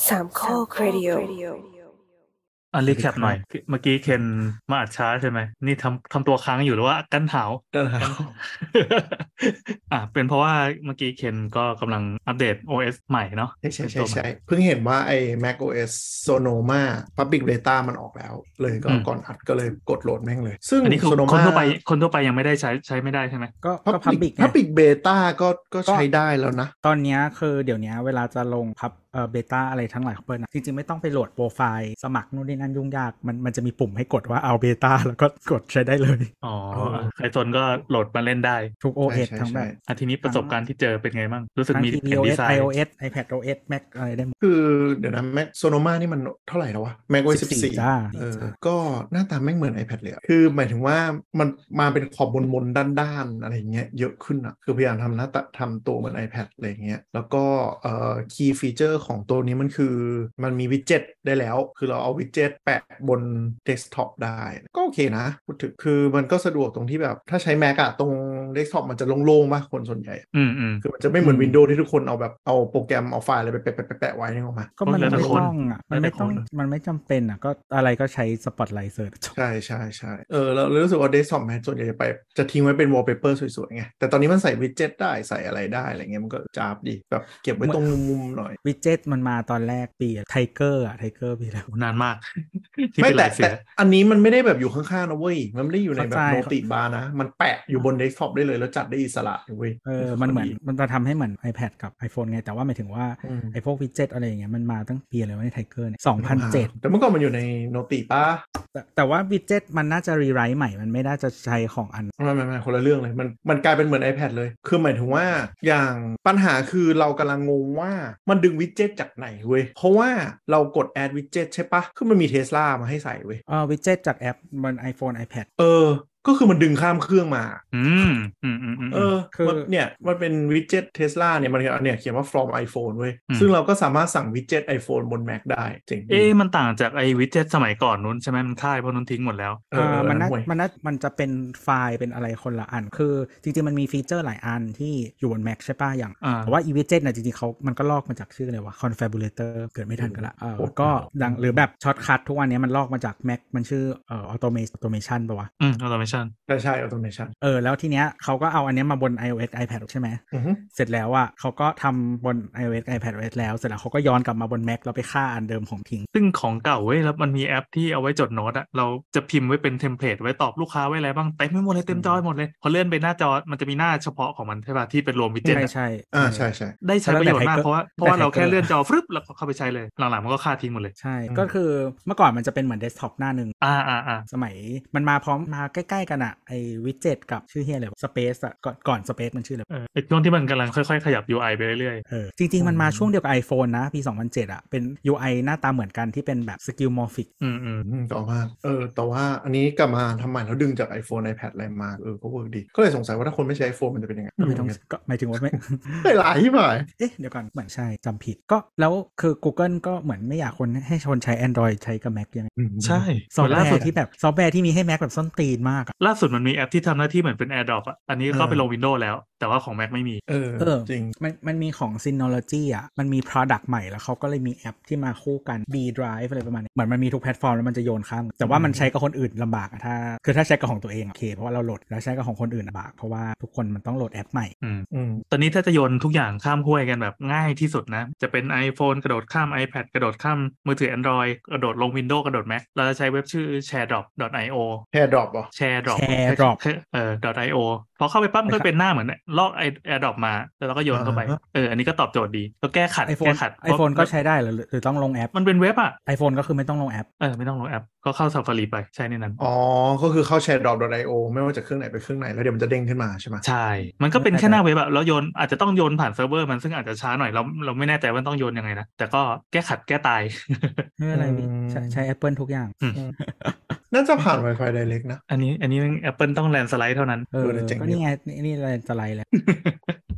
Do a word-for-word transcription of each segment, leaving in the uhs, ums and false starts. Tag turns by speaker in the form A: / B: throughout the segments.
A: สามข้อครดิโอ
B: อ่ะรีแคปหน่อยเมื่อกี้เคนมาอัดช้าใช่ไหมนี่ทำทำตัวค้างอยู่หรือว่ากั้นหาว
C: ก็แล้
B: กั้น
C: ว
B: อ่ะเป็นเพราะว่าเมื่อกี้เคนก็กำลังอัปเดต โอ เอส ใหม่เนาะ
C: ใช่ใช่
B: เป็นตัวใหม่
C: ใช่ใช่เพิ่งเห็นว่าไอ้ macOS Sonoma Public Beta มันออกแล้วเลยก็
B: อืม
C: ก่อนอัดก็เลยกดโหลดแม่งเลย ซึ่ง
B: อันนี้คือคน
C: Sonoma
B: ทั่วไปคนทั่วไปยังไม่ได้ใช้ใช้ไม่ได้ใช่ไหม
D: ก็ก็
C: Public
D: Public ไง
C: Public Beta ก็ก็
D: ก็
C: ใช้ได้แล้วนะ
D: ตอนเนี้ยคือเดี๋ยวเนี้ยเวลาจะลงพับเอ่อเบต้าอะไรทั้งหลายของเปิลนะจริงๆไม่ต้องไปโหลดโปรไฟล์สมัครนู่นนี่นั่นยุ่งยากมันมันจะมีปุ่มให้กดว่าเอาเบต้าแล้วก็กดใช้ได้เลย
B: อ๋อ
C: เออ
B: ใครสนก็โหลดมาเล่นได้
D: ทุก โอ เอส
C: ใช่
D: ทั้งแบ
C: ใช่
D: บ
B: อ่ะทีนี้ประสบการณ์ที่เจอเป็นไงบ้างรู้สึก
D: ทั้ง
B: มี
D: ที
B: แผ่นดี
D: iOS
B: ไซน์
D: iOS iPadOS Mac อะไรได้หมด
C: คือเดี๋ยวนะ Mac Sonoma นี่มันเท่าไหร่แล้ววะ macOS
D: สิบสี่
C: สิบสี่
D: จ้า
C: เออก็หน้าตาแม่งเหมือน iPad เลยอะคือหมายถึงว่ามันมาเป็นขอบบนๆด้านๆอะไรอย่างเงี้ยเยอะขึ้นอ่ะคือพยายามทำหน้าตาทำตัวเหมือน iPad อะไรอย่างเงี้ยแล้วก็เอ่อ key feature ของตัวนี้มันคือมันมีวิดเจ็ตได้แล้วคือเราเอาวิดเจ็ตแปะบน desktop ได้ก็โอเคนะพูดถึงคือมันก็สะดวกตรงที่แบบถ้าใช้ Mac อะตรง desktop มันจะโล่งๆป่ะคนส่วนใหญ่
B: อืมอืม
C: คือมันจะไม่เหมือน Windows ที่ทุกคนเอาแบบเอาโปรแกรมเอาไฟล์อะไรไปแปะแปะแปะไว้นี่ออกมา
D: ก็มัน
B: แล้วแต่
D: ไม่
B: คน
D: ต้องอ่ะมันไม่ต้อง
B: แล้วแต่คน
D: มันไม่จำเป็นอ่ะก็อะไรก็ใช้ Spotlight Search
C: ใช่ใช่ใช่เออเราเรารู้สึกว่า desktop Mac ส่วนใหญ่จะไปจะทิ้งไว้เป็น wallpaper สวยๆไงแต่ตอนนี้มันใส่วิดเจ็ตได้ใส่อะไรได้อะไรเงี้ยมันก็จ้าบดีแบบเก็บไว้ตรงมุมๆหน่อย
D: วิดเจ็ตมันมาตอนแรกปีไทเกอร์อ่ะไทเกอร์ปีแล้ว
B: นานมาก ที่
C: ไม่
B: เป็น
C: แต่
B: ลายเสื
C: แต่
B: อ
C: อันนี้มันไม่ได้แบบอยู่ข้างๆนะเว้ยมันไม่ได้อยู่ในแบบ
D: เข้าใจ
C: โนติบาร์นะมันแปะอยู่บน desktop ได้เลยแล้วจัดได้อิสระเลยเว้ย
D: เออมันเหมือนมันจะทำให้เหมือน iPad กับ iPhone ไงแต่ว่าหมายถึงว่า
C: อืม
D: ไอ้พวกวิดเจ็ตอะไรอย่างเงี้ยมันมาตั้งปีอะไรวะในไทเกอร์เนี่ยสองพันเจ็ด
C: แต่เมื่อก่อนมันอยู่ในโนติป้า
D: แต่แต่ว่าวิดเจ็ตมันน่าจะรีไรต์ใหม่มันไม่น่าจะใช้ของอัน
C: ไม่ไม่ไม่คนละเรื่องเลยมันมันกลายเป็นเหมือน iPad เลยคือหมายถึงว่าอย่างปัญหาคือเรากำลังงงว่ามันดึงวิดเจ็ตจากไหนเว้ยเพราะว่าเรากด add widget ใช่ปะคือมันมี Tesla มาให้ใส่เว้ย
D: เออวิดเจ็ตจากแอปบน iPhone iPad
C: เออก็คือมันดึงข้ามเครื่องมา
B: อืมอืมอืมอืม
C: เออ
D: คือ
C: มันเนี่ยมันเป็นวิดเจ็ตเทสลาเนี่ยมันเนี่ยเขียนว่า from iPhone เว้ย
B: อืม
C: ซึ่งเราก็สามารถสั่งวิดเจ็ต iPhone บน Mac ได้เจ๋งดี
B: เอ๊ะมันต่างจากไอ้วิดเจ็ตสมัยก่อนนู้นใช่ไหมมันค่ายเพราะนู้นทิ้งหมดแล้ว
C: เออเออ
D: มันน่า
C: ห่วย
D: มันน่ามันจะเป็นไฟล์เป็นอะไรคนละอัน คือจริงๆ มันมีฟีเจอร์หลายอันที่อยู่บน Mac ใช่ป่ะอย่าง
B: อ่า
D: แต่ว่า e-widget น่ะจริงๆเขามันก็ลอกมาจากชื่ออะไรวะ confabulator เกิดไม่ทันกันละเออ
C: โอ้โห
D: ก็ดังหรือแบบช็อตคัททุกวันนี้มันลอกมาจาก Mac มันชื่อเอ่อ automation automation ป่ะวะ
B: อืม automation
C: ใช่ใช่ automation
D: เออแล้วทีเนี้ยเขาก็เอาอันเนี้ยมาบน iOS iPad ใช่ไหม
C: อือฮึ
D: เสร็จแล้วอ่ะเขาก็ทำบน iOS iPadOS แล้วเสร็จแล้วเขาก็ย้อนกลับมาบน Mac แล้วไปฆ่าอันเดิมของทิ้ง
B: ซึ่งของเก่าเว้ยแล้วมันมีแอปที่เอาไว้จดโน้ตอะเราจะพิมพ์ไว้เป็นเทมเพลตไว้ตอบลูกค้าไว้อะไรบ้างเต็มไปหมดเลยเต็มจอหมดเลยพอเลื่อนไปหน้าจอมันจะมีหน้าเฉพาะของมันใช่ป่ะที่เป็นรวมวิดเจ็ต
D: ใช่
B: อะ
D: ใช่
C: อ่าใช่ใช่
B: ได้ใช้ประโยชน์มาก
D: แต่
B: เพราะว่าเพราะว่าเราแค่เลื่อนจอฟรึบแล้วก็เข้าไปใช้เลยหลังๆมันก็ฆ่าทิ้งหมดเลย
D: ใช่
C: อืม
D: ก็คือเมื่อก่อนมันจะเป็นเหมือนเดสก์ท็อปหน้าหนึ่ง
B: อ่าอ่าอ่า
D: สมัยมันมาพร้อมมาใกล้ๆกันอะไอวิดเจ็ตกับชื่อเฮียอะไรสเปซอะก่อนก่อนสเปซมันชื่ออะไร
B: เออไอ้ช่วงที่มันกำลังค่อยๆขยับ ยู ไอ ไปเรื่อย
D: เออจริงๆ มันมาช่วงเดียวกับ iPhone นะ ปี สองพันเจ็ด อ่ะ เป็น ยู ไอ หน้าตาเหมือนกันที่เป็นแบบ skeuomorphic
B: ๆอืมอืม
C: อืมต่อมาเออแต่ว่าอันนี้กลับมาทำใหม่แล้วดึงจาก iPhone iPad อะไรมาเออก็เวิร์กดีก็เลยสงสัยว่าถ้าคนไม่ใช้ iPhone มันจะเป็นยังไง
D: ก็ไม่ต้องก็หมายถึงว่าไม่
C: ได้หลายที่หมาย
D: เอ๊ะ เดี๋ยวก่อนเหมือนใช่จำผิดก็แล้วคือ Google ก็เหมือนไม่อยากคนให้คนใช้ Android ใช้กับ Mac ยังไง
B: ใช่
D: ซอฟต์แว
B: ล่าสุด
D: ร์ที่แบบซอฟต์แวร์ที่มีให้ Mac แบบส้นตีนมากอะ
B: ล่าสุดมันมีแอปที่ทำหน้าที่เหมือนเป็น AirDrop อ่ะอันนี้ก็ไปลง Windows แล้วแต่ว่าของ Mac ไม่มี
C: เออ
D: เออ
C: จริง
D: มันมันมีของ Synology อ่ะ มันมี product ใหม่แล้วเขาก็เลยมีแอปที่มาคู่กัน B Drive อะไรประมาณนี้เหมือนมันมีทุกแพลตฟอร์มแล้วมันจะโยนข้ามแต่ว่ามันใช้กับคนอื่นลำบากอะถ้าคือถ้าใช้กับของตัวเองโอเคเพราะว่าเราโหลดแล้วใช้กับของคนอื่นลำบากเพราะว่าทุกคนมันต้องโหลดแอปใหม่
B: อืม
C: อืม
B: ตอนนี้ถ้าจะโยนทุกอย่างข้ามห้วยกันแบบง่ายที่สุดนะจะเป็น iPhone กระโดดข้าม iPad กระโดดข้ามมือถือ Android กระโดดลง Windows กระโดด Mac เราจะใช้เว็บชื่อ แชร์ดรอป ดอท ไอ โอ
C: AirDrop เหรอ
B: AirDrop
D: AirDrop
B: เอ่อ .io พอเข้าไปปั๊บมันก็เป็นหน้าเหมือนลอกไอ AirDrop มาแล้วเราก็โยนเข้าไป
C: อ่าฮะ
B: เอออันนี้ก็ตอบโจทย์ดีแล้วแก้ขัด
D: iPhone
B: แก้ขัด
D: iPhone ก็ใช้ได้หรือหรือต้องลงแอป
B: มันเป็นเว็บอ่ะ
D: iPhone ก็คือไม่ต้องลงแอป
B: เออไม่ต้องลงแอปก็เข้า Safari ไปใช้ในนั้น
C: อ๋อก็คือเข้า แชร์ดรอป ดอท ไอ โอ ไม่ว่าจะเครื่องไหนไปเครื่องไหนแล้วเดี๋ยวมันจะเด้งขึ้นมาใช่ไหม
B: ใช่มันก็เป็นแค่หน้าเว็บอะแล้วโยนอาจจะต้องโยนผ่านเซิร์ฟเวอร์มันซึ่งอาจจะช้าหน่อยเราเราไม่แน่ใจว่าต้องโยนยังไงนะแต่ก็แก้ขัดแก้ตาย
D: ไม่เป็นไรพี่
C: อืม
D: ใช้ใช้ Apple ทุกอย่าง
B: อืม
C: น่าจะผ่าน Wi-Fi Direct นะ
B: อันนี้อันนี้ Apple ต้องแลนสไลด์เท่านั้น
D: เออ
C: เออเจ๋ง
D: ก็นี่ไงนี่นี่อะไรจะไรแล้ว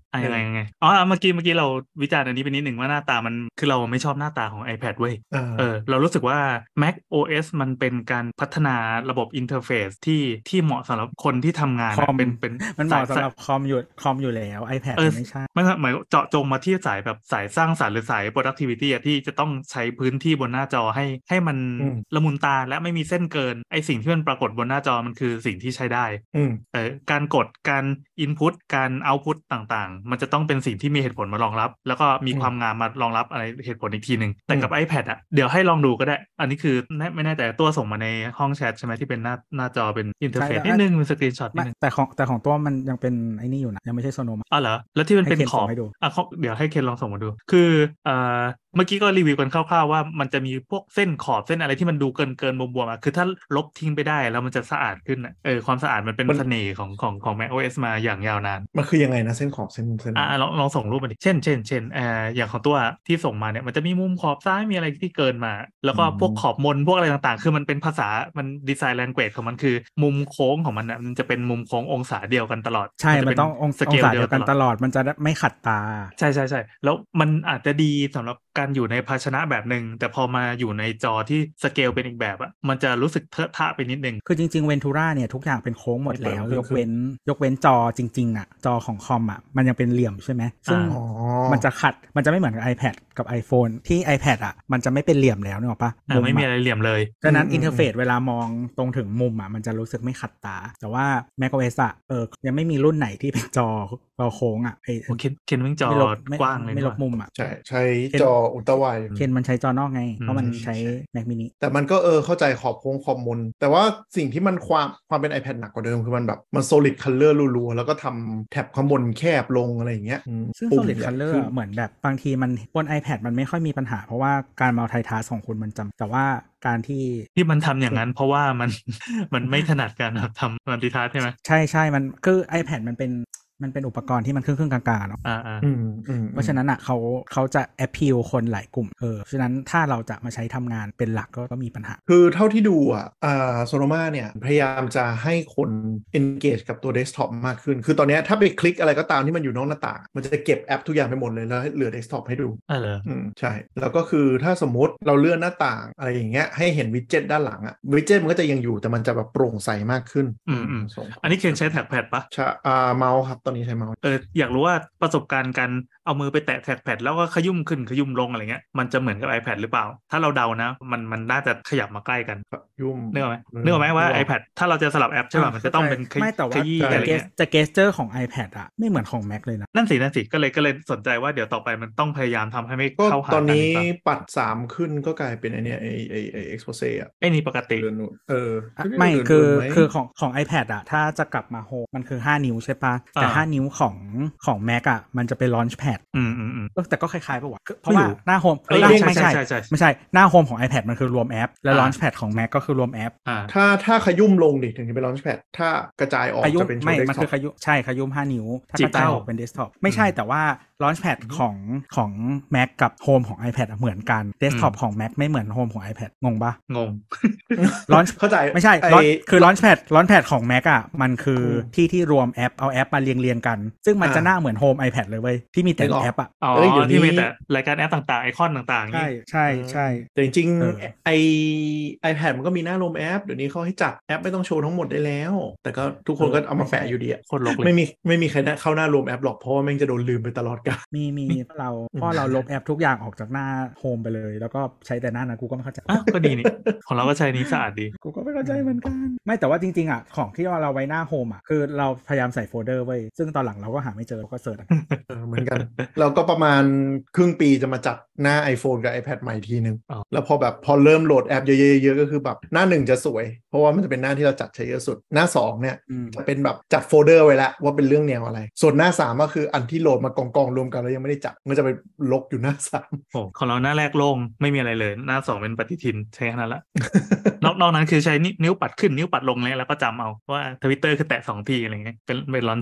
B: อ่ะยังไงยังไงอ๋อเมื่อกี้เมื่อกี้เราวิจารณ์อันนี้ไปนิดหนึ่งว่าหน้าตามันคือเราไม่ชอบหน้าตาของ iPad เว้ย
C: อ่า
B: เออเรารู้สึกว่า Mac โอ เอส มันเป็นการพัฒนาระบบอินเทอร์เฟซที่ที่เหมาะสำหรับคนที่ทำงาน
D: คอ
B: อะ
D: ม
B: เป็นเป็น
D: มันเห
B: สาย
D: มาะสำหรับคอมอยู่คอมอยู่แล้ว iPad
B: เออ
D: มันไม่ใช่
B: ไม่ใช่หมายเจาะจงมาที่สายแบบสายสร้างสรรค์หรือสาย productivity อะที่จะต้องใช้พื้นที่บนหน้าจอให้ให้มัน
C: อืม
B: ละมุนตาและไม่มีเส้นเกินไอสิ่งที่มันปรากฏบนหน้าจอมันคือสิ่งที่ใช้ได้
C: อืม
B: เออการกดการ input การ output ต่างๆ มันจะต้องเป็นสิ่งที่มีเหตุผลมารองรับ แล้วก็มี
C: อืม
B: ความงามมารองรับอะไรเหตุผลอีกทีหนึ่งแต่
C: อืม
B: กับ iPad อ่ะเดี๋ยวให้ลองดูก็ได้ อันนี้คือแน่ไม่แน่ใจตัวส่งมาในห้องแชทใช่ไหมที่เป็นหน้าหน้าจอเป็นอินเทอร์เฟซ
D: ใช่
B: นิดนึงเป็นสกรีนช็อตนิ
D: ไม่
B: ดนึง
D: แต่ของแต่ของตัวมันยังเป็นไอ้นี่อยู่นะยังไม่ใช่โซโนมา
B: อ๋อเหรอแล้วที่มัน
D: ให้
B: เป็น
D: เคน
B: ขอบ
D: ส่งให้ดู
B: อ่ะเขาเดี๋ยวให้เคนลองส่งมาดู คือเอ่อเมื่อกี้ก็รีวิวกันคร่าวๆว่ามันจะมีพวกเส้นขอบเส้นอะไรที่มันดูเกินเกินบวมๆอ่ะคือถ้าลบทิ้งไปได้แล้วมันจะสะอาดขึ้นอ่ะเออความสะอาดมันเป็น
C: มัน
B: เสน่ห์ของของของ Mac โอ เอส มาอย่างยาวนาน
C: มันคือยังไงนะเส้นขอบเส้นเส้น
B: อ่าลองลองส่งรูปมาดิเช่นเช่นเช่นเอ่ออย่างของตัวที่ส่งมาเนี่ยมันจะมีมุมขอบซ้ายมีอะไรที่เกินมา แล้วก็พวกขอบมนพวกอะไรต่างๆ คือมันเป็นภาษามันดีไซน์แลงเกจของมันคือมุมโค้งของมันนะมันจะเป็นมุมโค้งองศาเดียวกันตลอด
D: ใช่
B: จะ
D: มัน
B: เป็น
D: ต้ององ
B: ส
D: อ
B: เก
D: ง
B: ล
D: ศา
B: เดี
D: เดี
B: ย
D: ยว วกัน
B: ต
D: ต
B: ลอด
D: ลอดมันจะไม่ขัดตา
B: ใช่ใช่ใช่แล้วมันอาจจะดีสำหรับการอยู่ในภาชนะแบบหนึ่งแต่พอมาอยู่ในจอที่สเกลเป็นอีกแบบอะมันจะรู้สึกเทอะทะไปนิดนึง
D: คือจริงๆเวนทูราเนี่ยทุกอย่างเป็นโค้งหมดแล้ว
C: เปิด
D: ยกเว้นยกเว้นจอจริงๆอ่ะจอของคอมอ่ะมันยังเป็นเหลี่ยมใช่ไหมซึ่ง
C: อ๋อ
D: มันจะขัดมันจะไม่เหมือนกับ iPad กับ iPhone ที่ iPad อ่ะมันจะไม่เป็นเหลี่ยมแล้วนึกออกปะ
B: อ่าไม่มีอะไรเหลี่ยมเลย
D: ฉะนั้น
C: อืม
D: อินเทอร์เฟซเวลามองตรงถึงมุมอ่ะมันจะรู้สึกไม่ขัดตา แต่ว่า macOS อ่ะเออยังไม่มีรุ่นไหนที่เป็นจอจอโค้งอ่ะไอ้
B: โอเคเคนวิ่งจอ
D: ไม่ลบไม่
B: กว้างเลย
D: ไม่ลบ
B: นี่หว่า
D: มุมอ่ะ
C: ใช่ใช้จออุลตร้าไวด์
D: เคนมันใช้จอนอกไง
B: อืม
D: เพราะมันใช้ Mac mini
C: แต่มันก็เออเข้าใจขอบโค้งขอบมน แต่ว่าสิ่งที่มันความความเป็น iPad หนักกว่าเดิมคือมันแบบมัน solid color รัวๆแล้วก็ทำแท็บข้างบนแคบลงอะไรอย่างเงี้ยอืม
D: ซึ่ง
C: ปุ่ม
D: solid
C: ใหญ่
D: color
C: ขึ้น
D: อะเหมือนแบบบางทีมันบน iPad มันไม่ค่อยมีปัญหา เพราะว่าการ multitask ของคุณมันจำแต่ว่าการที่
B: ที่มันทำอย่างนั้นเพราะว่ามัน มันไม่ถนัดการทำมัลติทัสใช่ไหม
D: ใช่ใช่มันคือ iPad มันเป็นมันเป็นอุปกรณ์ที่มันครึ่งครึ่งๆกลางๆเนาะ
B: อ่าอ่า
C: อืมอืม
D: เพราะฉะนั้นอ่ะเขาเขาจะ appeal คนหลายกลุ่มเออฉะนั้นถ้าเราจะมาใช้ทำงานเป็นหลักก็ก็มีปัญหา
C: คือเท่าที่ดูอ่ะอ่าโซโนมาเนี่ยพยายามจะให้คน engage กับตัว desktop มากขึ้น คือตอนเนี้ยถ้าไปคลิกอะไรก็ตามที่มันอยู่นอกหน้าต่างมันจะเก็บแอปทุกอย่างไปหมดเลยแล้วเหลือ desktop ให้ดู
B: อ่าเหรอ
C: อืมใช่ แล้วก็คือถ้าสมมติเราเลื่อนหน้าต่างอะไรอย่างเงี้ยให้เห็นวิดเจ็ตด้านหลังอะวิดเจ็ตมันก็จะยังอยู่แต่มันจะแบบโปร่งใสมากขึ้น
B: อืมอืม
C: ส่ง
B: อันนี้เคนใช้แท็กแพดปะ
C: ใช่อ่าเมาส์ครับตอนนี้ใช้เมาส์
B: เอออยากรู้ว่าประสบการณ์การเอามือไปแตะแท็กแพดแล้วก็ขยุ่มขึ้นขยุ่มลงอะไรเงี้ยมันจะเหมือนกับ iPad หรือเปล่า ถ้าเราเดานะ มันมันน่าจะขยับมาใกล้กัน
C: ยุ่ม
B: นึกออกไหมนึกออกไหมว่า iPad ถ้าเราจะสลับแอปใช่ป่ะมันจะต้องเป็นขย
D: ไม่แต่ว่า
B: ขยี้
C: ใช่
B: อะไร
D: เกส
B: เงี้ย
D: แต่เกสเจอร์ของ iPad อ่ะไม่เหมือนของ Mac เลยนะ
B: นั่นสินั่นสิก็เลยก็เลยสนใจว่าเดี๋ยวต่อไปมันต้องพยายามทำให้ไม่
C: ก็
B: เข้าหา
C: ตอน
B: กันห
C: นี้
B: รือเปล่า
C: ปัดสามขึ้นก็กลายเป็นไอเนี้ยไอไอไอ expose อะ
B: ไอ้นี่ปกติ
C: เดือนนู้นเออ
D: อ่ะ
C: เดืน
D: ไม่
C: เดืน
D: คือ
C: เดืนไหม
D: คือของของ iPad อ่ะถ้าจะกลับมาโฮมันคือห้านิ้วใช่ปะแต่
B: อ่า
D: ห้านิ้วของของ Mac อ่ะมันจะเป็น Launchpad
B: อืมอืมอืม
D: ก็แต่ก็คล้ายๆป่ะวะคือเพ
B: ไม่
D: ราะว่า
B: รู้
D: หน้าโฮม
B: เอ้ย
D: หน้า
B: ใช่
D: ไม่ใช่
B: ใช่ใช่ใช่
D: ไม่ใช่หน้าโฮมของ iPad มันคือรวมแอป และ
B: อ่า
D: Launchpad ของ Mac ก็คือรวมแอป
B: อ่า
C: ถ้าถ้าขยุ่มลงดิถึงจะเป็น launchpad ถ้ากระจายออก
D: ขยุม
C: จะเป็นโช
D: ไม่
C: ว์
D: มันคือ
C: desktop
D: ขยุมใช่ขยุมห้านิ้ว ถ้ากระจายออกเป็นเดสก์ท็อปไม่ใช่แต่ว่า Launchpad ของของ Mac กับ Home ของ iPad อะเหมือนกัน Desktop ของ Mac ไม่เหมือน Home ของ iPad งงปะ
B: งง
D: Launch
C: เข้าใจ
D: ไม่ใช่
C: ไอ้
D: Launch คือ Launchpad Launchpad ของ Mac อ่ะมันคืออ
C: ม
D: ที่ที่รวมแอปเอาแอปมาเรียงเรียงๆกัน ซึ่งมัน
C: อ่า
D: จะหน้าเหมือน Home iPad เลยเว้ยที่มีแต่
C: นึกออก
D: แอปอ่ะ
B: อ๋อ
C: เอ้ยเดี๋ยวนี้
B: ที่มีแต่รายการแอปต่างๆ ไอคอนต่างๆ
D: ใช่
B: นี่
D: ใช่ใช่
C: แต่จริง
D: เออ
C: ๆไอ iPad มันก็มีหน้ารวมแอป เดี๋ยวนี้เขาให้จัดแอปไม่ต้องโชว์ทั้งหมดได้แล้ว แต่ก็ทุกคนก็เอามาแปะอยู่ดีอะ
B: โคตรลกเลย
C: ไม่มีไม่มีใครได้เข้าหน้ารวมแอปหรอกเพราะว่าแม่งจะโดนลืมไปตลอดกาล
D: มีมีเราเพราะเราลบแอปทุกอย่างออกจากหน้า Home ไปเลย แล้วก็ใช้แต่หน้านั้นกูก็ไม่เข้าใจ
B: อ้าวก็ดีนี่ ของเราก็ใช้นี้สะอาดดี
D: กูก็ไม่เข้าใจเหมือนกัน ไม่แต่ว่าจริงๆอ่ะของที่เราไว้หน้าโฮมอ่ะคือเราพยายามใส่โฟลเดอร์ไว้ซึ่งตอนหลังเราก็หาไม่เจอเราก็เสิร์ช
C: เออเหมือนกัน เราก็ประมาณครึ่งปีจะมาจัดหน้า iPhone กับ iPad ใหม่ทีนึง
B: อ๋อ
C: แล้วพอแบบพอเริ่มโหลดแอปเยอะๆๆก็คือแบบหน้าหนึ่งจะสวย เพราะว่ามันจะเป็นหน้าที่เราจัดใช้เยอะสุดหน้าสองเนี่ย
D: อืม
C: จะเป็นแบบจัดโฟลเดอร์ไว้แล้วว่าเป็นเรื่องแนวอะไร ส่วนหน้าสามก็คืออันที่โหลดมากองๆรวมกันแล้วยังไม่ได้จัดมันจะไปลกอยู่หน้าสาม
B: โอ้ของเราหน้าแรกโล่งไม่มีอะไรเลย หน้าสองเป็นปฏิทินใช้แค่นั้นละ นอกนอกนั้นคือใช้นิ้วปัดขึ้นนิ้วปัดลงเลยแล้วก็จำเอาว่าทวิตเตอร์คือแตะสองทีอะไรเงี้ยเป็นเป็นลอนเชอร์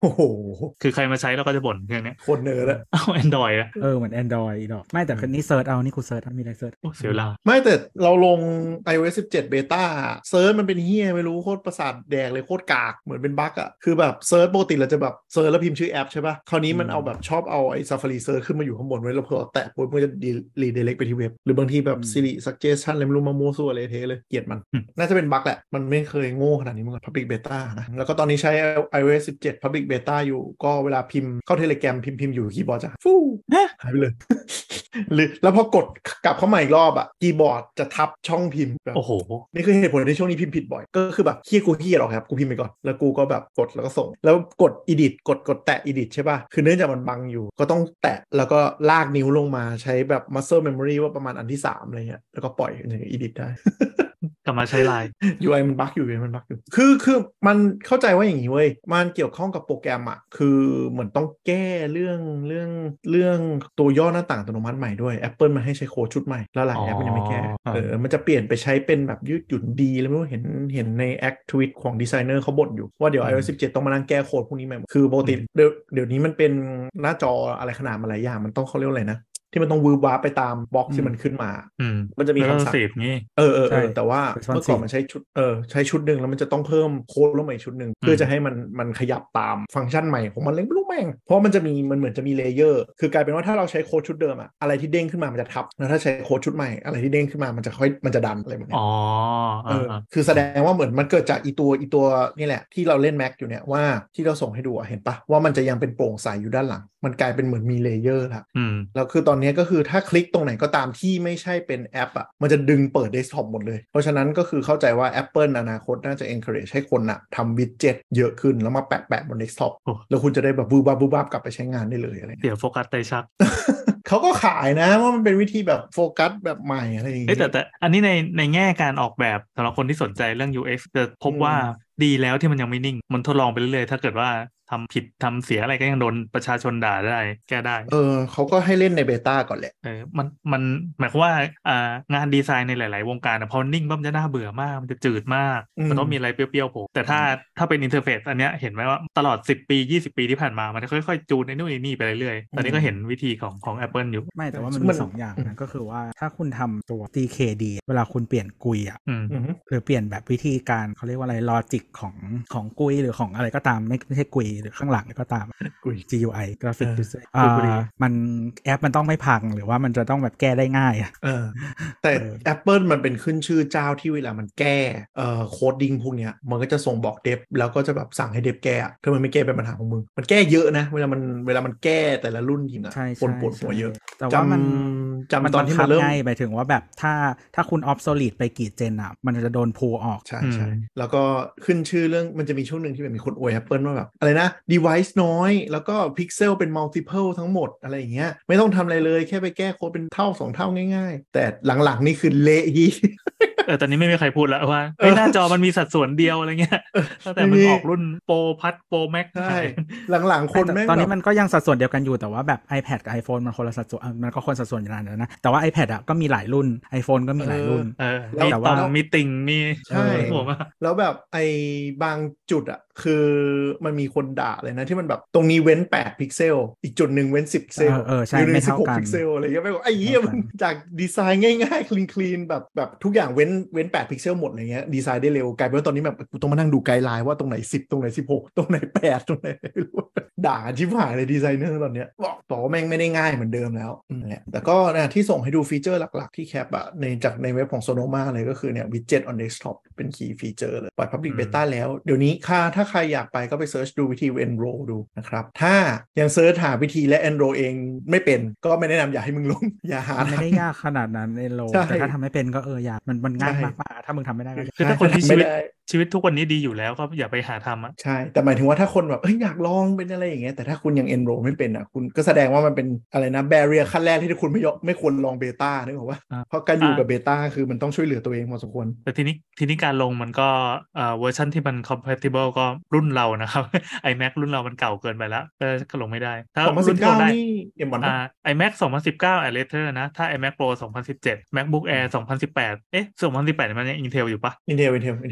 C: โอ้โห
B: คือใครมาใช้เราก็จะบ่นเรื่องนี้
C: คนเนอร์ละ
B: เอา Android อะ
D: เออเหมือน Android ดอกไม่แต่คนนี้เซิร์ชเอานี่กูเซิร์ชมีอะไรเซิร์ช
B: โอ้เสียเวลา
C: ไม่แต่เราลง iOS สิบเจ็ด Beta เซิร์ชมันเป็นเฮียไม่รู้โคตรประสาทแดกเลยโคตรกากเหมือนเป็นบั๊กอ่ะคือแบบเซิร์ชปกติเราจะแบบเซิร์ชแล้วพิมพ์ชื่อแอปใช่ป่ะคราวนี้มันเอาแบบชอบเอาไอ้ Safari เซิร์ชขึ้นมาอยู่ข้างบนไว้แล้วพอแตะปุ๊บมันจะรีเดเรกไปที่เว็บหรือบางทีแบบ Siri suggestion อะไรไม่รู้มามั่วซั่วอะไรเทเลยเกลียดมันน่าจะเป็นบั๊กแหละมันไม่เคยโง่ขนาดนี้มาก่อน Public Beta นะแล้วก็ตอนนี้ใช้ iOS สิบเจ็ด Public Beta อยู่ก็เวลาพิมพ์เข้า Telegram พิมพ์พิมพ์อยู่คีย์บอร์ดจะฟู่หายไปเลยหรือแล้วพอกดกลับเข้ามาอีกรอบอ่ะคีย์บอร์ดจะทับช่องพิมพ์แบบ
B: โอ้โห
C: นี่คือเหตุผลที่ช่วงนี้พิมพ์ผิดบ่อยก็คือแบบขี้กูขี้หรอกครับกูพิมพ์ไปก่อนแล้วกูก็แบบกดแล้วก็ส่งแล้วกด edit กดกดแตะ edit ใช่ป่ะคือเนื่องจากมันบังอยู่ก็ต้องแตะแล้วก็ลากนิ้วลงมาใช้แบบ muscle memory ว่าประมาณอันที่สามอะไรเงี้ยแล้วก็ปล่อยอย่าง edit ได้
B: กลับมาใช้ไลน์
C: ยู ไอ มันบั๊กอยู่มันบั๊กอยู่คือคือมันเข้าใจว่าอย่างนี้เว้ยมันเกี่ยวข้องกับโปรแกรมอ่ะคือเหมือนต้องแก้เรื่องเรื่องเรื่องตัวย่อหน้าต่างอัตโนมัติใหม่ด้วย Apple มาให้ใช้โค้ดชุดใหม่แล้วหลายแอปมันยังไม่แก้เออมันจะเปลี่ยนไปใช้เป็นแบบยืดหยุ่นดีแล้วไม่รู้เห็นเห็นในแอคทวิตของดีไซเนอร์เขาบ่นอยู่ว่าเดี๋ยว iOS สิบเจ็ดต้องมานั่งแก้โค้ดพวกนี้ใหม่คือปกติเดี๋ยวเดี๋ยวนี้มันเป็นหน้าจออะไรขนาดมาหลายอย่างมันต้องเขาเรียกอะไรนะที่มันต้องวืบวาร์ปไปตามบล็อกที่มันขึ้นมามันจะมีคำสั่ง
B: งี้
C: เออเออเออแต่ว่าเมื่อก่อนมันใช้ชุดเออใช้ชุดหนึ่งแล้วมันจะต้องเพิ่มโค้ดลงมาอีกชุดหนึ่งเพื่อจะให้มันมันขยับตามฟังก์ชันใหม่ของมันเลยไม่รู้แม่งเพราะมันจะมีมันเหมือนจะมีเลเยอร์คือกลายเป็นว่าถ้าเราใช้โค้ดชุดเดิมอะอะไรที่เด้งขึ้นมามันจะทับแล้วถ้าใช้โค้ดชุดใหม่อะไรที่เด้งขึ้นมามันจะค่อยมันจะดันอะไรแบบนี้
B: อ๋อ
C: เออคือแสดงว่าเหมือนมันเกิดจากอีตัวอีตัวนี่แหละที่เราเล่น Mac อยู่เนี่ยว่าที่เราส่งให้ดูเห็นปะว่ามันจะยังเป็นโปร่งใสอยู่ด้านหลังมันกลายเป็นเหมือนมีเลเยอร์ละแล้วคือตอนนี้ก็คือถ้าคลิกตรงไหนก็ตามที่ไม่ใช่เป็นแอปอ่ะมันจะดึงเปิดเดสก์ท็อปหมดเลยเพราะฉะนั้นก็คือเข้าใจว่า Apple อนาคตน่าจะ encourage ให้คนอ่ะทำวิดเจ็ตเยอะขึ้นแล้วมาแปะแปะบนเดสก์ท็อปแล้วคุณจะได้แบบบูบาบูบากลับไปใช้งานได้เลยอะไร
B: เดี๋ยวโฟกัสไตชัก
C: เขาก็ขายนะว่ามันเป็นวิธีแบบโฟกัสแบบใหม่อะไรอย่างเงี้ย
B: แต่แต่อันนี้ในในแง่การออกแบบสำหรับคนที่สนใจเรื่อง ยู เอ็กซ์ จะพบว่าดีแล้วที่มันยังไม่นิ่งมันทดลองไปเรื่อยๆถ้าเกิดว่าทำผิดทำเสียอะไรก็ยังโดนประชาชนด่าได้แก้ได้
C: เออเขาก็ให้เล่นในเบต้าก่อนแหละ
B: เออมันมันหมายความว่าอ่างานดีไซน์ในหลายๆวงการพอนิ่งปั๊บมันจะน่าเบื่อมากมันจะจืดมากมันต้องมีอะไรเปรี้ยวๆโผล่แต่ถ้าถ้าเป็นอินเทอร์เฟซอันเนี้ยเห็นไหมว่าตลอดสิบปียี่สิบปีที่ผ่านมามันจะค่อยๆจูนในนู่นนี่ไปเรื่อยๆตอนนี้ก็เห็นวิธีของของ Apple อยู่
D: ไม่แต่ว่ามันมีสองอย่างนะก็คือว่าถ้าคุณทำตัว ซี เค ดี เวลาคุณเปลี่ยนกุยอ่ะหรือเปลี่ยนแบบวิธีการเขาเรียกว่าอะไรลอจิกของของกุยหรือของอะไรก็ตามไม่ไม่ใช่กุยหรือข้างหลังก็ตาม จี ยู ไอ Graphic User อ่ามันแอปมันต้องไม่พังหรือว่ามันจะต้องแบบแก้ได้ง่ายอ่ะ
C: เออแต่ Apple มันเป็นขึ้นชื่อเจ้าที่เวลามันแก้เอ่อโคดดิ้งพวกเนี้ยมันก็จะส่งบอกเดฟแล้วก็จะแบบสั่งให้เดฟแก้ถ้ามันไม่แก้เป็นปัญหาของมึงมันแก้เยอะนะเวลามันเวลามันแก้แต่ละรุ่นจริงอ่ะคนปวดหัวเยอะ
D: แต่ว่ามัน
C: จำตอนที่มันเริ่ม
D: ง่ายไปถึงว่าแบบถ้าถ้าคุณ obsolete ไปกี่เจนอ่ะมันจะโดนพูออก
C: ใช่ใช่แล้วก็ขึ้นชื่อเรื่องมันจะมีช่วงหนึ่งที่แบบมีคนอวย Apple ว่าแบบอะไรนะ device น้อยแล้วก็พิกเซลเป็น multiple ทั้งหมดอะไรอย่างเงี้ยไม่ต้องทำอะไรเลยแค่ไปแก้โค้ดเป็นเท่าสองเท่าง่ายๆแต่หลังๆนี่คือเละยี่
B: เออตอนนี้ไม่มีใครพูดแล้วว่าเฮ้ยหน้าจอมันมีสัดส่วนเดียวอะไรเงี้ยตั้งแต่มันออกรุ่นโปรพัดโปรแม็ก
C: ใช่หลังๆคนแม่ง
D: ตอนนี้มันก็ยังสัดส่วนเดียวกันอยู่แต่ว่าแบบ iPad กับ iPhone มันคนละสัดส่วนมันก็คนสัดส่วนอย่างนั้นนะแต่ว่า iPad อ่ะก็มีหลายรุ่น iPhone ก็มีหลายรุ่น
B: เออแต่ว่ามีติ่งมี
C: ใช่แล้วแบบไอ้บางจุดอ่ะคือมันมีคนด่าเลยนะที่มันแบบตรงนี้เว้นแปดพิกเซลอีกจุดหนึ่งเว้นสิบพิกเซล
D: เออใช่ไม่เท่ากัน
C: พิกเซลอะไรเงี้ยไม่บอกไอ้เหี้ยมันจากดีไซน์ง่ายๆคลีนคลีนแบบแบบทุกอย่างเว้นเว้นแปดพิกเซลหมดอะไรเงี้ยดีไซน์ได้เร็วกลายเป็นว่าตอนนี้แบบกูต้องมานั่งดูไกด์ไลน์ว่าตรงไหนสิบตรงไหนสิบหกตรงไหนแปดตรงไหนไม่รู้ด่าชิบหายเลยดีไซเนอร์ตอนเนี้ยบอกต่อแม่งไม่ได้ง่ายเหมือนเดิมแล้วนั่นแหละแต่ก็นะที่ส่งให้ดูฟีเจอร์หลักๆที่แคปอะในจากในเว็บของ Sonoma เลยก็คือเนี่ย widget on desktop เป็น key feature เลยปล่อย public beta แล้วเดี๋ยวนี้ค่าถ้าใครอยากไปก็ไปเซิร์ชดูวิธี enroll ดูนะครับถ้ายังเซิร์ชหาวิธีและ enroll เองไม่เป็นก็ไม่แนะนำอย่าให้มึงลงอย่าหา
D: ไม่ได้ยากขนาดนั้น enroll แต่ถ้าทำไม่เป็นก็เอออยากมันมันง่ายมากๆถ้ามึงทำไม่ได้ก็
B: คือถ้าคนที่ชีวิตชีวิตทุกวันนี้ดีอยู่แล้วก็อย่าไปหาทำอ่ะ
C: ใช่แต่หมายถึงว่าถ้าคนแบบเฮ้ยอยากลองเป็นอะไรอย่างเงี้ยแต่ถ้าคุณยัง enroll ไม่เป็นอ่ะคุณก็แสดงว่ามันเป็นอะไรนะ barrier ขั้นแรกที่คุณไม่ไม่ควรลองเบต้านึกออกป่ะเพราะการอยู่กับเบต้าคือมันต้องช่วยเหลือตัวเองพอสมควร
B: แต่ทีนี้ทีนี้การลงมันก็เอ่อเวอร์ชันที่มัน compatible ก็รุ่นเรานะครับ iMac รุ่นเรามันเก่าเกินไปแล้วก็ลงไม่ได้ถ้ารุ่นที่ลงได้
C: เอ็ม วัน
B: อ่า iMac สองพันสิบเก้า at later นะถ้า iMac Pro สองพันสิบเจ็ด MacBook Air สองพันสิบแปดเอ๊ะสองพันสิบแปดมันยัง Intel อยู่ปะ
C: Intel Intel
D: Intel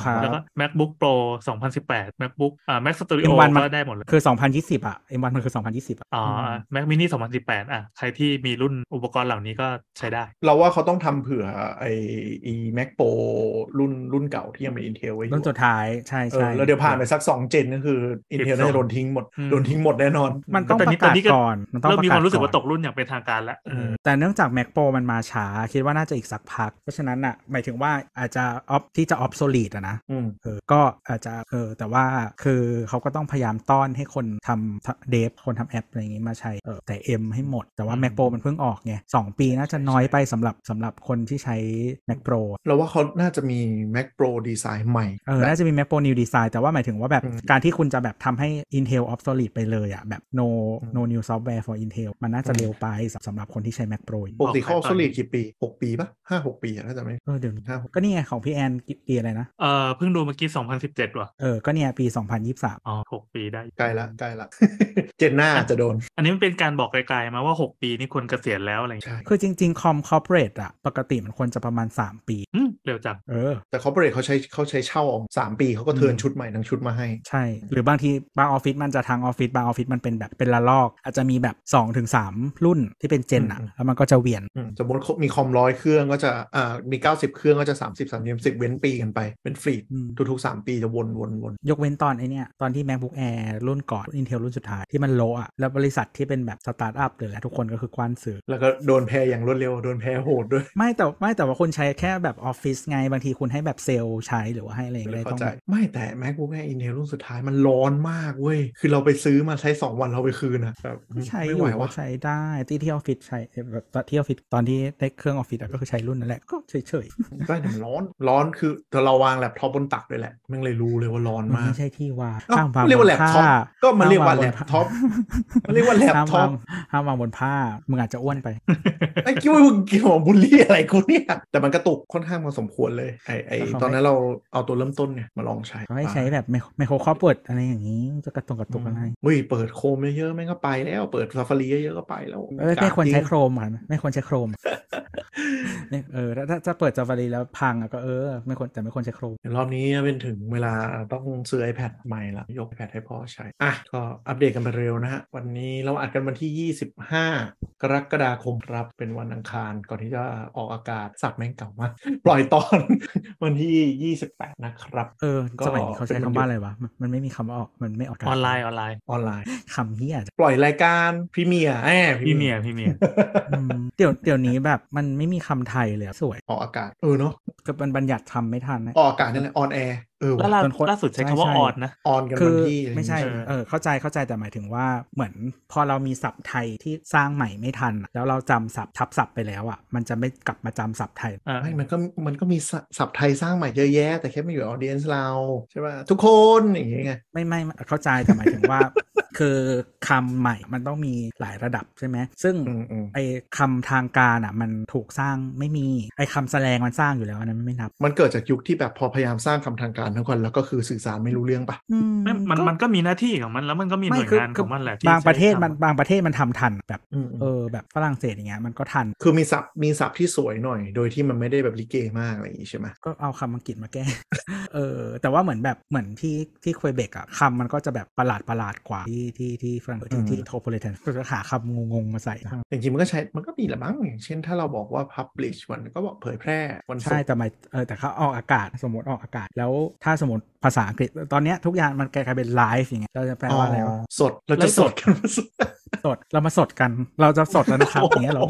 D: ครับ
B: แล้วก็ MacBook Pro สองพันสิบแปด MacBook อ่า Mac Studio
D: เอ็ม วัน
B: ก็ได้หมดเลย
D: คือสองพันยี่สิบอ่ะ เอ็ม วัน มันคือสองพันยี่สิบอ่ะ
B: อ๋อ Mac mini สองพันสิบแปดอ่ะใครที่มีรุ่นอุปกรณ์เหล่านี้ก็ใช้ได้
C: เราว่าเขาต้องทำเผื่อไอ้ไอ้ Mac Pro รุ่นรุ่นเก่าที่ยังเป็น Intel ไว้อยู่
D: รุ่นสุดท้ายใช่
C: ใช่แล้วเดี๋ยวผ่านไปสักสองเจนก็คือ Intel น่าจะโดนทิ้งหมดโดนทิ้งหมดแน่นอน
D: มันต้องประกาศก่อนมันต้อง
B: เริ่มมีความรู้สึกว่าตกรุ่นอย่างเป็นทางการแล้ว
D: แต่เนื่องจาก Mac Pro มันมาช้าคิดว่าน่าจะอีกสักพักเพราะฉะนั้นอ่ะหมายถึงว่าอาจจะออฟที่จะ obsolete อ่ะนะเออก็อาจจะเออแต่ว่าคือเขาก็ต้องพยายามต้อนให้คนทำเดฟคนทำแอปอะไรอย่างงี้มาใช้เออแต่ M ให้หมดแต่ว่า Mac Pro มันเพิ่งออกไงสองปีน่าจะน้อยไปสำหรับสำหรับคนที่ใช้ Mac Pro
C: เราว่าเขาน่าจะมี Mac Pro ดีไซน์ใหม่
D: เออน่าจะมี Mac Pro New Design แต่ว่าหมายถึงว่าแบบการที่คุณจะแบบทำให้ Intel obsolete ไปเลยอ่ะแบบ no no new software for Intel มันน่าจะเร็วไปสำหรับคนที่ใช้ Mac Pro
C: ปกติเขา obsolete กี่ปีหกปีป่ะห้า หกปีน่าจะไม่
D: เออเดี๋ยวก็นี่ไงของพี่แอนปีอะไรนะ
B: เออเพิ่งดูเมื่อกี้สองพันสิบเจ็ดว่ะ
D: เออก็เนี่ยปีสองพันยี่สิบสาม
B: อ๋อหกปีได้
C: ใกล้ละใกล้ละ เจนหน้าจะโดน
B: อันนี้มันเป็นการบอกไกลๆมาว่าหกปีนี่ควรเกษียณแล้วอะไรอย่างเงี้ย
D: คือจริงๆคอมคอร์ปอเรทอะปกติมันควรจะประมาณสามปี
B: อืมเร็วจัง
D: เออ
C: แต่คอร์ปอเรทเขาใช้เขาใช้เช่าสามปีเขาก็เทิร์นชุดใหม่ทั้งชุดมาให้
D: ใช่หรือบางทีบางออฟฟิศมันจะทางออฟฟิศบางออฟฟิศมันเป็นแบบเป็นละลอกอาจจะมีแบบ สองถึงสาม รุ่นที่เป็นเจนอะแล้วมันก็จะเวียน
C: สมมติมีคอมร้อยเครื่องก็จะอ่ามีเก้าสิบเครื่องก็จะสามสิบ สามสิบเว้นปีกันไปเป็นฟรีดทุกๆสามปีจะวนๆๆ
D: ยกเว้นตอนไอเนี้ยตอนที่ MacBook Air รุ่นก่อน Intel รุ่นสุดท้ายที่มันโลอ่ะแล้วบริษัทที่เป็นแบบสตาร์ทอัพหรืออะไรทุกคนก็คือกว้านซื้อ
C: แล้วก็โดนแพ้อย่างรวดเร็วโดนแพ้โหดด้วย
D: ไม่แต่ไม่แต่ว่าคุณใช้แค่แบบออฟฟิศไงบางทีคุณให้แบบเซลล์ใช้หรือว่าให้อะไรอย่างเงี้ยต้อง
C: ไม่แต่ MacBook Air Intel รุ่นสุดท้ายมันร้อนมากเว้ยคือเราไปซื้อมาใช้สองวันเราไปคืนนะแบบ
D: ใช้อยู่ว่าใช้ได้ที่ที่ออฟฟิศใช้แบบที่ออฟฟิศตอนที่ได้เครื่องออฟฟิศก็คือใช้รุ่นนั่นแหละก็เฉย
C: ๆก็มันร้อนร้อนคือแต่เราวางแล็ปท็อปบนตักด้วยแหละแม่งเลยรู้เลยว่าร้อนมาก
D: ไม่ใช่ที่วาง
C: เรียกว่าแล็ปท็อปก็มันเรียกว่าแล็ปท็อปมันเรียกว่าแล็ปท็อป
D: ห้ามวางบนผ้ามึงอาจจะอ้วนไป
C: ไอ้คิดว่ามึงกินของบูลลี่อะไรกูเนี่ยแต่มันกระตุกค่อนข้างพอสมควรเลยไอ้ไอ้ตอนนั้นเราเอาตัวเริ่มต้นเนี่ยมาลองใช้
D: เขาให้ใช้แบบไมโครคอร์เปิดอะไรอย่างนี้จะกระตุกกระตุกอะไร
C: เฮ้ยเปิดโครมเยอะๆแม่งก็ไปแล้วเปิด Safari เยอะๆก็ไปแล้ว
D: ไม่ควรใช้โครมอ่ะไม่ควรใช้โครมเออถ้าจะเปิด Safari แล้วพังก็เออไม่ควรแต่ไม่ควรใช้โครม
C: รอบนี้เป็นถึงเวลาต้องซื้อ iPad ใหม่ละยก iPad ให้พ่อใช้อ่ะก็อัปเดตกันไปเร็วนะฮะวันนี้เราอัดกันวันที่ยี่สิบห้ากรกฎาคมครับเป็นวันอังคารก่อนที่จะออกอากาศสับแม่งเก่ามากปล่อยตอนวันที่ยี่สิบแปดนะครับ
D: เออสมัยนี้เขาใช้คำว่าอะไรวะมันไม่มีคำว่าออกมันไม่ออก
B: ออนไลน์ออนไลน์
C: ออนไลน์
D: คำเฮีย
C: ปล่อยรายการพรีเมียร์แอบ
B: พรีเมียร์พรีเมียร์
D: เดี๋ยวเดี๋ยวนี้แบบมันไม่มีคำไทยเลยสวย
C: ออกอากาศเออเนาะ
D: ก็มันบัญญัติทำไม่ทันนะ
C: ออกอากาศนี่แหละออนแอร์เออ
B: แล้วล่าสุดใช้คำว่าออนนะ
C: ออนกัน
D: วัน
C: ที่
D: ไม่ใช่เออเข้าใจเข้าใจแต่หมายถึงว่าเหมือนพอเรามีศัพท์ไทยที่สร้างใหม่ไม่ทันแล้วเราจำศัพท์ทับศัพท์ไปแล้วอ่ะมันจะไม่กลับมาจำศัพท์ไทย
C: ไม่มันก็มันก็มีศัพท์ไทยสร้างใหม่เยอะแยะแต่แค่ไม่อยู่ออเดียนส์เราใช่ป่ะทุกคนอย่างเงี้ย
D: ไม่ไม่เข้าใจแต่หมายถึงว่าคือคำใหม่มันต้องมีหลายระดับใช่ไหมซึ่งไอ้คำทางการอ่ะมันถูกสร้างไม่มีไอ้คำแสดงมันสร้างอยู่แล้วอันนั้นไม่นับ
C: มันเกิดจากยุคที่แบบพอพยายามสร้างคำทางการทั้งคนแล้วก็คือสื่อสารไม่รู้เรื่องปะ
B: มันมันมันก็มีหน้าที่ของมันแล้วมันก็มีหน่วยงานของมันแหละ
D: บางประเทศมันบางประเทศมันทำทันแบบเออแบบฝรั่งเศสอย่างเงี้ยมันก็ทัน
C: คือมีศัพท์มีศัพท์ที่สวยหน่อยโดยที่มันไม่ได้แบบลิเกมากอะไรอย่างงี้ใช่ไหม
D: ก็เอาคำอังกฤษมาแก้เออแต่ว่าเหมือนแบบเหมือนที่ที่ควยเบกอะคำมันก็จะแบบประหลาดประหลาดกว่าที่ที่ที่ฝรั่งที่ที่โทโพลิแทนก็จะหาคำงงๆมาใส่
C: จริงๆมันก็ใช้มันก็มีแหละมั้งอย่างเช่นถ้าเราบอกว่า publish มันก็บอกเผยแพร่
D: วันใช่แต่หมายเออแต่เขาออกอากาศสมมติออกอากาศแล้วถ้าสมมติภาษาอังกฤษตอนนี้ทุกอย่างมันกลายเป็นไลฟ์อย่างเงี้ยเราจะแปลว่าอะไรวะ
C: สดเราจะสดกัน
D: สดเรามาสดกันเราจะสดแล้วนะครับอย่างเงี้ยเรา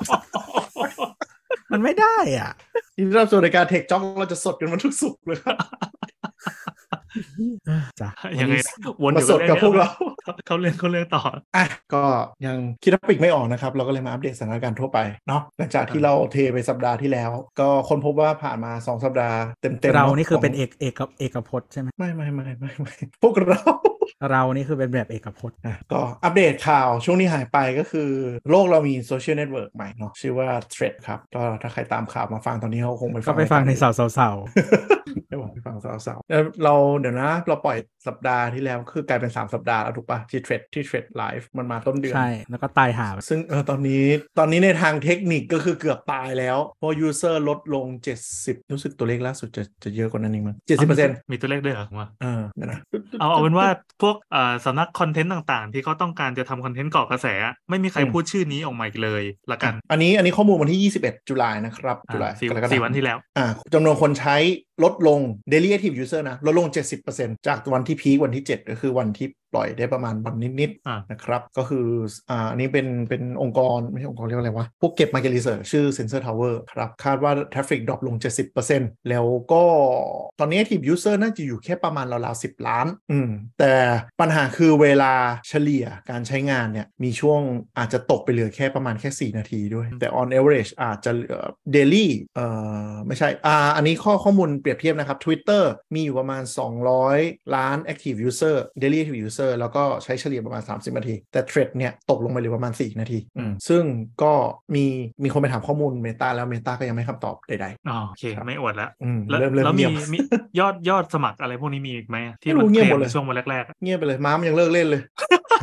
D: มันไม่ได้อ่ะ
C: ที่เราส่วนในการเทคจ็อกเราจะสดกันมันทุกสุกเลยครับ
D: จ้ะ
B: ยังไงวนอยู่
C: สดกับพวกเรา
B: เขาเรื่องเขาเรื่องต่อ
C: อ่ะก็ยังคิดว่าปิกไม่ออกนะครับเราก็เลยมาอัปเดตสถานการณ์ทั่วไปเนาะหลังจากที่เราเทไปสัปดาห์ที่แล้วก็คนพบว่าผ่านมาสองสัปดาห์เต็มๆ
D: เรานี่คือเป็นเอกเอกเอกพจน์ใช่ไหม
C: ไม่ไม่ไม่ไม่ไม่พวกเรา
D: เรานี่คือเป็นแบบเอกพจน์
C: อ่ะก็อัปเดตข่าวช่วงนี้หายไปก็คือโลกเรามีโซเชียลเน็ตเวิร์กใหม่เนาะชื่อว่า Thread ครับก็ถ้าใครตามข่าวมาฟังตอนนี้เขาคงไปฟัง
D: ก็ไปฟังในเสาเสาเสา
C: ไม่บอกไปฟังเสาเสาแล้วเราเดี๋ยวนะเราปล่อยสัปดาห์ที่แล้วคือกลายเป็นสามสัปดาห์แล้วถูกปะที่เทรดที่เทรดไลฟ์มันมาต้นเดือน
D: ใช่แล้วก็ตายหา
C: ซึ่งเออตอนนี้ตอนนี้ในทางเทคนิคก็คือเกือบตายแล้วเพราะยูเซอร์ลดลงเจ็ดสิบรู้สึกตัวเลขล่าสุดจะจะเยอะกว่านั้นเองมั้งเจ็ดสิบเปอร์เซ็นต์
B: มีตัวเลขด้วยเหรอมา
C: เออนะ
B: เอาเอาเป็นว่าพวกเอ่อสำนักคอนเทนต์ต่างๆที่เขาต้องการจะทำคอนเทนต์เกาะกระแสไม่มีใครพูดชื่อนี้ออกมาอีกเลยละกัน
C: อันนี้อันนี้ข้อมูลวันที่ยี่สิบเอ็ดตุลานะครับตุลา
B: สี่สี่วันที่แล้ว
C: อ่าจำนวนคนใช้ลดลง daily active user นะลดลง เจ็ดสิบเปอร์เซ็นต์ จากวันที่พีควันที่เจ็ดก็คือวันที่ปล่อยได้ประมาณวันนิดๆนะครับก็คืออ่าอันนี้เป็นเป็นองค์กรไม่ใช่องค์กรเรียกว่าอะไรวะพวกเก็บ market research ชื่อ Sensor Tower ครับคาดว่า traffic drop ลง เจ็ดสิบเปอร์เซ็นต์ แล้วก็ตอนนี้ active user น่าจะอยู่แค่ประมาณราวๆสิบล้านอืมแต่ปัญหาคือเวลาเฉลี่ยการใช้งานเนี่ยมีช่วงอาจจะตกไปเหลือแค่ประมาณแค่สี่นาทีด้วยแต่ on average อาจจะเหลือ daily เอ่อไม่ใช่อ่าอันนี้ข้อข้อมูลเปรียบเทียบนะครับ Twitter มีอยู่ประมาณสองร้อยล้าน active user daily active userแล้วก็ใช้เฉลี่ยประมาณสามสิบนาทีแต่ Thread เนี่ยตกลงไปเหลือประมาณสี่นาทีซึ่งก็มีมีคนไปถามข้อมูล Meta แล้ว Meta ก็ยังไม่คำตอบใด
B: ๆอ๋อโอเคไม่อวดแล้ว
C: แล้วแล้ว
B: มีมียอดยอดสมัครอะไรพวกนี้มีอีกไหมที่
C: มัน
B: เงี
C: ยบหมดเลย
B: ช่วงวันแรก
C: ๆเงียบไปเลยม้ามันยังเลิกเล่นเลย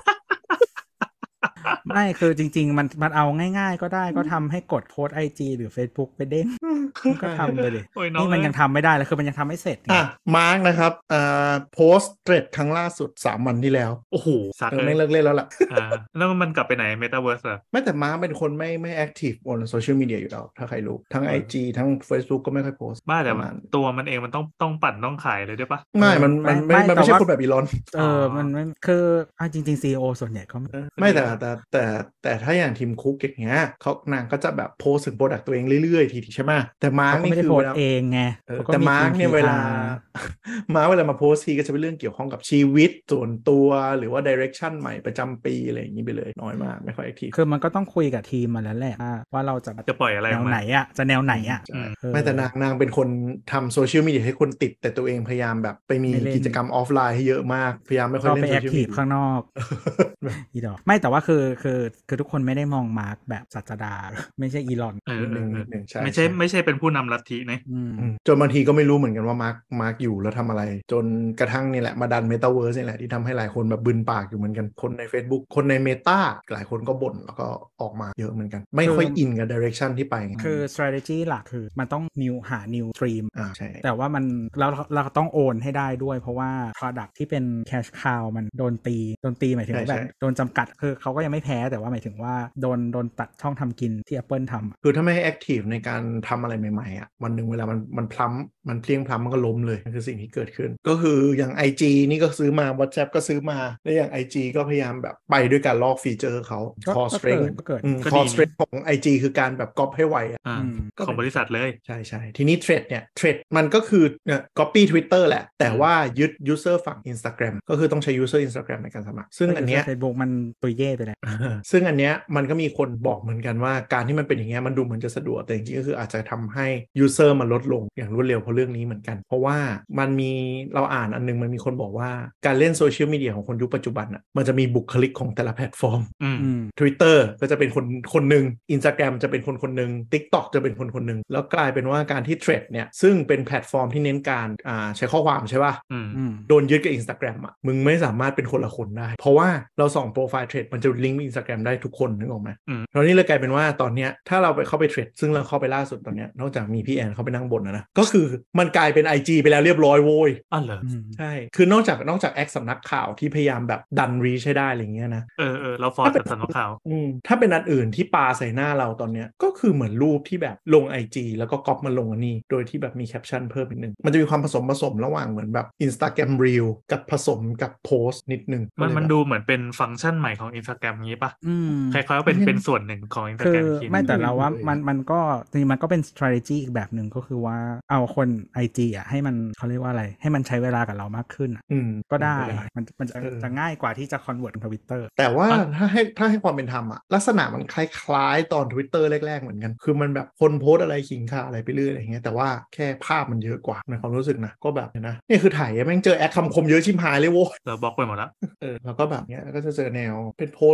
D: ไม่คือจริงๆมันมันเอาง่ายๆก็ได้ก็ทำให้กดโพสต์ ไอ จี หรือ Facebook ไปเด้งก็ทำไปดินี่มันยังทำไม่ได้เลยคือมันยังทำไม่เสร็จ
C: อ่ะมาร์กนะครับอ่าโพสต์เทรดครั้งล่าสุดสามวันที่แล้ว
B: โอ้โหสัก
C: เลยไม่เลิกเล่นแล้วล่ะ
B: อ่าแล้วมันกลับไปไหน Metaverse อ่ะ
C: ไม่แต่มาร์กเป็นคนไม่ไม่แอคทีฟบนโซเชียลมีเดียอยู่แล้วถ้าใครรู้ทั้ง ไอ จี ทั้ง Facebook ก็ไม่ค่อยโพสต์
B: บ้าแต่ตัวมันเองมันต้องต้องปั่นต้องขายเลยด้วยปะ
C: ไม่มันมันไม่มันไม่ใช่คนแบบอีลอน
D: เออมันไม่คืออ่ะจริงๆ ซี อี โอ ส่วนใหญ่ก็
C: ไม่แต่แต่แต่แต่ถ้าอย่างทีมคุกอย่างเงี้ยเขานางก็จะแบบโพสถึงโปรดักต์ตัวเองเรื่อยๆทีใช่ไหมแต่มาร์กนี่คือ
D: เวลาเองไง
C: แต่มาร์กเนี่ยเวลามาร์กเวลามาโพสทีก็จะเป็นเรื่องเกี่ยวข้องกับชีวิตส่วนตัวหรือว่าดิเรกชันใหม่ประจำปีอะไรอย่างนี้ไปเลยน้อยมากไม่ค่อยแอคทีฟ
D: คือมันก็ต้องคุยกับทีมมาแล้วแหละว่าเราจะ
B: จะปล่อยอะไร
D: แนวไหนอ่ะจะแนวไหนอ่ะ
C: ไม่แต่นางนางเป็นคนทำโซเชียลมีเดียให้คนติดแต่ตัวเองพยายามแบบไปมีกิจกรรมออฟไลน์ให้เยอะมากพยายามไม่ค่อยเล่นโซเชียลมีเดีย
D: ข้างนอกอีดอกไม่แต่ว่าคือคือคือทุกคนไม่ได้มองมาร์กแบบศาสดาไม่ใช่อีลอน
B: ไม่ใช่ไม่ใช่เป็นผู้นำลัทธินะ
C: จนบางทีก็ไม่รู้เหมือนกันว่ามาร์กมาร์กอยู่แล้วทำอะไรจนกระทั่งนี่แหละมาดันเมตาเวิร์สนี่แหละที่ทำให้หลายคนแบบบึนปากอยู่เหมือนกันคนใน Facebook คนใน Meta หลายคนก็บ่นแล้วก็ออกมาเยอะเหมือนกันไม่ค่อยอินกับ direction ที่ไป
D: คือ strategy หลักคือมันต้อง new หา new stream
C: อ่าใช่
D: แต่ว่ามันเราเราต้องโอนให้ได้ด้วยเพราะว่า product ที่เป็น cash cow มันโดนตีโดนตีหมายถึงแบบโดนจำกัดคือเขาก็ยังไม่แพ้แต่ว่าหมายถึงว่าโดนโดนตัดช่องทำกินที่ Apple ทำ
C: คือถ้าไม่ให้ active ในการทำอะไรใหม่ๆอ่ะวันหนึ่งเวลามันมันพลั้มมันเพลียงพล้ำมันก็ล้มเลยนั่นคือสิ่งที่เกิดขึ้นก็คืออย่าง ไอ จี นี่ก็ซื้อมา WhatsApp ก็ซื้อมาและอย่าง ไอ จี ก็พยายามแบบไปด้วยการลอกฟีเจอร์เขา core strength core strength ของ ไอ จี คือการแบบก๊อปให้ไวอ่ะ
B: ของบริษัทเลย
C: ใช่ๆทีนี้ Thread เนี่ย Thread มันก็คือเนี่ย copy Twitter แหละแต่ว่ายึด user ฝั่ง Instagram ก็คือต้องใช้ user Instagram ในการสมัครซึ่งอันเนี้ย
D: Facebook มันตัวเย่ไปแล้ว
C: ซึ่งอันเนี้ยมันก็มีคนบอกเหมือนกันว่าการที่มันเป็นอย่างเงี้ยมันดูเหมือนจะสะดวกแต่จริงๆก็คืออาจจะทำให้ user มันลดลงอย่างรวดเร็วเพราะเรื่องนี้เหมือนกันเพราะว่ามันมีเราอ่านอันนึงมันมีคนบอกว่าการเล่นโซเชียลมีเดียของคนยุคปัจจุบันอ่ะมันจะมีบุคลิกของแต่ละแพลตฟอร์ม Twitter ก็จะเป็นคนคนหนึ่ง Instagram จะเป็นคนคนหนึ่ง TikTok จะเป็นคนคนหนึ่งแล้วกลายเป็นว่าการที่ Thread เนี่ยซึ่งเป็นแพลตฟอร์มที่เน้นการอ่าใช้ข้อความใช่ป่ะโดนยึดกับ Instagram อ่ะมึงไม่สามารถเป็นคนละคนได้เพราะว่าเราส่องโปรไฟล์ Thread มันจะลิงก์ Instagram ได้ทุกคนนึกออกไหมตอนนี้เลยกลายเป็นว่าตอนเนี้ยถ้าเราไปเข้าไป Thread ซึ่งเราเข้าไปล่าสุดตอนเนี้ยนอกจากมีพี่แอนเขาไปนั่งบ่นนะนะก็คือมันกลายเป็น ไอ จี ไปแล้วเรียบร้อยโว้ย
B: อ๋อเหรอ
C: ใช่คือนอกจากนอกจากแอคสำนักข่าวที่พยายามแบบดันรีชให้ได้อะไรเงี้ยนะ
B: เออเออเราฟอร์สสำนักข่าว
C: อืมถ้าเป็นอันอื่นที่ปาใส่หน้าเราตอนเนี้ยก็คือเหมือนรูปที่แบบลง ไอ จี แล้วก็ก๊อปมาลงอันนี้โดยที่แบบมีแคปชั่นเพิ่มอีกนึงมันจะมีความผสมผสมระหว่างเหมือนแบบ Instagram Reel กับผสมกับโพสต์นิดนึง
B: มันมันดูเหมือนเป็นฟังก์ชันใหม่ของ Instagram งี้ป่ะคล้ายๆว่าเป็นเป็นส่วนหนึ่งของ Instagram
D: คือไม่แต่เราว่ามันมันก็จริงมันก็เป็น strategy อีกแบบหนึ่งก็คือว่าเอาคน ไอ จี อ่ะให้มันเขาเรียกว่าอะไรให้มันใช้เวลากับเรามากขึ้นอ่ะก็ได้มันมันจะจะง่ายกว่าที่จะ convert เป็น Twitter
C: แต่ว่าถ้าให้ถ้าให้ความเป็นธรรมอ่ะลักษณะมันคล้ายๆตอน Twitter แรกๆเหมือนกันคือมันแบบคนโพสอะไรขิงข่าอะไรไปเรื่อยอะไรเงี้ยแต่ว่าแค่ภาพมันเยอะกว่าในความรู้สึกนะก็แบบนะนี่คือถ่ายแม่งเจอแอคคำคมเยอะชิมหายเลยโว้ย
B: เราบล็อกไปหมดแล้ว
C: เออแล้วก็แบบเนี้ยก็จะเจอแนวเป็นโพสเหมือน ไอ จี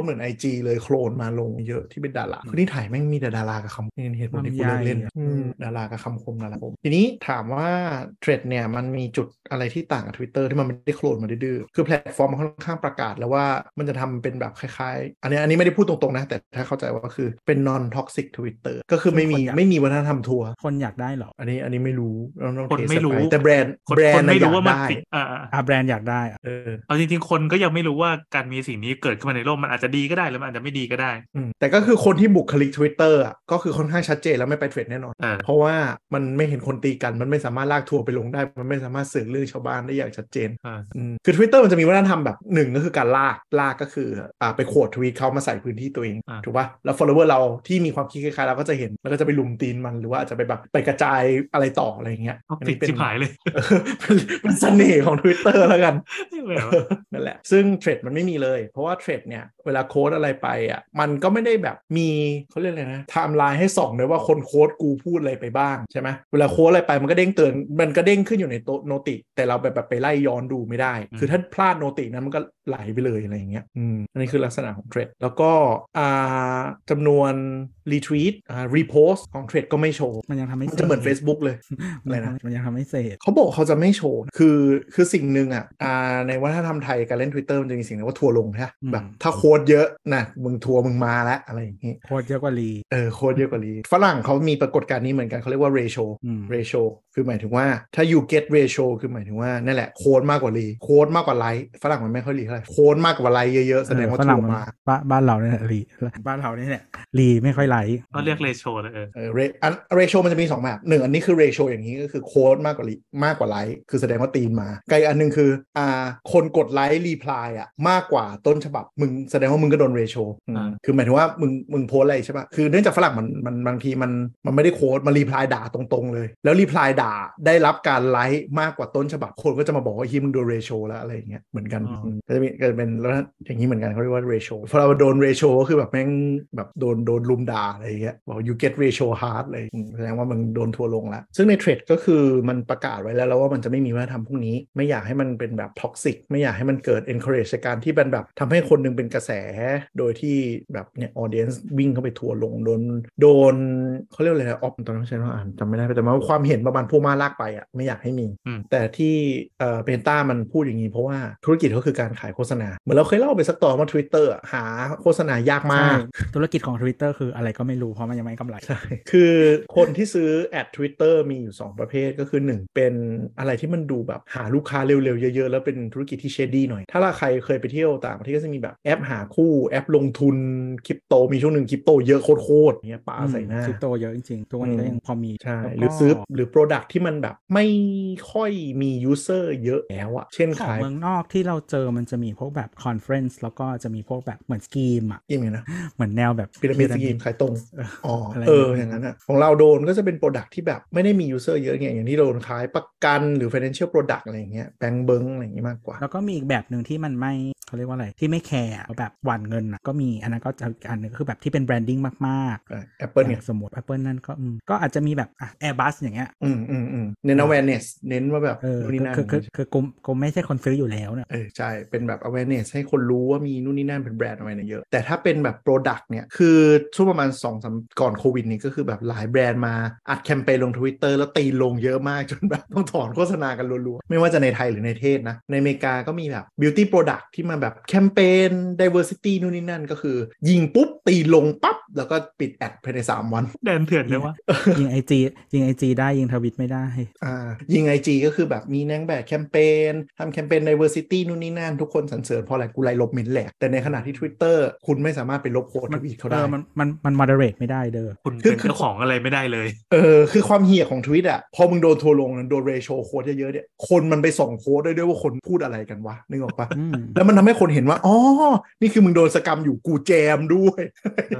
C: จีเลยโคลนมาลงเยอะที่เป็นดาราคือที่ถ่ายแม่งมีแต่ดารากับคำนี่เหตุผลที่กูเลิกเล่นดารากับคำคมดาราคมทีนี้ถามว่าเทรดเนี่ยมันมีจุดอะไรที่ต่างกับ Twitter ที่มันไม่ได้โคลนมาดื้อคือแพลตฟอร์มมันค่อนข้างประกาศแล้วว่ามันจะทำเป็นแบบคล้ายๆอันนี้อันนี้ไม่ได้พูดตรงๆนะแต่ถ้าเข้าใจว่าคือเป็น non toxic Twitter ก็คือไม่มีไม่มีวัฒนธรรมทัวร์
D: คนอยากได้หรอ
C: อันนี้อันนี้ไม่รู้
B: คนไม่รู้
C: แต่แบรนด์แบรนด์
B: ไม่รู้ว่ามัน
D: อ่าแบรนด์อยากได้
C: เออ
B: เอาจริงๆคนก็ยังไม่รู้ว่าการมีสิ่งนี้เกิดขึ้นมาในโลกมันอาจจะดีก็ได้หรือมันอาจจะไม่ดีก็ได้
C: แต่ก็คือคนที่บุคลิก Twitter อ่ะก็คือค่อนข้างชัดเจนแล้วไม่ไปเทรดแน่นอนเพราะว่ามันไม่เห็นคนตีกันมันไม่สามารถลากทัวร์ไปลงได้มันไม่สามารถสื่อเรื่องชาวบ้านได้อย่างชัดเจนคือ Twitter มันจะมีวัฒนธรรมแบบหนึ่งก็คือการลากลากก็คืออ่าไปโขดทวีตเขามาใส่พื้นที่ตัวเองถูกป่ะแล้ว follower เราที่มีความคิดคล้ายๆเราก็จะเห็นแล้วก็จะไปลุมตีนมันหรือว่าอาจจะไปแบบไปกระจายอะไรต่ออะไรอย่างเงี้ย
B: อันนี้เป็นชิบหายเลย
C: เป็นเสน่ห์ของ Twitter แล้วกันนั่นแหละซึ่งเทรดมันไม่มีเลยเพราะว่าเทรดเนี่ยเวลาโค้ดอะไรไปอ่ะมันก็ไม่ได้แบบมีเขาเรียกอะไรนะไทม์ไลน์ให้ส่องเลยว่าคนโค้ดกูพูดอะไรไปบ้างใช่ไหมเวลาโค้ดอะไรไปมันก็เด้งเตือนมันก็เด้งขึ้นอยู่ในโต๊ะโนติแต่เราแบบแบบไปไล่ย้อนดูไม่ได้คือถ้าพลาดโนตินั้นมันก็ไหลไปเลยอะไรอย่างเงี้ยอืมอันนี้คือลักษณะของเทรดแล้วก็อ่าจำนวนรีทวีตอ่ารีโพสต์ของเทรดก็ไม่โชว์
D: มันยังทำไม่
C: จะเหมือน Facebook เลยอะไรนะ
D: มันยังทำไม่เสร็จ
C: เขาบอกเขาจะไม่โชว์คือคือสิ่งหนึ่งอ่ะอ่าในวัฒนธรรมไทยการเล่น Twitter มันจะมีสิ่งนึงว่าทัวร์ลงใช่แบบถ้าโค้ดเยอะนะมึงทัวร์มึงมาแล้วอะไรอย่างงี้
D: โค้ดเยอะกว่ารี
C: เออโค้ดเยอะกว่ารีฝรั่งเขามีปรากฏการณ์นี้เหมือนกันเขาเรียกว่า ratio ratio คือหมายถึงว่าถ้า you get ratio คือหมายถึงว่านั่นแหละโค้ดมากกว่ารีโค้ดมากกว่าไลค์ฝรั่งมันไม่ค่อยรีเท่าไหร่โค้ดมากกว่าไลค์เยอะๆแสดงว่าทัวร์มา
D: บ้านเราเนี่ยรีบ้านเราเนี่ยรีไม่ค่อยไลค์
B: เขาเรียก ratio เลยเออ
C: เอออัน ratio มันจะมีสองแบบหนึ่งอันนี้คือ ratio อย่างนี้ก็คือโค้ดมากกว่ารีมากกว่าไลค์คือแสดงว่าตีนมาไกลอันนึงคืออ่าคนกดไลค์รีプライอ่ะมากกว่าต้นฉบับมึงแสดงว่ามึงก็โดน ratio คือหมายถึงว่ามึงมึงโพสอะไรใช่ป่ะคือเนื่องจากฝรั่งมันมันบางทีมันมันไม่ได้โค้ดมันรีプライด่าตรงๆเลยแล้วรีプライด่าได้รับการไลค์มากกว่าต้นฉบับคนก็จะมาบอกว่าฮีมึงโดน ratio แล้วอะไรอย่างเงี้ยเหมือนกันก็จะมีก็จะเป็นแล้วอย่างนี้เหมือนกันเขาเรียกว่า ratio พอเราโดน ratio ก็คือแบบแม่งแบบโดนโดนลุมด่าอะไรอย่างเงี้ยบอก you get ratio hard เลยแสดงว่ามึงโดนทัวร์ลงแล้วซึ่งในเทรดก็คือมันประกาศไว้แล้วแล้วว่ามันจะไม่มีวัฒนธรรมพวกนี้ไม่อยากให้มันเป็นแบบ toxic ไม่อยากให้มันเกิด encourage ในการที่เป็นแบบทำให้คนนึงเป็นกระแสโดยที่แบบเนี่ย audience วิ่งเข้าไปทัวร์ลงโดนโดนเขาเรียกอะไรนะออฟตอนนั้นใช่ไหมอ่านจำไม่ได้แต่ว่าความเห็นประมาณพวกมาลากไปอ่ะไม่อยากให้มีแต่ที่เอ่อเพนต้ามันพูดอย่างนี้เพราะว่าธุรกิจก็คือการขายโฆษณาเหมือนเราเคยเล่าไปสักตอนว่า Twitter หาโฆษณายากมาก
D: ธุรกิจของ Twitter คืออะไรก็ไม่รู้เพราะมันยังไม่กำไร
C: ใช่คือคนที่ซื้อแอด Twitter มีอยู่สองประเภทก็คือหนึ่งเป็นอะไรที่มันดูแบบหาลูกค้าเร็วๆเยอะๆแล้วเป็นธุรกิจที่เชดดี้หน่อยถ้าใครเคยไปเที่ยวต่างประเทศก็จะมีแบบแอปหาคู่แอปลงทุนคริปโตมีช่วงหนึ่งคริปโตเยอะโคตรๆเงี้ยปาใส่หน้า
D: คริปโตเยอะจริงๆทุกวันนี้ก็ยังพอมี
C: ใช่หรือซื้อหรือ Product ที่มันแบบไม่ค่อยมี User เยอะแล้วอะเช่น
D: ขายเมืองนอกที่เราเจอมันจะมีพวกแบบ Conference แล้วก็จะมีพวกแบบเหมือนสกีมอะ
C: สกีมนะ
D: เหมือนแนวแบบ
C: พีระมิดสกีมขายตรงอ๋อเอออย่างนั้นอะของเราโดนก็จะเป็น Product ที่แบบไม่ได้มี User เยอะไงอย่างที่โดนขายประกันหรือ Financial Product อะไรอย่างเงี้ยแบงก์เบิ้งอะไรอย่างงี้มากกว่า
D: แล้วก็มีอีกแบบหนึ่งที่มันไม่เขาเรียกว่าอะไรที่ไม่แคร์แบบหว่านเงินอะก็มีอันนั้นก็จะอันนึงก็คือแบบที่เป็น branding มาก
C: ๆ Apple เนี่ย
D: สมมติ Apple นั่นก็ก็อาจจะมีแบบอ่ะ Airbus อย่างเงี้ย
C: อืมอืมอืมเน้น awareness เน้นว่าแบบ
D: นู่นนี่นั่นคือคือคือกูกูไม่ใช่คนซื้ออยู่แล้วเนี่ย
C: เออใช่เป็นแบบ awareness ให้คนรู้ว่ามีนู่นนี่นั่นเป็นแบรนด์อะไรเนี่ยเยอะแต่ถ้าเป็นแบบ product เนี่ยคือช่วงประมาณ สองสาม ก่อนโควิดนี่ก็คือแบบหลายแบรนด์มาอัดแคมเปญลง Twitter แล้วตีลงเยอะมากจนแบบต้องถอนโฆษณากันรัวๆไม่ว่าจะในไทยหรือในเทศนะในอเมริกาก็มีแบบ beauty product ที่มาแบบแคมเปญ diversity นู่นนี่นั่นก็คือยิงปุ๊บตีลงปั๊บแล้วก็ปิดแอดภายในสามวัน
B: แดนเถื่อนเลยวะ
D: ยิง ไอ จี ยิง ไอ จี ได้ยิงทวิตไม่ได้
C: อ่ายิง ไอ จี ก็คือแบบมีนางแบบแคมเปญทำแคมเปญ diversity นู่นนี่นั่นทุกคนสรรเสริญเพราะอะไรกูไล่ลบเมนแหลกแต่ในขณะที่ Twitter คุณไม่สามารถไปลบโพสต์ทวีตเขาได้
D: มันมันมัน moderate ไม่ได้เด้อ
B: คุณเป็นเจ้าของอะไรไม่ได้เลย
C: เออคือความเหี้ยของทวิตอ่ะพอมึงโดนทัวร์ลงโดนเรโชโค้ดเยอะๆเนี่ยคนมันไปส่องโค้ดได้ด้วยว่าคนพูดอะไรกันวะนึกออกปะแล้วมันทำให้คนเห็นว่าอ๋อนี่คือมึงโดนสกรรมอยู่กูแจมด้วย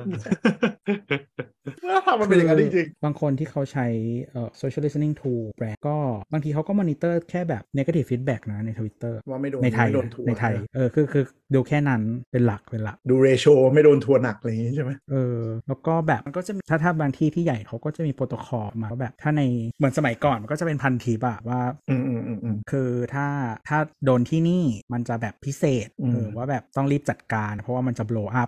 C: แล้วทำมันเป็นอย่างนั้นจริง
D: ๆบางคนที่เขาใช้เอ่อ social listening tool แบรนด์ก็บางทีเขาก็ monitor แค่แบบ negative feedback นะใน Twitter
C: ว่าไม่โดน
D: ในไทย
C: ไม่โดนทัวร์
D: ในไทยเออคือคือดูแค่นั้นเป็นหลักเป็นหลัก
C: ดูเรโชไม่โดนทัวร์หนักอะไรอย่างงี้ใช่ไหม
D: เออแล้วก็แบบมันก็จะถ้าถ้าบางที่ที่ใหญ่เขาก็จะมีโปรโตคอลมาแบบถ้าในเหมือนสมัยก่อนมันก็จะเป็นพันทิปอะว่า
C: อืมอืมอืมอืม
D: คือถ้าถ้าโดนที่นี่มันจะแบบพิเศษเออว่าแบบต้องรีบจัดการเพราะว่ามันจะ blow up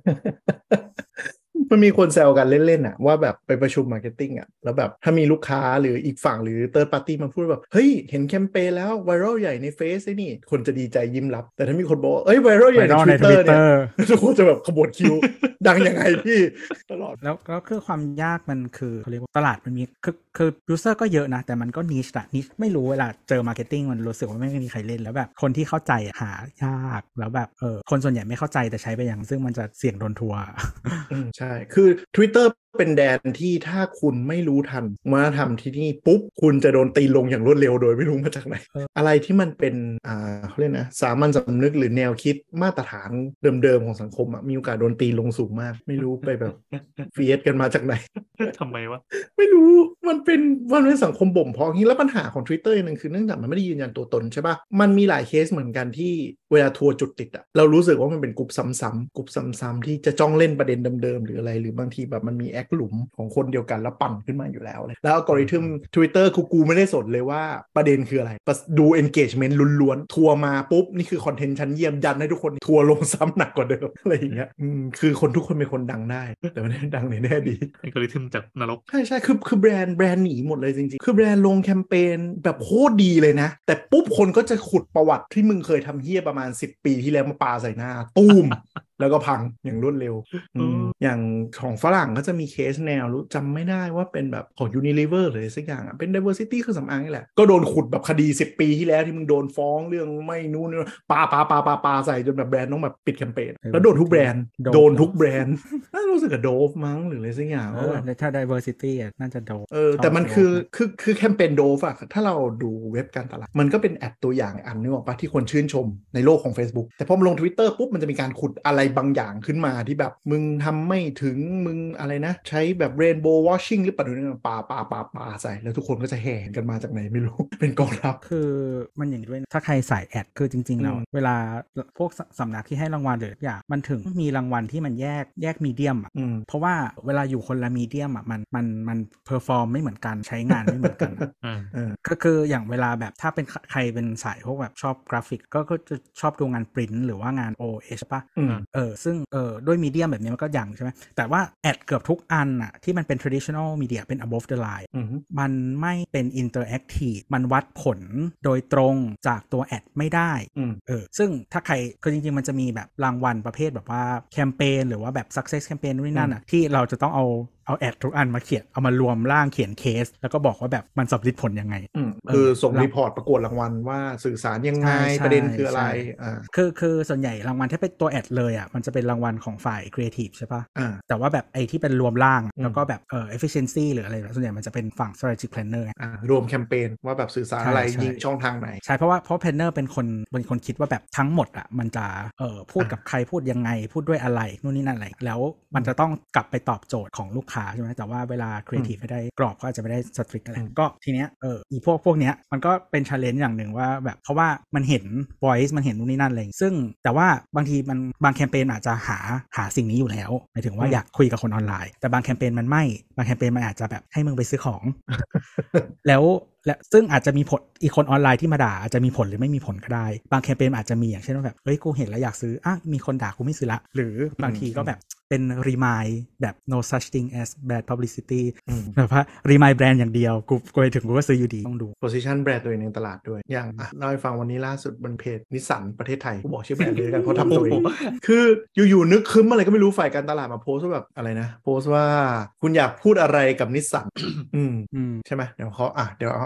C: มันมีคนแซวกันเล่นๆอ่ะว่าแบบไปประชุมมาร์เก็ตติ้งอ่ะแล้วแบบถ้ามีลูกค้าหรืออีกฝั่งหรือเติร์ดปาร์ตี้มาพูดแบบเฮ้ยเห็นแคมเปญแล้วไวรัลใหญ่ในเฟซไอ้นี่คนจะดีใจยิ้มรับแต่ถ้ามีคนบอกเอ้ยไวรัลใหญ่ใน Twitter เนี่ยทุกคนจะแบบขบวนคิวดังยังไงพี่ตลอด
D: แล้วแล้วคือความยากมันคือเขาเรียกว่าตลาดมันมีคือคือยูเซอร์ก็เยอะนะแต่มันก็นิชอะนิชไม่รู้เวลาเจอมาร์เก็ตติ้งมันรู้สึกว่าไม่มีใครเล่นแล้วแบบคนที่เข้าใจหายากแล้วแบบเออคนส่วนใหญ่ไม่เข้าใจแต่ใช้ไปอย่างซึ่งมันจะเสี่ยงโดนทัวร์
C: อืมใช่คือ Twitter เป็นแดนที่ถ้าคุณไม่รู้ทันวัฒนธรรมที่นี่ปุ๊บคุณจะโดนตีลงอย่างรวดเร็วโดยไม่รู้มาจากไหน อะไรที่มันเป็นอ่าเขาเรียกนะสามัญสำนึกหรือแนวคิดมาตรฐานเดิมๆของสังคมอ่ะมีโอกาสโดนตีลงสูงมากไม่รู้ไปแบบเฟียสกันมาจากไหน
B: ทำไมวะ
C: ไม่รู้มันเป็นมันเป็นสังคมบ่มเพาะอย่างนี้แล้วปัญหาของ Twitter นึงคือเนื่องจากมันไม่ได้ยืนยันตัวตนใช่ป่ะมันมีหลายเคสเหมือนกันที่เวลาทัวร์จุดติดอะเรารู้สึกว่ามันเป็นกลุ่มซ้ำๆกลุ่มซ้ำๆที่จะจ้องเล่นประเด็นเดิมๆหรืออะไรหรือบางทีแบบมันมีแอคหลุมของคนเดียวกันแล้วปั่นขึ้นมาอยู่แล้วเลยแล้วอัลกอริทึม Twitter กูกูไม่ได้สนเลยว่าประเด็นคืออะไรดู engagement ล้วนๆทัวร์มาปุ๊บนี่คือคอนเทนต์ชั้นเยี่ยมยันให้ทุกคนทัวร์ลงซ้ำหนักกว่าเดิมอะไรอย่างเงี้ยคือคนทุกคนเป็นคนดังได้แต่ไม่ได้ดังในแน่ดี
B: อัลกอริทึมจากนรก
C: ใช่ใช่คือคือแบรนด์แบรนด์หนีหมดเลยจริงๆคือแบรนด์ลงแคมเปญแบบโคตรดีเลยนะแต่ปุ๊บคนก็จะขุดประวัติที่มึงเคยทำเหี้ยประมาณสิบปีที่แล้วมาปาใส่หน้าตูม แล้วก็พังอย่างรวดเร็วอย่างของฝรั่งก็จะมีเคสแนวรู้จำไม่ได้ว่าเป็นแบบของ Unilever หรือสักอย่างอ่ะเป็น diversity คือสำอางนี่แหละก็โดนขุดแบบคดีสิบปีที่แล้วที่มึงโดนฟ้องเรื่องไม่นู้นปาปาปาปาปาใส่จนแบบแบรนด์ต้องแบบปิดแคมเปญแล้วโดนทุกแบรนด์โดนทุกแบรนด์น่ารู้สึกกับโดฟมั้งหรืออะไรสักอย่าง
D: เออถ้า diversity อ่ะน่าจะโดฟ
C: เออแต่มันคือคือคือแคมเปญโดฟอะถ้าเราดูเว็บการตลาดมันก็เป็นแอดตัวอย่างอันนึงออกปะที่คนชื่นชมในโลกของ Facebook แต่พอมาลง Twitter ปุ๊บมันจะมีการขุดอะไรบางอย่างขึ้นมาที่แบบมึงทำไม่ถึงมึงอะไรนะใช้แบบ Rainbow Washing หรือเปล่าเนี่ยปาปาปาปาใส่แล้วทุกคนก็จะแห่กันมาจากไหนไม่รู้ เป็นกองทัพ
D: คือมันอย่างด้วยถ้าใครสายแอดคือจริงๆแล้วเวลาพวกสำนักที่ให้รางวัลหรืออย่างมันถึงมีรางวัลที่มันแยกแยกมีเดียมอ่ะเพราะว่าเวลาอยู่คนละมีเดียมอ่ะมันมันมันเพอร์ฟอร์มไม่เหมือนกันใช้งานไม่เหมือนกันก็คืออย่างเวลาแบบถ้าเป็นใครเป็นสายพวกแบบชอบกราฟิกก็ก็จะชอบดูงานปริ้นหรือว่างาน โอ เอช ป่ะเออซึ่งเออด้วยมีเดียมแบบนี้มันก็อย่างใช่ไหมแต่ว่าแอดเกือบทุกอันอ่ะที่มันเป็น traditional media เป็น above the line มันไม่เป็น interactive มันวัดผลโดยตรงจากตัวแอดไม่ได้เออซึ่งถ้าใครคือจริงๆมันจะมีแบบรางวัลประเภทแบบว่าแคมเปญหรือว่าแบบ success campaign นู่นนี่นั่นอ่ะที่เราจะต้องเอาเอาแอดทุกอันมาเขียนเอามารวมร่างเขียนเคสแล้วก็บอกว่าแบบมันสำลิดผลยังไง
C: คือส่งรีพอร์ตประกวดรางวัลว่าสื่อสารยังไงประเด็นคืออะไรอ่า
D: คือคือส่วนใหญ่รางวัลที่เป็นตัวแอดเลยอ่ะมันจะเป็นรางวัลของฝ่ายครีเอทีฟใช่ปะ
C: อ่า
D: แต่ว่าแบบไอ้ที่เป็นรวมร่างแล้วก็แบบเอ่อ efficiency หรืออะไรส่วนใหญ่มันจะเป็นฝั่ง strategic planner
C: อ่ารวมแคมเปญว่าแบบสื่อสารอะไรยิงช่องทางไหน
D: ใช่เพราะว่าเพราะ planner เป็นคนเป็นคนคิดว่าแบบทั้งหมดอ่ะมันจะเอ่อพูดกับใครพูดยังไงพูดด้วยอะไรนู่นนี่นั่นอะไรแล้วมันจะต้องกลับไปตอบโจทย์ของลูกค้าใช่ไหมแต่ว่าเวลาครีเอทีฟไม่ได้กรอบก็อาจจะไม่ได้สตริกอะไรก็ทีเนี้ยเอออีพวกพวกเนี้ยมันก็เป็น challenge อย่างหนึ่งว่าแบบเพราะว่ามันเห็น voice มันเห็นนู่นนี่นั่นอะไรซึ่งแต่ว่าบางทีมันบางแคมเปญอาจจะหาหาสิ่งนี้อยู่แล้วหมายถึงว่าอยากคุยกับคนออนไลน์แต่บางแคมเปญมันไม่บางแคมเปญมันอาจจะแบบให้มึงไปซื้อของ แล้วและซึ่งอาจจะมีผลอีกคนออนไลน์ที่มาด่าอาจจะมีผลหรือไม่มีผลก็ได้บางแคมเปญอาจจะมีอย่างเช่นว่าแบบเฮ้ยกูเห็นแล้วอยากซื้ออ่ะมีคนด่ากูไม่ซื้อละหรือบางทีก็แบบเป็นรีมายแบบ no such thing as bad publicity แบบว่ารีมายแบรนด์อย่างเดียวกูกูไปถึงกูก็ซื้ออยู่ดีต้องดู
C: position แบรนด์ตัวเองในตลาดด้วยอย่างอ่ะเล่าให้ฟังวันนี้ล่าสุดบนเพจนิสสันประเทศไทยกูบอกชื่อแบรนด์เลยกันเพราะทำตัวเองคืออยู่ๆนึกคึ้มอะไรก็ไม่รู้ฝ่ายการตลาดมาโพสต์ว่าแบบอะไรนะโพสต์ว่าคุณอยากพูดอะไรกับนิสสันอืมใช่ไหมเดี๋ยวเขาอ่ะเดี๋ยว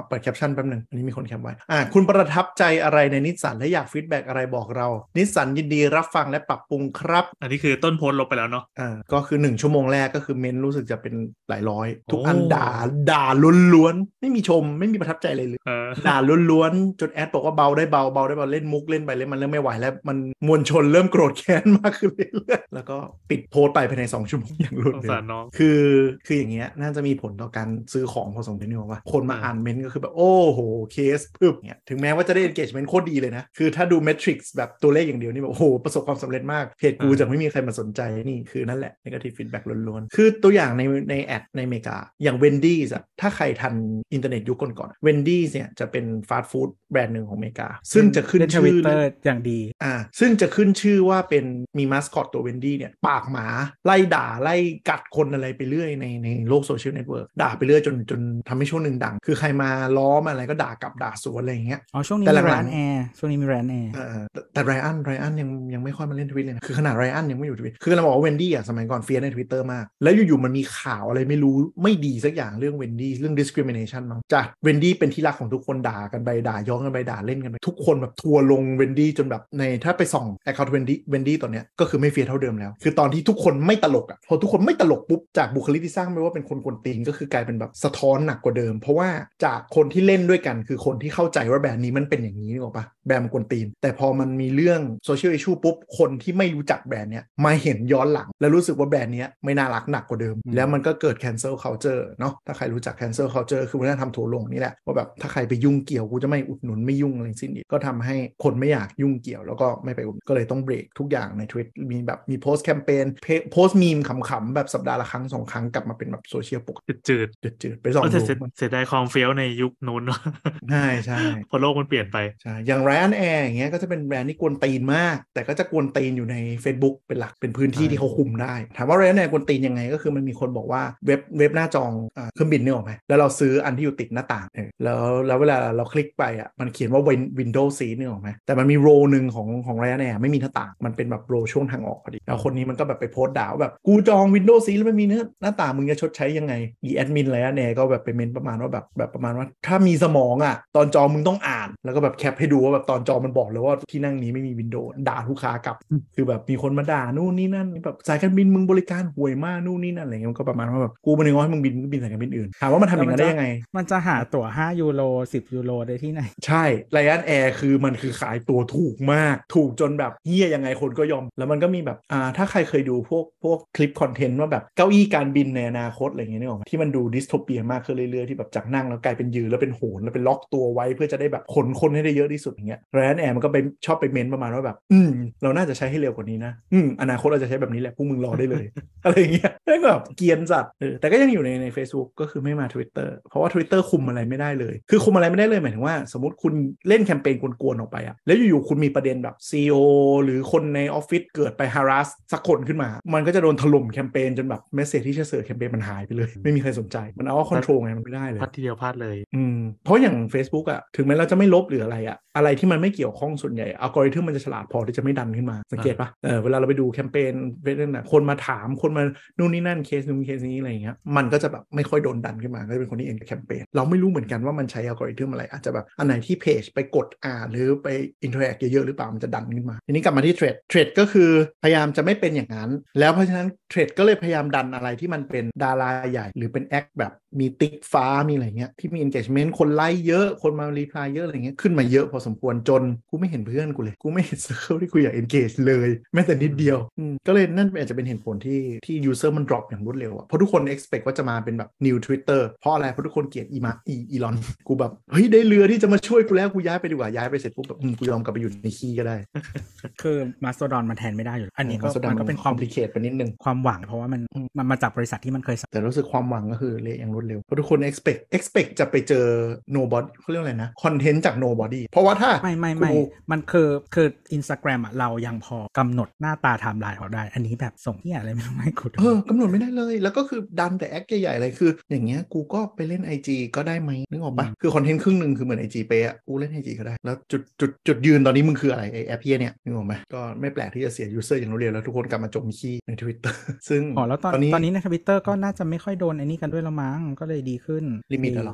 C: เปิดแคปชั่นแป๊บนึงอันนี้มีคนแคปไว้อ่าคุณประทับใจอะไรในนิสสันและอยากฟีดแบ็กอะไรบอกเรานิสสันยินดีรับฟังและปรับปรุงครับ
B: อันนี้คือต้นโพสต์ลบไปแล้วเนาะ
C: อ่าก็คือหนึ่งชั่วโมงแรกก็คือเมนรู้สึกจะเป็นหลายร้อยทุกอันด่าด่าล้วนๆไม่มีชมไม่มีประทับใจเลยเลยด่าล้วนๆจนแอดบอกว่าเบาได้เบาเบาได้เบาเล่นมุกเล่นไปเล่นมันเริ่มไม่ไหวแล้วมันมวลชนเริ่มโกรธแค้นมากขึ้นเรื่อยๆแล้วก็ปิดโพสต์ไปภายในสองชั่วโมงอย่างรวดเร็วคือคืออย่างเงี้ยน่าจะมีผลต่อการซื้อของพอสมควรนี่ว่าคนมาอ่านเมนต์ก็คือแบบโอ้โหเคสปึ๊บเนี่ยถึงแม้ว่าจะได้ engagement โคตรดีเลยนะคือถ้าดู metrics แบบตัวเลขอย่างเดียวนี่แบบโอ้โหประสบความสำเร็จมากเพจกูจะไม่มีใครมาสนใจนี่คือนั่นแหละ negative feedback ล้วนๆคือตัวอย่างในในแอดในอเมริกาอย่าง Wendy's อะถ้าใครทันอินเทอร์เน็ตยุคก่อนๆ Wendy's เนี่ยจะเป็นฟาสต์ฟู้ดแบรนด์หนึ่งของอเมริกาซึ่งจะขึ้นชื่อ
D: อย่างดี
C: อ่าซึ่งจะขึ้นชื่อว่าเป็นมีมาสคอตตัว Wendy เนี่ยปากหมาไล่ด่าไล่กัดคนอะไรไปเรื่อยในในโลกโซเชียลเน็ตเวิร์กด่าไปเรื่อยจนจนทำให้ช่วงหนึ่งดังคือใครมาล้อมาอะไรก็ด่ากลับด่าสวนอะไรอย่างเงี้ย
D: อ๋อช่วงนี้มีแรนแอร์ช่วงนี้มีแรนแอร์
C: แต่ไรอันไรอันยังยังไม่ค่อยมาเล่นทวิตเลยนะคือขนาดไรอันยังไม่อยู่ทวิตคือเราบอกว่า Wendy อ่ะสมัยก่อนเฟียสใน Twitter มากแล้วอยู่ๆมันมีข่าวอะไรไม่รู้ไม่ดีสักอย่างเรื่อง Wendy เรื่อง discrimination มั้งจาก Wendy เป็นที่รักของทุกคนด่ากันไปด่าย้อนกันไปด่าเล่นกันไปทุกคนแบบทัวร์ลง Wendy จนแบบในถ้าไปส่อง account Wendy Wendy ตอนเนี้ยก็คือไม่เฟียสเท่าเดิมแล้วคือตอนที่ทุกคนไม่ตลกอ่ะพอทุกคนไม่ตลกปุ๊บจากบุคลิกที่สร้างไม่ว่าเป็นคนกวนตีนก็คือกลายเป็นแบบสะท้อนหนักกว่าเดิมเพราะว่าจากคนที่เล่นด้วยกันคือคนที่เข้าใจว่าแบรนด์นี้มันเป็นอย่างนี้นึกออกปะแบรนด์มันกวนตีนแต่พอมันมีเรื่องโซเชียลอิชชูปุ๊บคนที่ไม่รู้จักแบรนด์เนี้ยมาเห็นย้อนหลังแล้วรู้สึกว่าแบรนด์เนี้ยไม่น่ารักหนักกว่าเดิมแล้วมันก็เกิด cancel culture เนาะถ้าใครรู้จัก cancel culture คือวัฒนธรรมทัวร์ลงนี่แหละว่าแบบถ้าใครไปยุ่งเกี่ยวกูจะไม่อุดหนุนไม่ยุ่งอะไรสิ้นดีก็ทำให้คนไม่อยากยุ่งเกี่ยวแล้วก็ไม่ไปอุดก็เลยต้องเบรกทุกอย่างใน Twitter มีแบบมีโพสต์แคมเปญโพสต์มีมขำๆแบบสัปดาห์ละครั้งสองครั้งกลับมาเป็นแบบโซเชียลปกติ
B: จืด
C: จืดๆไปสอง
B: ดูเสียดายความเฟี้ยวในยุคนู้นเนาะ
C: ใช่ใช่
B: พอโลกมันเปลี่ยนไป
C: ใช่อย่าง Ryan Air อย่างเงี้ยก็จะเป็นแบรนด์ที่กวนตีนมากแต่ก็จะกวนตีนอยู่ใน Facebook เป็นหลักเป็นพื้นที่ที่เขาคุมได้ถามว่า Ryan Air กวนตีนยังไงก็คือมันมีคนบอกว่าเว็บเว็บหน้าจองอ่าเครื่องบินนึกออกไหมแล้วเราซื้ออันที่อยู่ติดหน้าต่างแล้วแล้วเวลาเราคลิกไปอ่ะมันเขียนว่า Windows Seat นึกออกไหมแต่มันมีโรนึงของของ Ryan Air ไม่มีหน้าต่างมันเป็นแบบโรช่วงทางออกพอดีแล้วคนนี้มันก็แบบไปโพสต์ด่าแบบกูจอง Windows Seat แล้วไม่มีหน้าต่างมึงจะชดใช้ยังไงอีแอดมิน Ryan Air ก็แบบไปเมนประมาณว่าแบบแบบประมาณว่าถ้ามีสมองอ่ะตอนจองมึงต้องอ่านแล้วก็แบบแคปให้ดูว่าแบบตอนจองมันบอกเลยว่าที่นั่งนี้ไม่มี Windows ด่าลูกค้ากลับคือแบบมีคนมาด่านู่นนี่นั่นแบบสายการบินมึงบริการห่วยมากนู่นนี่นั่นอะไรเงี้ยมันก็ประมาณว่าแบบกูมันง้อให้มึงบินบินสายการบินอื่นถามว่ามันทำอย่างนั้นได้ยังไง
D: มันจะหาตั๋วห้ายูโรสิบยูโรได้ที่ไหน
C: ใช่ Ryan Air คือมันคือขายตั๋วถูกมากถูกจนแบบเฮียยังไงคนก็ยอมแล้วมันก็มีแบบอ่าถ้าใครเคยดูพวกพวกคลิปคอนเทนต์ว่าแบบเก้าอี้การบินในอนาคตอะไรเงี้ยนึกออกมั้ยที่มันดูดิสโทเปียมากขึ้นเรื่อยๆที่แบบจากนั่งแล้วกลายเป็นยืนแล้วเป็นโหนแล้วเป็นล็อกตัวไว้เพื่อจะได้แบบขนคนให้ได้เยอะที่สุดอย่างเงี้ย Ryan Air มันก็ไปชอบไปเมนประมาณว่าแบบอืมเราน่าจะใช้ให้เร็วกว่านี้นะอืมอนาคตเราจะใช้แบบนี้แหละพวกมึงรอได้เลย อะไรอย่างเงี้ยแล้วแบบเกียนจัดเออแต่ก็ยังอยู่ในใน Facebook ก็คือไม่มา Twitter เพราะว่า Twitter คุมอะไรไม่ได้เลยคือคุมอะไรไม่ได้เลยหมายถึงว่าสมมติคุณเล่นแคมเปญกวนๆออกไปอะแล้วอยู่ๆคุณมีประเด็นแบบ ซี อี โอ หรือคนในออฟฟิศเกิดไป harass สักคนขึ้นมามันก็จะโดนถล่มแคมเปญจนแบบเมสเสจที่จะเสิร์ฟแคมเปญมันหายไปเลยไม่มีใครสนใจมันเอาคอนโทรลไงมันไม่ได้เลย
B: พลาดทีเดียวพลาดเลย
C: อืมเพราะอย่าง Facebook อะถึงแม้เราจะไม่ลบหรืออะไรอะอะไรที่มันไม่เกี่ยวข้องส่วนใหญ่อัลกอริทึมมันจะฉลาดพอที่จะไม่ดันขึ้นมาสังเกตปะเออเวลาเราไปดูแคมเปญเรื่องน่ะคนมาถามคนมานู่นนี่นั่นเคสนู้นเคสนี้อะไรอย่างเงี้ยมันก็จะแบบไม่ค่อยโดนดันขึ้นมาก็จะเป็นคนที่เอ็นแคมเปญเราไม่รู้เหมือนกันว่ามันใช้อัลกอริทึมอะไรอาจจะแบบอันไหนที่เพจไปกดอ่านหรือไปอินเทอร์แอคเยอะๆหรือเปล่ามันจะดันขึ้นมาทีนี้กลับมาที่เทรดเทรดก็คือพยายามจะไม่เป็นอย่างนั้นแล้วเพราะฉะนั้นเทรดก็เลยพยายามดันอะไรที่มันเป็นดาราใหญ่หรือเป็นแอคแบบมีติ๊กฟ้ามีอะไรเงี้ยที่มี engagement คนไลค์เยอะคนมารีพลายเยอะอะไรเงี้ยขึ้นมาเยอะพอสมควรจนกูไม่เห็นเพื่อนกูเลยกูไม่เห็นเซอร์เคิลที่กูอยาก engage เลยแม้แต่นิดเดียวก็เลยนั่นอาจจะเป็นเหตุผลที่ที่ user มัน drop อย่างรวดเร็วอ่ะเพราะทุกคน expect ว่าจะมาเป็นแบบ new Twitter เพราะอะไรเพราะทุกคนเกลียดอีมาอีอีลอนกูแบบเฮ้ยได้เรือที่จะมาช่วยกูแล้วกูย้ายไปดีกว่าย้ายไปเสร็จปุ๊บแบบกูยอมกลับไปอยู่ในคีย์ก็ได้
D: คือ Mastodon มันแทนไม่ได้อยู่อันนี้ก็มันก็เป็น
C: complicate ไปนิดนึง
D: ความหวังเพราะว่ามันมันมาจากบริษัทที่มันเคย
C: แต่รู้สึกความหวังก็คือเละอย่างรวดเร็วเพราะทุกคน expect expect จะไปเจอ nobody เขาเรียกอะไรนะคอนเทนต์จาก nobody เพราะว่าถ้า
D: ไม่ไม่ไม่มันคือคือ Instagram อ่ะเรายังพอกำหนดหน้าตาไทม์ไลน์เขาได้อันนี้แบบส่งที่อะไรไม่รู้ไม่กู
C: เออกำหนดไม่ได้เลยแล้วก็คือดันแต่แอคใหญ่ๆเลยคืออย่างเงี้ยกูก็ไปเล่น ไอ จี ก็ได้ไหมนึกออกปะคือคอนเทนต์ครึ่งนึงคือเหมือน ไอ จี เป๊ะกูเล่น ไอ จี ก็ได้แล้วจุดจุดจุดยืนตอนนี้มึงคืออะไรไอแอปเพี้ยเนี่ยนึกออกไหมก็ไม่แปลกที่จะเสีย user อย่างรวดเร็วแล้วทุกคนกลับมาจมขี้ใน Twitter ซึ่ง
D: อ๋อแล้วตอนตอนนี้ใน Twitter ก็น่าจะไม่ค่อยโดนไอ้นี่กันด้วยละมั้งก็เลยดีขึ้น
C: ลิมิตเหรอ
D: ลิมิต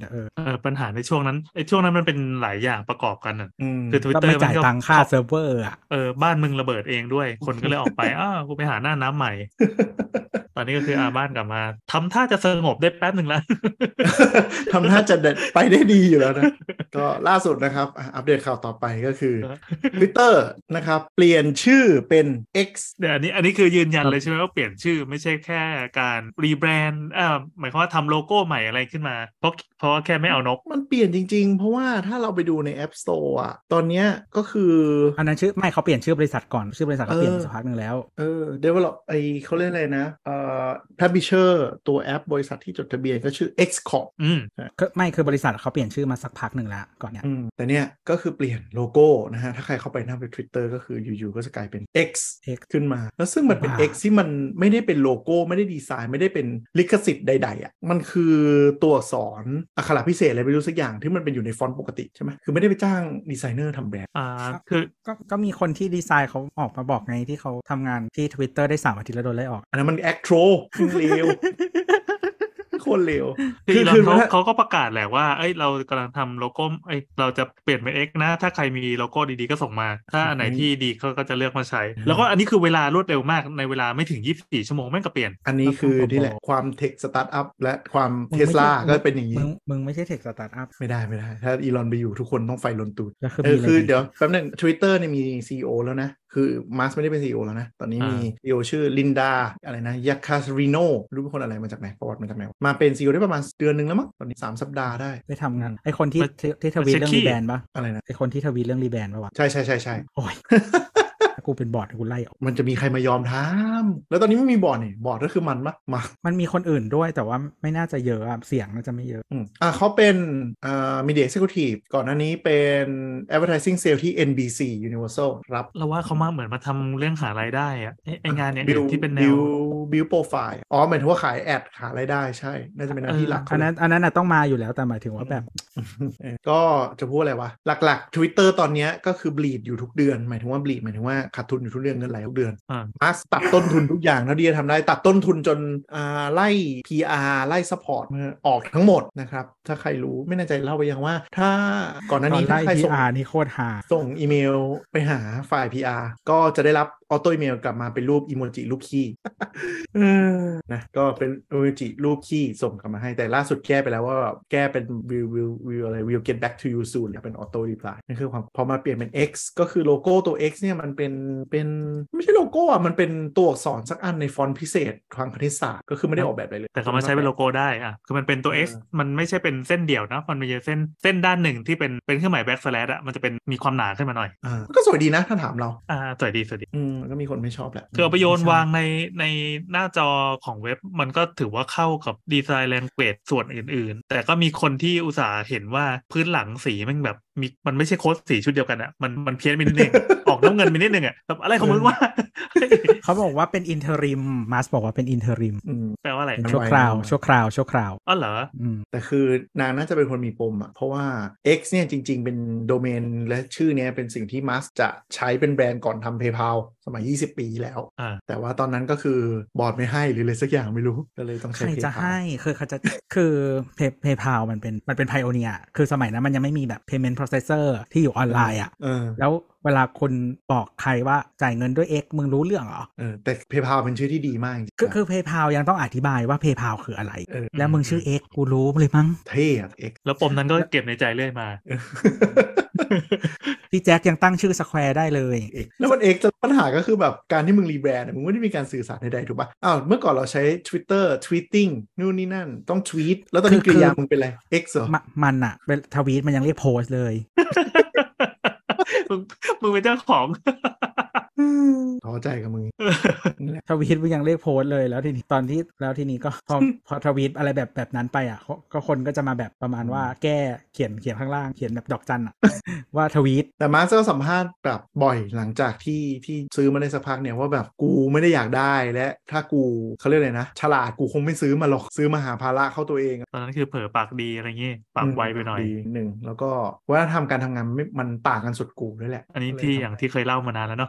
D: เออ
B: เออปัญหาในช่วงนั้นไอ้ช่วงนั้นมันเป็นหลายอย่างประกอบกันอ่ะ
C: อืม
B: คือ
D: ก็
B: Twitter
D: ไม่
B: มั
D: จ่าน ย
B: ก็
D: ตังค่า
B: เขา
D: เซิร์ฟเวอร์อ่ะ
B: เออบ้านมึงระเบิดเองด้วย คนก็เลยออกไป อ้าวกูไปหาหน้าน้ำใหม่ ตอนนี้ก็คืออาบ้านกลับมาทำท่าจะสงบได้แป๊บหนึ่งแล้ว
C: ทำท่าจะเด็ดไปได้ดีอยู่แล้วนะ ก็ล่าสุดนะครับอ่ะอัปเดตข่าวต่อไปก็คือ Twitter นะครับเปลี่ยนชื่อเป็น X
B: เดี๋ยวอันนี้อันนี้คือยืนยัน
D: ครับ
B: เลยใช่ไหมว่าเปลี่ยนชื่อไม่ใช่แค่การรีแบรนด์อ่าหมายความว่าทำโลโก้ใหม่อะไรขึ้นมา เพราะเพราะว่าแค่ไม่เอานก
C: มันเปลี่ยนจริงๆ เพราะว่าถ้าเราไปดูใน App Store อ่ะตอนเนี้ยก็คือ
D: อันนั้นชื่อไม่เขาเปลี่ยนชื่อบริษัทก่อนชื่อบริษัทเขาเปลี่ยน
C: เออ
D: ไปสักพักหนึ่งแล้ว
C: เออ develop ไอเขาเรียกอะไรนะเอ่อ publisher ตัวแอปบริษัทที่จดทะเบียนก็ชื่อ X Corp
B: อืม
D: ก็ไม่คือบริษัทเขาเปลี่ยนชื่อมาสักพักหนึ่งแล้วก่อนเนี้ย
C: อืมแต่เนี่ยก็คือเปลี่ยนโลโก้นะฮะถ้าใครเข้าไปหน้าเว็บ Twitter ก็คืออยู่ๆก็จะกลายเป็น X
D: X
C: ขึ้นมา แล้วซึ่งมันเป็น
D: ว้า
C: X ที่มันไม่ได้เป็นโลโก้ไม่ได้ดีไซน์ไม่ได้เป็นลิขสิทธิ์ใดๆอ่ะมันคือตัวอักษรอักขระพิเศษอะไรไม่รู้สักอย่างที่มันเป็นอยู่ในฟอนต์ปกติใช่ไหมคือไม่ได้ไปจ้างดีไซเนอร์ทำแบรนด์
B: อ่าคือ
D: ก็ก็มีคนที่ดีไซน์เขาออกมาบอกไงที่เขาทำงานที่ Twitter ได้สามอาทิตย์แล้วโดนไล่ออก
C: อันนั้นมันแอคโทรเลว โคตรเลว
B: คือ
C: คือ
B: อีลอน
C: คือ
B: เขาเขาก็ประกาศแหละว่าเอ้ยเรากำลังทำโลโก้เอ้ยเราจะเปลี่ยนเป็น X นะ ถ้าใครมีโลโก้ดีๆก็ส่งมา ถ้าอันไหนที่ดีเขาก็จะเลือกมาใช้ แล้วก็อันนี้คือเวลารวดเร็วมากในเวลาไม่ถึงยี่สิบสี่ชั่วโมงแม่งก็เปลี่ยน
C: อันนี้คือ
D: แล้วก็
C: นี่แหละความเทคสตาร์ทอัพและความ
D: มึง
C: เท
D: ไม่
C: ส
D: ใช่
C: ลา
D: มึง
C: ก็เป็นอย่างนี้
D: มึงมึงไม่ใช่เทคสตาร์ทอัพ
C: ไม่ได้ไม่ได้ ถ้าอีลอนไปอยู่ทุกคนต้องไฟลนตูด
D: แล้วคือ
C: เอ
D: มี
C: อ
D: อะไร
C: คือ
D: ดี
C: เดี๋ยวแป๊บนึง Twitter เนี่ยมี ซี อี โอ แล้วนะ คือมาร์คไม่ได้เป็น ซี อี โอ แล้วนะ ตอนนี้มี
B: อ่า
C: ซี อี โอ ชื่อลินดาอะไรนะยาคาสริโนรู้เป็นคนอะไรมาจากไหนประวัติมาจากไหนมาเป็น ซี อี โอ ได้ประมาณเดือนหนึ่งแล้วมั้งตอนนี้สามสัปดาห์ได้
D: ได้ทำงานไอคนที่
B: มา
D: ที่ที่ทวีตเรื่อง
B: มาเช็คขี้
D: รีแบรนด์ปะ
C: อะไรนะ
D: ไอคนที่ทวีตเรื่องรีแบรนด์ปะวะ
C: ใช่ใช่ใช่ใช่
D: โอ้ย ถ้ากูเป็นบอร์ดกูไล่ออก
C: มันจะมีใครมายอมทำแล้วตอนนี้ไม่มีบอร์ดนี่บอร์ดก็คือมันปะมา
D: มันมีคนอื่นด้วยแต่ว่าไม่น่าจะเยอะอะเสียงน่าจะไม่เยอะ
C: อืมอ่ะเขาเป็นอ่า Media Executive ก่อนหน้านี้เป็น Advertising Sales ที่ เอ็น บี ซี Universal รับ
B: เราว่าเขามาเหมือนมาทำเรื่องหารายได้อะไอ้ไองานอย่าง
C: บิ
B: อื่
C: ล
B: นที่เป็นแน
C: บิ
B: ว
C: ลบิลโปรไฟล์อ๋อหมายถึงว่าขายแอดขายรายได้ใช่ น่าจะเป็นหน้าที่หลัก
D: อันนั้นอันนั้นน่ะต้องมาอยู่แล้วแต่หมายถึงว่าแบบ
C: เออก็จะพูดอะไรวะ หลักๆ Twitter ตอนเนี้ยก็คือbleed อยู่ทุกเดือน หมายถึงว่า bleed หมายถึงว่าขาดทุนอยู่ทุกเดือนเงินไหลทุกเดือน
B: อ่า
C: มาร์คตัดต้นทุนทุกอย่างเท่าที่จะทำได้ตัดต้นทุนจนอ่าไล่ พี อาร์ ไล่ support ออกทั้งหมดนะครับ ถ้าใครรู้ไม่แน่ใจเล่าไปยังว่า ถ้าก่อนหน้า
D: ตอน
C: นี้
D: ไล่
C: ถ้าใคร
D: พี
C: ส่ง
D: อาร์ นี่โคตรหา
C: ส่งอีเมลไปหาฝ่าย พี อาร์ ก็จะได้รับออโต้อีเมลกลับมาเป็นรูปอีโมจิรูปขี้ เออนะก็เป็นอีโมจิรูปขี้ส่งกลับมาให้แต่ล่าสุดแก้ไปแล้วว่าแก้เป็น will will will อะไร will get back to you soon เป็นออโต้รีพลายนั่นคือความพอมาเปลี่ยนเป็น X ก็คือโลโก้ตัว X เนี่ยมันเป็นเป็นไม่ใช่โลโก้อ่ะมันเป็นตัวอักษรสักอันในฟอนต์พิเศษทางคณิตศาสตร์ก็คือไม่ได้ออกแบบอะไรเลย
B: แต่เขามาใช้เป็นโลโก้ได้อ่ะคือมันเป็นตัว X มันไม่ใช่เป็นเส้นเดี่ยวนะมันมีเส้นเส้นด้านหนึ่งที่เป็นเป็นเครื่องหมายแบ็กสแลชอ่ะมันจะเป็นมีความหนาขึ้นมาหน่อย
C: อ่าก็สวยดีนะถ้าถามเรา
B: อ่าสวยดีสวยดี
C: อืมก็มีคนไม่ชอบแหละ
B: คือเอาไปโยนวางในในหน้าจอของเว็บมันก็ถือว่าเข้ากับดีไซน์แลงเกจส่วนอื่นๆ แต่ก็มีคนที่อุตส่าห์เห็นว่าพื้นหลังสีมันแบบมีมันไม่ใช่โค้ดสีชุดเดียวกันอ่ะมันมันเพี้ยนไปนิดนึง ออกน้ำเงินไปนิดนึงอ่ะแบบอะไรของมึงวะ
D: เขาบอกว่าเป็นอินเทอริมมาร์สบอกว่าเป็นอินเทอริม
C: อืม
B: แปลว่าอะไร
D: เป็นชั่วคราวชั่วคราวชั่วคราว
B: อ๋อเหรอ
D: อืม
C: แต่คือนางน่าจะเป็นคนมีปมอ่ะเพราะว่า X เนี่ยจริงๆเป็นโดเมนและชื่อเนี้ยเป็นสิ่งที่มาร์คจะใช้เป็นแบรนด์ก่อนทำ PayPal สมัยยี่สิบปีแล้ว
B: อ่า
C: แต่ว่าตอนนั้นก็คือบอร์ดไม่ให้หรืออะไรสักอย่างไม่รู้ก็เลยต้อง
D: ใค
C: ใช้
D: รจะ
C: PayPal
D: ให้คือเขาจะ คือเพย์เพย์พามันเป็นมันเป็นไพโอเนียคือสมัยนั้นมันยังไม่มีแบบ payment processor ที่อยู่ออนไลน์อ่ะ
C: เออ
D: แล้วเวลาคุณบอกใครว่าจ่ายเงินด้วย X มึงรู้เรื่องเหรอ
C: เออแต่ PayPal เป็นชื่อที่ดีมากจริงๆ
D: คือคือ PayPal ยังต้องอธิบายว่า PayPal คืออะไร
C: เออ
D: แล้วมึงชื่อ X กูรู้เลยมั้ง
C: เท่อะ X
B: แล้วปมนั้นก็เก็บในใจเรื่อยมา
D: พี่แจ็คยังตั้งชื่อ Square ได้เลย
C: X แล้วมัน X จะปัญหาก็คือแบบการที่มึงรีแบรนด์อะมึงไม่ได้มีการสื่อสารใดๆถูกป่ะอ้าวเมื่อก่อนเราใช้ Twitter tweeting นู่นนี่นั่นต้องทวีตแล้วตอนนี้
D: คื
C: ก
D: อ
C: ริยา
D: คือ
C: มึงเป็นอะไร X เหรอ
D: มะมันอะเป็นทวีตมันยังเรียกโพสเลย
B: มึงมึงเป็นเจ้าของ
C: ท้อใจกับมึง นี่แหละ
D: ทวีตมันยังเรียกโพสเลยแล้วทีนี้ตอนที่แล้วทีนี้ก็พอ พอทวีตอะไรแบบแบบนั้นไปอ่ะเขาก็คนก็จะมาแบบประมาณว่าแก้เขียนเขียนข้างล่างเขียนแบบดอกจันอ่ะ ว่าทวีต
C: แต่มาร์คก็สัมภาษณ์แบบบ่อยหลังจากที่ที่ซื้อมาได้สักพักเนี่ยว่าแบบกูไม่ได้อยากได้และถ้ากูเขาเรียกอะไรนะฉลาดกูคงไม่ซื้อมาหรอกซื้อมาหาภาระเข้าตัวเอง
B: ตอนนั้นคือเผลอปากดีอะไรเงี้ยปากไวไปหน่อย
C: ดีหนึ่งแล้วก็วัฒนธรรมการทำงานไม่มันต่างกันสุดกูด้วยแหละ
B: อันนี้ที่อย่างที่เคยเล่ามานานแล้วเนาะ
C: ใช่อ่ะ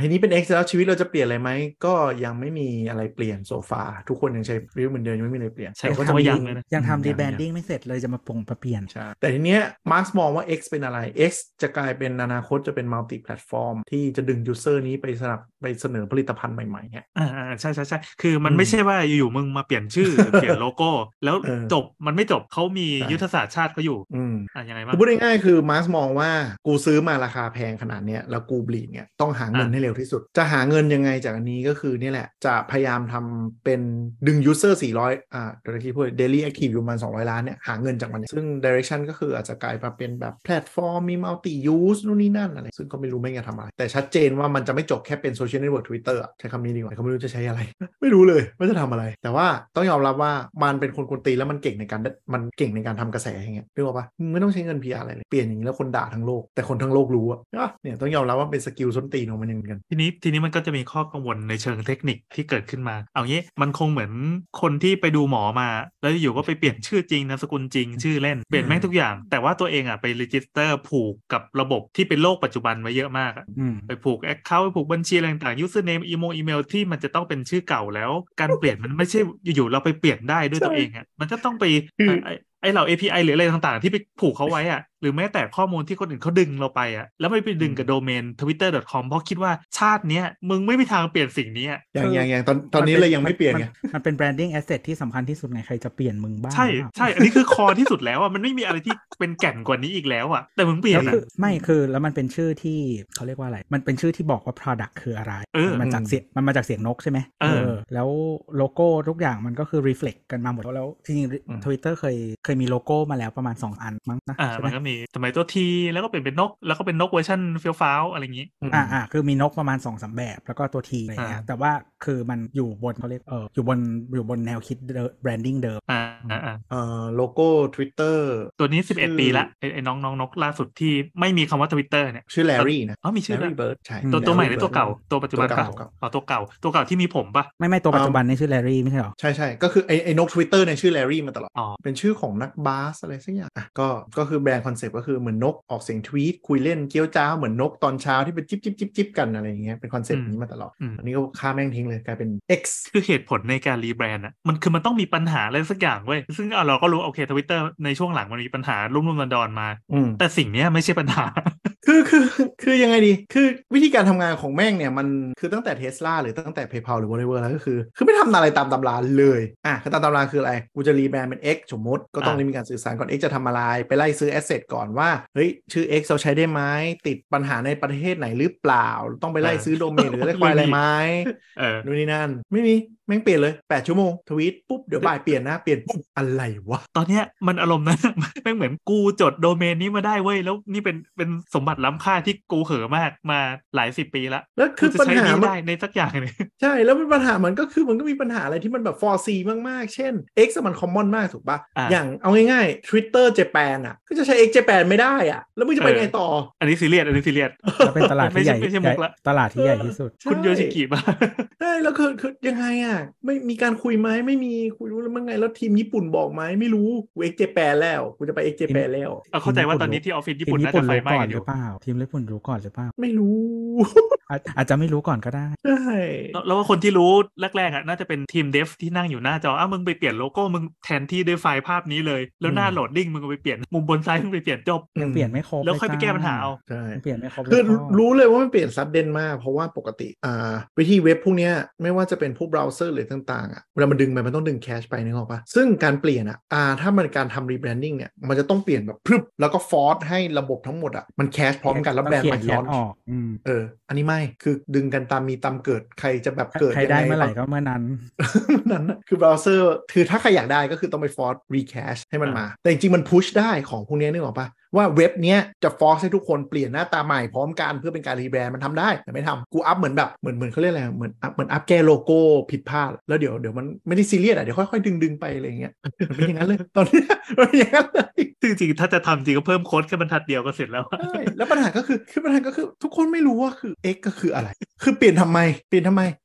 C: ทีนี้เป็น X แล้วชีวิตเราจะเปลี่ยนอะไรไหมก็ยังไม่มีอะไรเปลี่ยนโซฟาทุกคนยังใช้รีวิวเหมือนเดิมยังไม่มีอะไรเปลี่ยน
B: ใช่
C: แต่ก็
B: คำ
C: จะ
B: ว่า
C: มี
B: ยังเลยนะ
D: ยัง
C: อืม
D: ทำ
C: ยัง
D: rebranding ไม่เสร็จเลยจะมาปงมาเปลี่ยน
C: ใช่แต่ทีเนี้ยมาร์คมองว่า X เป็นอะไร X จะกลายเป็นอนาคตจะเป็น multi platform ที่จะดึง user นี้ไปสนับไปเสนอผลิตภัณฑ์ใหม่ๆเนี่ย
B: อ่าใช่ใช่ใช่คือมัน
C: อืม
B: ไม่ใช่ว่าอยู่ๆมึงมาเปลี่ยนชื่อ เปลี่ยนโลโก้ แล้ว
C: เออ
B: จบมันไม่จบเขามี
C: ใช่
B: ยุทธศาสตร์ชาติเขาอยู่
C: อืม
B: อ่ะยังไง
C: คื
B: บ้า
C: อง พูดง่ายๆคือมาร์คมองว่ากูซื้อมาราคาแพงขนาดเนี้ยแล้วกูบลีดเนี่ยต้องหาเงิน
B: อ่ะ
C: ให้เร็วที่สุด จะหาเงินยังไงจากอันนี้ก็คือนี่แหละจะพยายามทำเป็นดึง user สี่ร้อยอ่าเดี๋ยวที่พูด daily active อยู่ประมาณสองร้อยล้านเนี่ยหาเงินจากมันซึ่ง direction ก็คืออาจจะกลายมาเป็นแบบแพลตฟอร์มมี multi use นู่นนี่นั่นอะไรซึ่งก็ไม่รู้ไม่จะทำอะไรแต่ชัดเจนว่ามันจะไม่จบแค่เป็น social network Twitter อะใช้คำนี้ดีกว่าเขาไม่รู้จะใช้อะไร ไม่รู้เลยว่าจะทำอะไรแต่ว่าต้องยอมรับว่ามันเป็นคนกวนตีนแล้วมันเก่งในการมันเก่งในการทำกระแสอย่างเงี้ยรู้ป่ะมึงไม่ต้องใช้เงิน พี อาร์ อะไรเลยเปลี่ยนอย่างนี้แล้วคนด่าทั้งโลกแต่คนทั้งโลกรู้อะเนี่ยต้องยอมรับว่าเป็นสกิลส้นตีนของมันเหมือนกัน
B: ทีนี้ทีนี้มันก็จะมีข้อกังวลในเชิงเทคนิคที่เกิดขึ้นมาเอางี้มันคงเหมือนคนที่ไปดูหมอมาแล้วอยู่ก็ไปเปลี่ยนชื่อจริงนามสกุลจริงชื่อเล่นเปลี่ยนแม่งทุกอย่างแต่ว่าตัวเองอ่ะไปรีจิสเตอร์ผูกกับระบบที่เป็นโลกปัจจุบันไว้เยอะมากอ่ะ
D: อืม
B: ไปผูก account ไปผูกบัญชีอะไรต่างๆ username อีโมอีเมลที่มันจะต้องเป็นชื่อเก่าแล้วการเปลี่ยนมันไม่ใช่อยู่ๆเราไปเปลี่ยนได้ด้วยตัวเองอ่ะมันก็ต้องไป
C: คือ
B: ไอ้ไอ้เหล่า เอ พี ไอ หรืออะไรต่างๆที่ไปผูกเขาไว้อ่ะหรือแม้แต่ข้อมูลที่คนอื่นเขาดึงเราไปอ่ะแล้วไม่ไปดึงกับโดเมน ทวิตเตอร์ ดอท คอม เพราะคิดว่าชาติเนี้ยมึงไม่มีทางเปลี่ยนสิ่งนี้อะ
C: อย่างอย่างอย่างตอนตอนนี้เลยยังไม่เปลี่ยนไง
D: มันเป็น branding asset ที่สำคัญที่สุดไงใครจะเปลี่ยนมึงบ้าง
B: ใช่ใช่อันนี้คือคอที่สุดแล้วอ่ะมันไม่มีอะไรที่เป็นแก่นกว่านี้อีกแล้วอ่ะแต่มึงเปลี่ย
D: แล้
B: น
D: ว
B: อ่ะ
D: คือไม่คือแล้วมันเป็นชื่อที่เขาเรียกว่าอะไรมันเป็นชื่อที่บอกว่า product คืออะไร
B: เออ
D: มันมาจากเสียงมันมาจากเสียงนกใช่ไหม
B: เออ
D: แล้วโลโก้ทุกอย่างมันก็คือ reflect กันมาหมดแล้วจริง
C: อืม
D: ๆ Twitter เคยเคยมีโลโก้มาแล้วประมาณสองอันมั้งนะ
B: อ่า
D: ใช่ไหม
B: มันก็มีสมัยตัวทีแล้วก็เปลี่ยนเป็นนกแล้วก็เป็นนกเวอร์ชันเฟี้ยวฟ้าวอะไรอย่างงี้
D: อ่าอ่าคือมีนกประมาณสองสามแบบแล้วก็ตัวทีอะไรเงี้ย
B: อ่า
D: แต่ว่าคือมันอยู่บนเขาเรียกเอออยู่บนอยู่บนแนวคิดเดิม branding เดิม
B: อ่าอ่าอ่า
C: เอ่อโลโก้ Twitter
B: ตัวนี้สิบเอ็ด
C: ชื่อ
B: ปีละไอ้ไอ้น้องน้องนกล่าสุดที่ไม่มีคำว่า Twitter เนี่ย
C: ชื่อ Larry นะ
B: อ๋อมีชื่อ
C: Larry
B: ด้วย
C: Bird ใช่
D: อืม
B: ตัวตัวใหม่ห
C: Larry
B: รือตัว
C: Bird
B: เก่าตัวปัจจุบัน
C: ตัว
B: ปะ
C: เก่า
B: อ๋อตัวเก่าตัวเก่าที่มีผมปะ
D: ไม่ไม่ตัวปัจจุบันนี่ชื่อ Larry ไม่ใช่หรอ
C: ใช่ใช่ก็คือไอ้ไอ้นก Twitter เนี่ยชื่อ Larry มาตลอด
B: อ๋อ
C: เป็นชื่อของนักบาสอะไรสักอย่างอ่ะก็ก็คือแบรนด์คอนเซ็ปต์ก็คือเหมือนนกออกเสียงทวีตคุยเล่นเกี้ยวจ้าวเหมือนนกตอนเช้าที่เป็นจิ๊บจิ๊บจิ๊บจิ๊บกันอะไรอย่างเงี้ยเป็นคอนเซ็ปต์นี้มาตลอด
B: อืม
C: อันนี้ก็ฆ่าแม่งทิ้งเลยกลายเป็น X
B: คือเหตุผลในการรีแบรนด์อ่ะมันคือมันต้องมีปัญหาอะไรสักอย่างเว้ยซึ่งเอาเราก็รู้โอเค Twitter ในช่วงหลังมันมีปัญหารุ่มรุ่มดอนๆมา
C: อืม
B: แต่สิ่งเนี้ยไม่ใช่ปัญหา
C: คือคือคือยังไงดีคือวิธีการทำงานของแม่งเนี่ยมันคือตั้งแต่ Tesla หรือตั้งแต่ PayPal หรือ whatever แล้วก็คือคือไม่ทำอะไรตามตำราเลยอ่ะคือตามตำราคืออะไรกูจะรีแบรนด์เป็น X สมมติก็ต้อง
B: อ่ะ
C: มีการสื่อสารก่อน X จะทำอะไรไปไล่ซื้อ asset ก่อนว่าเฮ้ยชื่อ X เราใช้ได้ไหมติดปัญหาในประเทศไหนหรือเปล่าต้องไปไล่ซื้อโดเมนหรืออะไรควายอะไรไหม
B: เออ
C: นู่นนี่นั่นไม่มีแม่งเปลี่ยนเลยแปดชั่วโมงทวีตปุ๊บเดี๋ยวบ่ายเปลี่ยนนะเปลี่ยนปุ๊บอะไรวะ
B: ตอนเนี้ยมันอารมณ์นั้น แม่งเหมือนกูจดโดเมนนี้มาได้เว้ยแล้วนี่เป็นเป็นสมบัติล้ำค่าที่กูเหอะมากมาหลายสิบปีละ
C: แล้วคือ
B: กูจะ
C: ปัญ
B: ใช้
C: หา
B: นี้
C: มัน
B: ได้ในสักอย่างหนึง
C: ใช่แล้วปัญหามันก็คือมันก็มีปัญหาอะไรที่มันแบบ for C มากๆ เช่น X มัน common มากถูกปะ
B: อ่ะ
C: อย่างเอาง่ายๆ Twitter Japan อ่ะก็จะใช้ X Japan ไม่ได้อ่ะแล้วมึงจะไปไงต่อ
B: อันนี้ซีเรียสอันนี้ซีเรียส
D: แล้วเป็นตลาดที่ใหญ่
B: ไม่ใช่ไม่ใช่มุกละ
D: ตลาดที่ใหญ่ที่สุด
B: คุณโยชิกิมา
C: ใช่แล้วคือคือยังไงอ่ะไม่มีการคุยไหมไม่มีคุยรู้แล้วมั้งไงแล้วทีมญี่ปุ่นบอกไหมไม่รู้กู X Japan แล้วกูจะไป X Japan แล้ว
B: เอาเข้าใจว่าตอนนี้ที่ออฟฟิศญี่
D: ที
B: ปุ่
D: ม
B: น
D: ญี่
B: น่า
D: ปุ่
B: จะ
D: น
B: ไฟ
D: รู้
B: ไหม้
D: ก่อน
B: กันอ
D: หรื
B: ยู่
D: อเปล่าทีมญี่ปุ่นรู้ก่อนหรือเปล่า
C: ไม่รู้
D: อาจอาจจะไม่รู้ก่อนก็ได้
C: ใช่
B: แล้วแล้วว่าคนที่รู้แรกๆอ่ะน่าจะเป็นทีมเดฟที่นั่งอยู่หน้าจออ้าวมึงไปเปลี่ยนโลโก้มึงแทนที่ด้วยไฟล์ภาพนี้เลยแล้วหน้าโหลดดิ้งมึงก็ไปเปลี่ยนมุมบนซ้ายมึงไปเปลี่ยนจบ
D: ยังเปลี่ยนไม่ครบ
B: แล้วค่อยไปแก้ปัญหาเอา
C: ใช่
D: ยังเปลี่ยนไม่ครบ
C: คือ
D: เลยพ่
C: รู้เลยว่ามันเปลี่ยนซัดเดนมากเพราะว่าปกติอ่าวิธีเว็บพวกเนี้ยไม่ว่าจะเป็นพวกเบราว์เซอร์หรือต่างๆอ่ะเวลามันดึงไปมันต้องดึงแคชไปนึกออกปะซึ่งการเปลี่ยนอ่ะอ่าถ้ามันการทำรีแบรนดิ้งเนี่ยมันจะต้องเปลี่ยนแบบพรึบแล้วก็ฟอร์สให้ระบบทั้งหมดอ่ะมันแคชพร้อมกันแล้วแบรนด์ใหม่
D: เขีย
C: ร้อน น
D: ออกอืม
C: เอออันนี้ไม่คือดึงกันตามมีตามเกิดใครจะแบบเกิด
D: ใครได้เมื่อไหร่ก็เมื่อนั้น
C: นั้นนะคือเบราว์เซอร์คือถ้าใครอยากได้ก็คือต้องไปฟอร์สรีแคชให้มันมาแต่จริงๆมันพุชได้ของพวกนี้นึกออกปะว่าเว็บเนี้ยจะฟอร์สให้ทุกคนเปลี่ยนหน้าตาใหม่พร้อมกันเพื่อเป็นการรีแบรนด์มันทำได้แต่ไม่ทำกูอัพเหมือนแบบเหมือนเหมือนเขาเรียกอะไรเหมือนอัพเหมือนอัพแก้โลโก้ผิดพลาดแล้วเดี๋ยวเดี๋ยวมันไม่ได้ซีเรียสอ่ะเดี๋ยวค่อยๆดึงดึงไปอะไรเงี้ยมันเป็นอย่างนั้นเลยตอนนี้มันเป็นอย่างนั้นเลย
B: ซึ่งจริงๆถ้าจะทำจริงก็เพิ่มโค้ดแค่บรรทัดเดียวก็เสร็จแล้ว
C: ใช่แล้วปัญหาก็คือคือปัญหาก็คือทุกคนไม่รู้ว่าคือ X ก็คืออะไรคือเปลี่ยนทำไมเปลี่ยนทำไม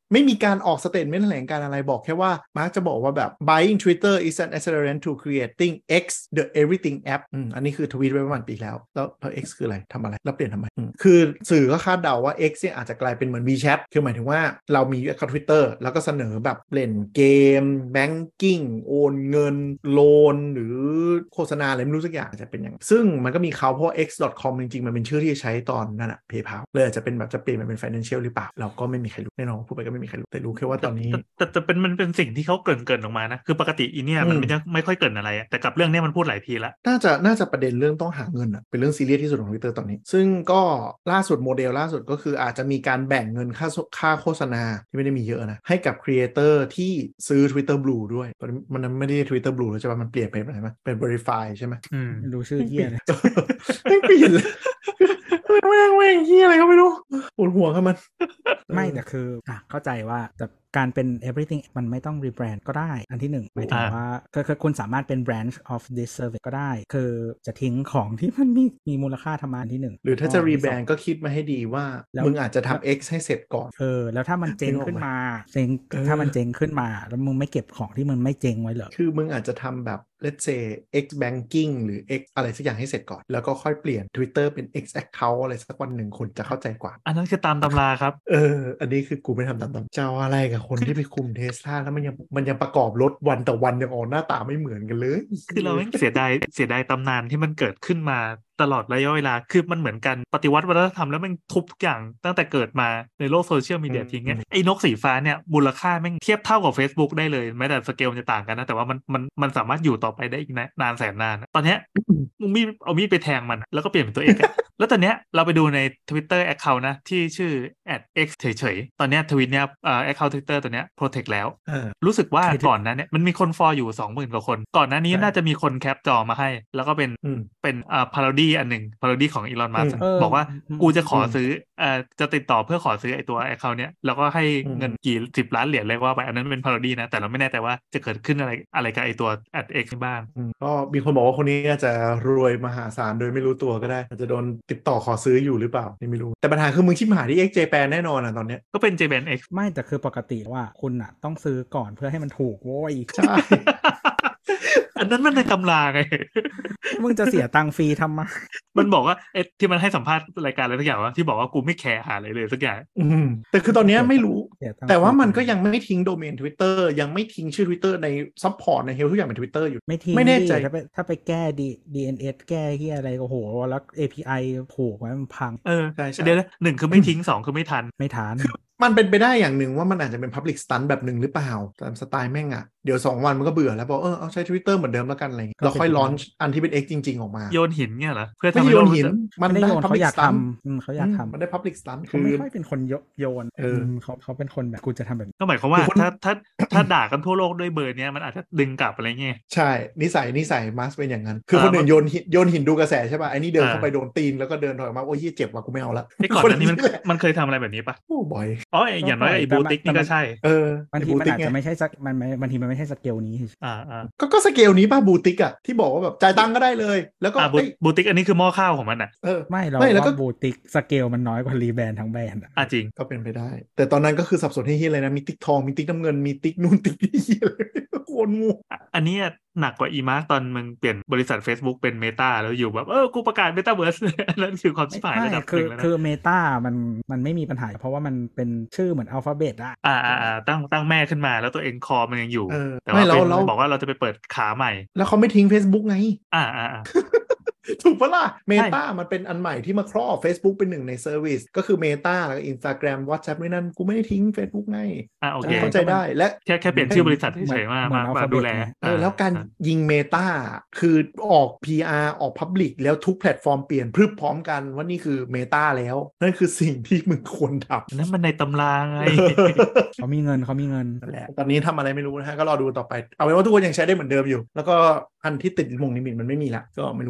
C: ไม่มีการออกสเตทเมนต์แถลงการอะไรบอกแค่ว่ามาร์กจะบอกว่าแบบ buying Twitter is an accelerant to creating X the everything app อืมอันนี้คือทวีตไว้ประมาณปีแล้วแล้วแล้ว X คืออะไรทำอะไรแล้วเปลี่ยนทำไมคือสื่อก็คาดเดาว่า X เนี่ยอาจจะกลายเป็นเหมือน WeChat คือหมายถึงว่าเรามี account Twitter แล้วก็เสนอแบบเล่นเกม banking โอนเงินโลนหรือโฆษณาอะไรไม่รู้สักอย่างจะเป็นอย่างซึ่งมันก็มีเขาเพราะ เอ็กซ์ ดอท คอม จริงๆมันเป็นชื่อที่ใช้ตอนนั้นอะ PayPal เลยอาจจะเป็นแบบจะเปลี่ยนมาเป็น financial หรือเปล่าเราก็ไม่มีใครรู้แน่นอนพูดไปก็ไม่มีใครรู้แต่รู้แค่ว่าตอนนี้
B: แต่แต่เป็นมันเป็นสิ่งที่เขาเกริ่นเกินออกมานะคือปกติอีเนี่ยมันไม่ไม่ค่อยเกริ่นอะไรแต่กับเรื่องนี้มันพูดหลายทีแล้ว
C: น่าจะน่าจะประเด็นเรื่องต้องหาเงินอะเป็นเรื่องซีเรียสที่สุดของ Twitter ตอนนี้ซึ่งก็ล่าสุดโมเดลล่าสุดก็คืออาจจะมีการแบ่งเงินค่าค่าโฆษณาที่ไม่ได้มีเยอะนะให้กับครีเอเตอร์ที่ซื้อ Twitter Blue ด้วยมันไม่ได้ Twitter Blue แล้วใช่ป่ะมันเปลี่ยนไปอะไรมั้ยเป็น Verify ใช่มั้ย
B: อืม
D: ดูชื่อเหี้ยเลย
C: ไม่เปลี่ยนเลยแม่งแม่งเหี้ยอะไรก็ไม่รู้ปวดหัวกับมัน
D: ไม่แต่คืออ่ะเข้าใจว่าแต่การเป็น everything มันไม่ต้อง rebrand ก็ได้อันที่หนึ่งหมายถึงว่าคือคุณสามารถเป็น branch of this service ก็ได้คือจะทิ้งของที่มันมีมีมูลค่าทำมาอันที่หนึ่ง
C: หรือถ้าจะ rebrand ก็คิดมาให้ดีว่ามึงอาจจะทำ X ให้เสร็จก่อน
D: เออแล้วถ้ามันเจ๊งขึ้นมาเจ๊งถ้ามันเจ๊งขึ้นมาแล้วมึงไม่เก็บของที่มึงไม่เจ๊งไว้เหรอ
C: คือมึงอาจจะทำแบบ let's say X banking หรือ X อะไรสักอย่างให้เสร็จก่อนแล้วก็ค่อยเปลี่ยน Twitter เป็น X account อะไรสักวันหนึ่งคนจะเข้าใจกว่า
B: อันนั้นคือตามตำราครับ
C: เอออันนี้คือกูไม่ทำตามตำเจ้าอะไรกับคนที่ไปคุม Tesla แล้วมันยังมันยังประกอบรถวันต่อวันยังออกหน้าตาไม่เหมือนกันเลย
B: คือเราเสียดายเสียดายตำนานที่มันเกิดขึ้นมาตลอดระยะเวลาคือมันเหมือนกันปฏิวัติวัฒนธรรมแล้วมันทุบทุกอย่างตั้งแต่เกิดมาในโลกโซเชียลมีเดียทิ้งเงี้ยไอ้นกสีฟ้าเนี่ยมูลค่าแม่งเทียบเท่ากับ Facebook ได้เลยแม้แต่สเกลจะต่างกันนะแต่ว่ามันมันมันสามารถอยู่ต่อไปได้อีกนานแสนนานตอนเนี้ยมึงมีเอามีดไปแทงมันแล้วก็เปลี่ยนเป็นตัวเองแล้วตอนเนี้ยเราไปดูใน Twitter account นะที่ชื่อ แอท เอ็กซ์ เฉยๆตอนเนี้ยทวิตเนี้ยเอ่อ account Twitter ตัวเนี้ย protect แล้วรู้สึกว่าก่อนนั้นเนี่ยมันมีคนฟอลอยู่ สองหมื่น กว่าคนก่อนหน้านี้น่าจะมีคนแคปจอมาให้แล้วก็เป็นเป็นอ่า parody อันนึง parody ของอีลอนมัสก์บอกว่ากูจะขอซื้อเอ่อจะติดต่อเพื่อขอซื้อไอตัว account เนี้ยแล้วก็ให้เงินกี่สิบล้านเหรียญเลยว่าไปอันนั้นเป็น parody นะแต่เราไม่แน่ใจว่าจะเกิดขึ้นอะไรอะไรกับไอตัว แอท เอ็กซ์ บ้าง
C: ก็มีคนบอกว่าคนนี้อาจจะรวยมหาศาลโดยไม่รู้ตัวก็ได้อาจจะโดนติดต่อขอซื้ออยู่หรือเปล่านี่ไม่รู้แต่ปัญหาคือมึงชิบหายที่ X Japan แน่นอนอ่ะตอนเนี้ย
B: ก็เป็น Japan X
D: ไม่แต่คือปกติว่าคุณอ่ะต้องซื้อก่อนเพื่อให้มันถูกโว้ย
C: ใช่
B: อันนั้นมันในตำราไง
D: มึงจะเสียตังค์ฟรีทำไม
B: มันบอกว่าเอ๊ะที่มันให้สัมภาษณ์รายการอะไรสักอย่างว่าที่บอกว่ากูไม่แคร์หาอะไรเลยสักอย่าง
C: อืมแต่คือตอนนี้ไม่รู้แต่ว่ามันก็ยังไม่ทิ้งโดเมน Twitter ยังไม่ทิ้งชื่อ Twitter ในซัพพอร์ตในเฮลทุกอย่างเป็น Twitter อยู่
D: ไม่ทิ้งไม่แน่ใจถ้าไปถ้าไปแก้ ดี เอ็น เอส แก้เหี้ยอะไรโอ้โหแล้ว เอ พี ไอ ผูกไว้มันพัง
B: เออเดี๋ยวนะหนึ่งคือไม่ทิ้งสองคือไม่ทัน
D: ไม่ทัน
C: มันเป็นไปได้อย่างหนึ่งว่ามันอาจจะเป็น Public Stunt แบบหนึ่งหรือเปล่าตามสไตล์แม่งอ่ะเดี๋ยวสองวันมันก็เบื่อแล้วบอกเออเอาใช้ Twitter เหมือนเดิมแล้วกันอะไรแล้วค่อยลอนช์อันที่เป็น X จริงๆออกมา
B: โยนหินเนี่ยเหรอเพื่อ
C: ทำให้โยนหินมันได้
D: Public Stunt เขาอยากทำ
C: มันได้ Public Stunt
D: คือไม่ค่อยเป็นคนโยนเออเขาเขาเป็นคนแบบกูจะทำแบบ
B: ก็หมายความว่าถ้าถ้าถ้าด่ากันทั่วโลกด้วยเบอร์เนี้ยมันอาจจะดึงกลับอะไรเงี้ย
C: ใช่นิสัยนิสัยมาสเป็นอย่างนั้นคือคนอื่นโยนโยนหินดูกระแสใช่ป่ะไอ้นี่เดินเข้าไปโดนตีนแล้วก็เดินถอยมาโอ้ยเจ็บว่ะกูไม่เอาละ
B: ไอ้ก่อนนั้นนี่มันมันเคยทำอะไรแบบนี้ปะ
C: โอ้บ่อย
B: อ๋ออย่างน้อยไอ้บูติกนี่ก็ใช่
C: เออบ
D: างทีมันอาจจะไม่ใช่สักมันบางทีมันไม่ใช่สเกลนี้
B: อ่าอ่า
C: ก็ก็สเกลนี้ป่ะบูติกอ่ะที่บอกว่าแบบจ่ายตังค์ก็ได้เลยแล้วก็
B: บูติกอันนี้คือหม้อข้าวของมันอ่ะ
C: เออ
D: ไม่เราว่าบูติกสเกลมันน้อยกว่ารีแบรนด์ทั้งแบรนด์
B: อ่ะจริง
C: ก็เป็นไปได้แต่ตอนนั้นก็คือสับสนให้เฮียเลยนะมีติ๊กทองมีติ๊กน้ำเงินมีติ๊กนู่นติ๊กนี่เฮียเลยโคตรงู
B: อันนี้หนักกว่าอีมาร์คตอนมึงเปลี่ยนบริษัท Facebook เป็น Meta แล้วอยู่แบบเออกูประกาศ Metaverse นั่นคือความชิบหายระดับนึงแล้วนะ
D: คือ Meta มันมันไม่มีปัญหาเพราะว่ามันเป็นชื่อเหมือนอัลฟาเบตอ่ะ
B: อ่าอ่าตั้งตั้งแม่ขึ้นมาแล้วตัวเองคอมันยังอยู่แต่
C: ว่า
B: เราบอกว่าเราจะไปเปิดขาใหม่
C: แล้วเขาไม่ทิ้ง Facebook ไง
B: อ่าอ่า
C: ถูกปะล่ะ Meta มันเป็นอันใหม่ที่มาครอบ Facebook เป็นหนึ่งในเซอร์วิสก็คือ Meta แล้วก็ Instagram WhatsApp นี่นั่นกูไม่ได้ทิ้ง Facebook ไง
B: อ่าโอเค
C: เข้าใจได้และ
B: แค่แค่เปลี่ยนชื่อบริษัทเฉยๆมามาดูแล
C: เออแล้วการยิง Meta คือออก พี อาร์ ออก Public แล้วทุกแพลตฟอร์มเปลี่ยนพรึบพร้อมกันว่านี่คือ Meta แล้วนั่นคือสิ่งที่มึงควรทำ
B: นั่นมันในตำราไง
D: เขามีเงินเขามีเงิน
C: นั่นแหละตอนนี้ทำอะไรไม่รู้นะฮะก็รอดูต่อไปเอาเป็นว่าทุกคนยังใช้ได้เหมือนเดิมอยู่แล้วก็อันที่ติดมงนิมิตมันไม่มีละก็ไม่รู้นะคนจะเป็น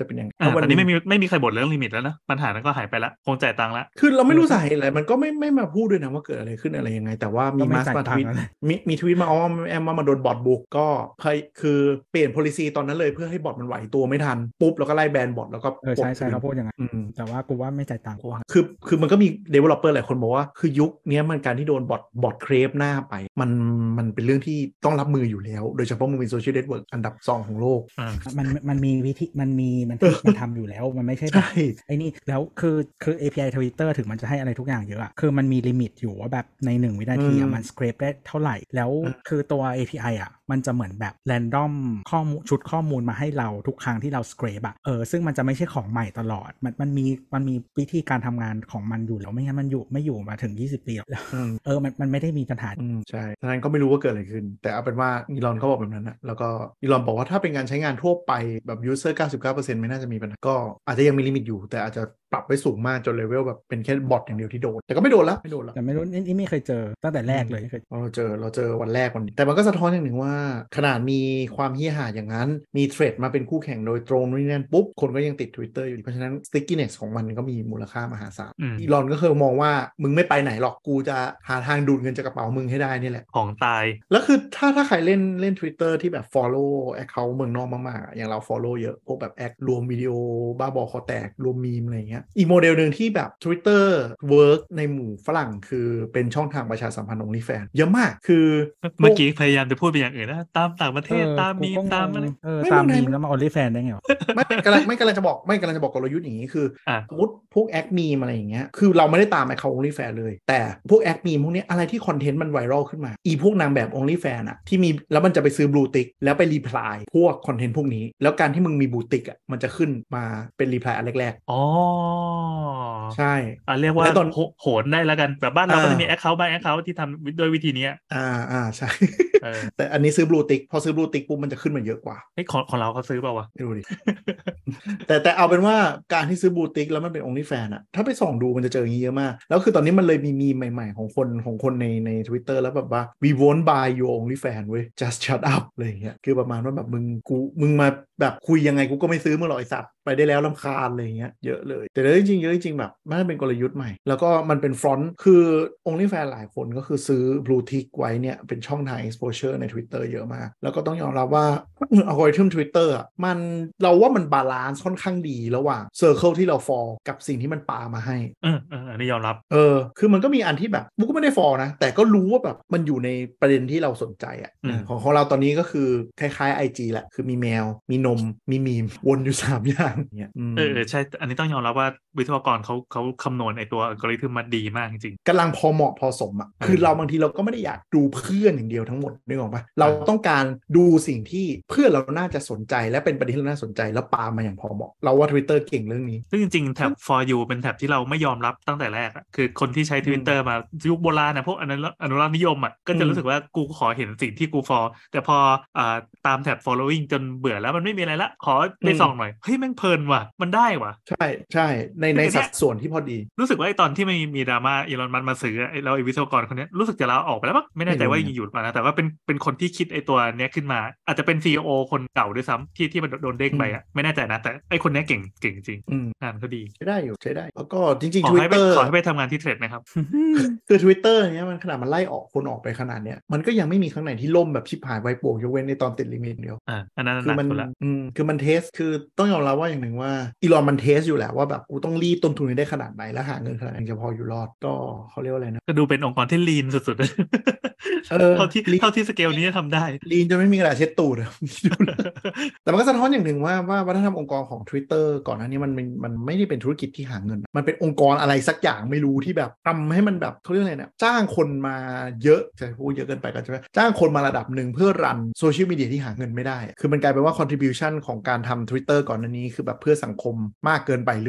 C: เป็นยังไง
B: อ่า
C: วั
B: ตอนนี้ไม่มีไม่มีใครบ่นเรื่องลิมิตแล้วนะปัญหานั้นก็หายไปละคงจ่ายตังค์ละ
C: คือเราไม่รู้สาเหตุอะไรมันก็ไม่ไม่มาพูดด้วยนะว่าเกิดอะไรขึ้นอะไรยังไงแต่ว่ามีมาสมาทวีตมีมีทวีตมาอ๋อแอมมาโดนบอทบุกก็คือเปลี่ยน policy ตอนนั้นเลยเพื่อให้บอทมันไหวตัวไม่ทันปุ๊บแล้วก็ไล่แบนบอทแล้วก็
D: เออใช่ใช่เขาพูดอย่างนั้นแต่ว่ากูว่าไม่จ่ายตังค์
C: คือคือมันก็มี developer หลายคนบอกว่าคือยุคนี้มันการที่โดนบอทบอทเครปหน้าไปมันมันเป็นเรื่องที่ต้องรับมืออยู่แล้วโดยเฉพาะมึงเป็นโซเชียลเน็ตเวิร์กอันดับสองของโลก
D: มันมันมีวิธีมันมีมันมันทำอยู่แล้วมันไม่ใช่แบบไอ้นี่แล้วคือคือ เอ พี ไอ Twitter ถึงมันจะให้อะไรทุกอย่างเยอะอะคือมันมีลิมิตอยู่ว่าแบบในหนึ่งวินาทีอะมันสเครปได้เท่าไหร่แล้วคือตัว เอ พี ไอ อะมันจะเหมือนแบบแรนดอมข้อมูลชุดข้อมูลมาให้เราทุกครั้งที่เราสเครปอะเออซึ่งมันจะไม่ใช่ของใหม่ตลอดมันมันมีมันมีวิธีการทำงานของมันอยู่แล้วไม่งั้นมันอยู่ไม่อยู่มาถึงยี่สิบปีแล้วเออมันมันไม่ได้มีปัญหา
C: ใช่ฉะนั้นก็ไม่รู้ว่าเกิดอะไรขึ้นแต่เอาเป็นว่าอีลอนเขาบอกแบบนั้นนะแล้วก็อีลอนบอกว่าถ้าเป็นการใช้งานทั่วไปแบบยูเซอร์ เก้าสิบเก้าเปอร์เซ็นต์ ไม่น่าจะมีปัญหาก็อาจจะยังมีลิมิตอยู่แต่อาจจะปรับไว้สูงมากจนเลเวลแบบเป็นแค่บอทอย่างเดียวที่โดนแต่ก็ไม่โดนละไม่โดนละ
D: แต่ไม่รู้นี่ไม่เคยเจอตั้งแต่แรกเลย
C: เราเจอเราเจอวันแรกวันนี้แต่มันก็สะท้อนอย่างหนึ่งว่าขนาดมีความเหี้ยหาอย่างนั้นมีเทรดมาเป็นคู่แข่งโดยตรงนี่นั่นปุ๊บคนก็ยังติด Twitter อยู่เพราะฉะนั้น stickiness ของมันก็มีมูลค่ามหาศาลอีลอนก็เคยมองว่ามึงไม่ไปไหนหรอกกูจะหาทางดูดเงินจากกระเป๋ามึงให้ได้นี่แหละ
B: ของตาย
C: แล้วคือถ้าถ้าใครเล่นเล่น Twitter ที่แบบ follow account เมืองนอกมากๆอย่างเรา follow เยอะพวกแบบแอครวมวิดีโอบ้าบอคอแตกรวมมีมอะไรเงี้ยอีกโมเดลนึงที่แบบ Twitter work ในหมู่ฝรั่งคือเป็นช่องทางประชาสัมพันธ์ OnlyFans เยอะมากคือ
B: เมื่อกี้พยายามจะพูดไปอย่างอื่นนะตามต่างประเทศตามมีมตามอะไร
D: เออตามมีมแล้วมา OnlyFans ได้ไงวะ
C: ไม่กำลังไม่กำลังจะบอกไม่กำลังจะบอกกลยุทธ์อย่างนี้คือสมมติพวกแอคมีมอะไรอย่างเงี้ยคือเราไม่ได้ตามไอ้เขา OnlyFans เลยแต่พวกแอคมีมพวกนี้อะไรที่คอนเทนต์มันไวรัลขึ้นมาอีพวกนางแบบ OnlyFans อะที่มีแล้วมันจะไปซื้อบลูติ๊กแล้วไปรีプライพวกคอนเทนต์พวกนี้แล้วการที่มึงมีบลูติ๊กอะมันจะขึ้นมาเป็นรีプライอันแรก
B: ๆอ๋อ
C: ใช่
B: อ่ะเรียกว่าโหนได้แล้วกันแบบบ้านเราก็จะมีแอคเคาท์บางแอคเคาท์ที่ทำโดยวิธีนี้
C: อ่าอ่าใช่แต่อันนี้ซื้อบลูติ๊กพอซื้อบลูติ๊กปุ๊บมันจะขึ้นมาเยอะกว่า
B: ไอ้ของของเราเขาซื้อเปล่าวะ
C: ไม่รู้ดิ แต่แต่เอาเป็นว่าการที่ซื้อบลูติ๊กแล้วมันเป็น OnlyFans อะถ้าไปส่องดูมันจะเจออย่างนี้เยอะมากแล้วคือตอนนี้มันเลยมีมีใหม่ๆของคนของคนในใน Twitter แล้วแบบว่า we won't buy your OnlyFans เว้ย just shut up อะไรอย่างเงี้ยคือประมาณว่าแบบมึงกูมึงมาแบบคุยยังไงกูก็ไม่ซื้อมึงหรอกไอ้สัตว์ไปได้แล้วรำคาญอะไรอย่างเงี้ยเยอะเลยแต่เรื่องจริงเยอะจริงแบบมันเป็นกลยุทธ์ใหม่แล้วก็มันเป็นฟรอนต์คือ OnlyFans หลายคนก็คือซื้อ blue tick ไว้เนี่ยเป็นช่องทาง exposure ใน Twitter เยอะมากแล้วก็ต้องยอมรับว่า algorithm Twitter อ่ะมันเราว่ามันบาลานซ์ค่อนข้างดีระหว่าง circle ที่เรา fall กับสิ่งที่มันปามาให้
B: เออเอออันนี้ยอมรับ
C: เออคือมันก็มีอันที่แบบกูก็ไม่ได้ fall นะแต่ก็รู้ว่าแบบมันอยู่ในประเด็นที่เราสนใจอ่ะของของเราตอนนี้ก็คือคล้ายๆ ไอ จี แหละคือมีแมวมีนมมีมีมวนอยู่สามอย่างเนี่ย
B: เออใช่อันนี้ต้องยอมรับว่าวิศวกรเขาเขาคำนวณไอตัวอัลกอริทึมมาดีมากจริง
C: ๆกำลังพอเหมาะพอสมอ่ะคือเราบางทีเราก็ไม่ได้อยากดูเพื่อนอย่างเดียวทั้งหมดนึกออกปะเราต้องการดูสิ่งที่เพื่อนเราน่าจะสนใจและเป็นประเด็นที่เราน่าสนใจแล้วปามาอย่างพอเหมาะเราว่า Twitter เก่งเรื่องนี้
B: ซึ่งจริงๆแท็บ for you เป็นแท็บที่เราไม่ยอมรับตั้งแต่แรกอ่ะคือคนที่ใช้ Twitter มายุคโบราณนะพวกอนุอนุรักษ์นิยมอ่ะก็จะรู้สึกว่ากูขอเห็นสิ่งที่กู for แต่พออ่าตามแท็บ following จนเบื่อแล้วมันไม่มีอะไรละขอไปส่องหน่อยเฮ้ยแม่งเพลินว่ะมันได้ว่ะ
C: ใช่ใช่ในในสัดส่วนที่พอดี
B: รู้สึกว่าไอ้ตอนที่มันมีดราม่าอีลอนมัสก์มาซื้อไอ้เราไอ้วิศวกรคนนี้รู้สึกจะลาออกไปแล้วมั้งไม่แน่ใจว่ายังอยู่มานะแต่ว่าเป็นเป็นคนที่คิดไอ้ตัวเนี้ยขึ้นมาอาจจะเป็น ซี อี โอ คนเก่าด้วยซ้ำที่ที่มันโดนเด้งไปอ่ะไม่แน่ใจนะแต่ไอ้คนนี้เก่งเก่งจริงงานเขาดี
C: ใช้ได้อยู่ใช้ได้แล้วก็จริง
B: ๆ Twitter ขอให้ไปทำงานที่เทรดนะครับ
C: คือ Twitter เนี้ยมันขนาดมันไล่ออกคนออกไปขนาดเนี้ยมันก็ยังไม่มีครั้งไหนที่ล่มแบบชิบหายไวโป่งยกเว้นในตอนติดลิมิตเดียว
B: อ่าอันนั้น
C: คือมันอืมคือมันเทสคือต้องยอมรับว่าอย่างหนึ่งว่าอีลอนมันเทสอยู่แหละว่าแบบกูต้องรีดต้นทุนได้ขนาดไหนและหาเงินขนาดไหนจะพออยู่รอดก็เขาเรียกว่าอะไรนะ
B: ก็ดูเป็นองค์กรที่ลีนสุดๆเออเท่าที่เท่าที่สเกลนี้ทำได้
C: ลีนจะไม่มีกระดาษเช็ดตูดแต่มันก็สะท้อนอย่างหนึ่งว่าว่าวัฒนธรรมองค์กรของ Twitter ก่อนหน้านี้มันมันไม่ได้เป็นธุรกิจที่หาเงินมันเป็นองค์กรอะไรสักอย่างไม่รู้ที่แบบทำให้มันแบบเขาเรียกอะไรนะจ้างคนมาเยอะจะพูดเยอะเกินไปกันใช่ไหมจ้างคนมาระดับหนึ่งเพื่อรันโซเชียลมีเดียที่หาเงินไม่ได้คือมันกลายเป็นว่า contribution ของการทำ Twitter ก่อนหน้านี้คือแบบเพื่อสังคมมากเกินไปหรือเปล่า
D: คง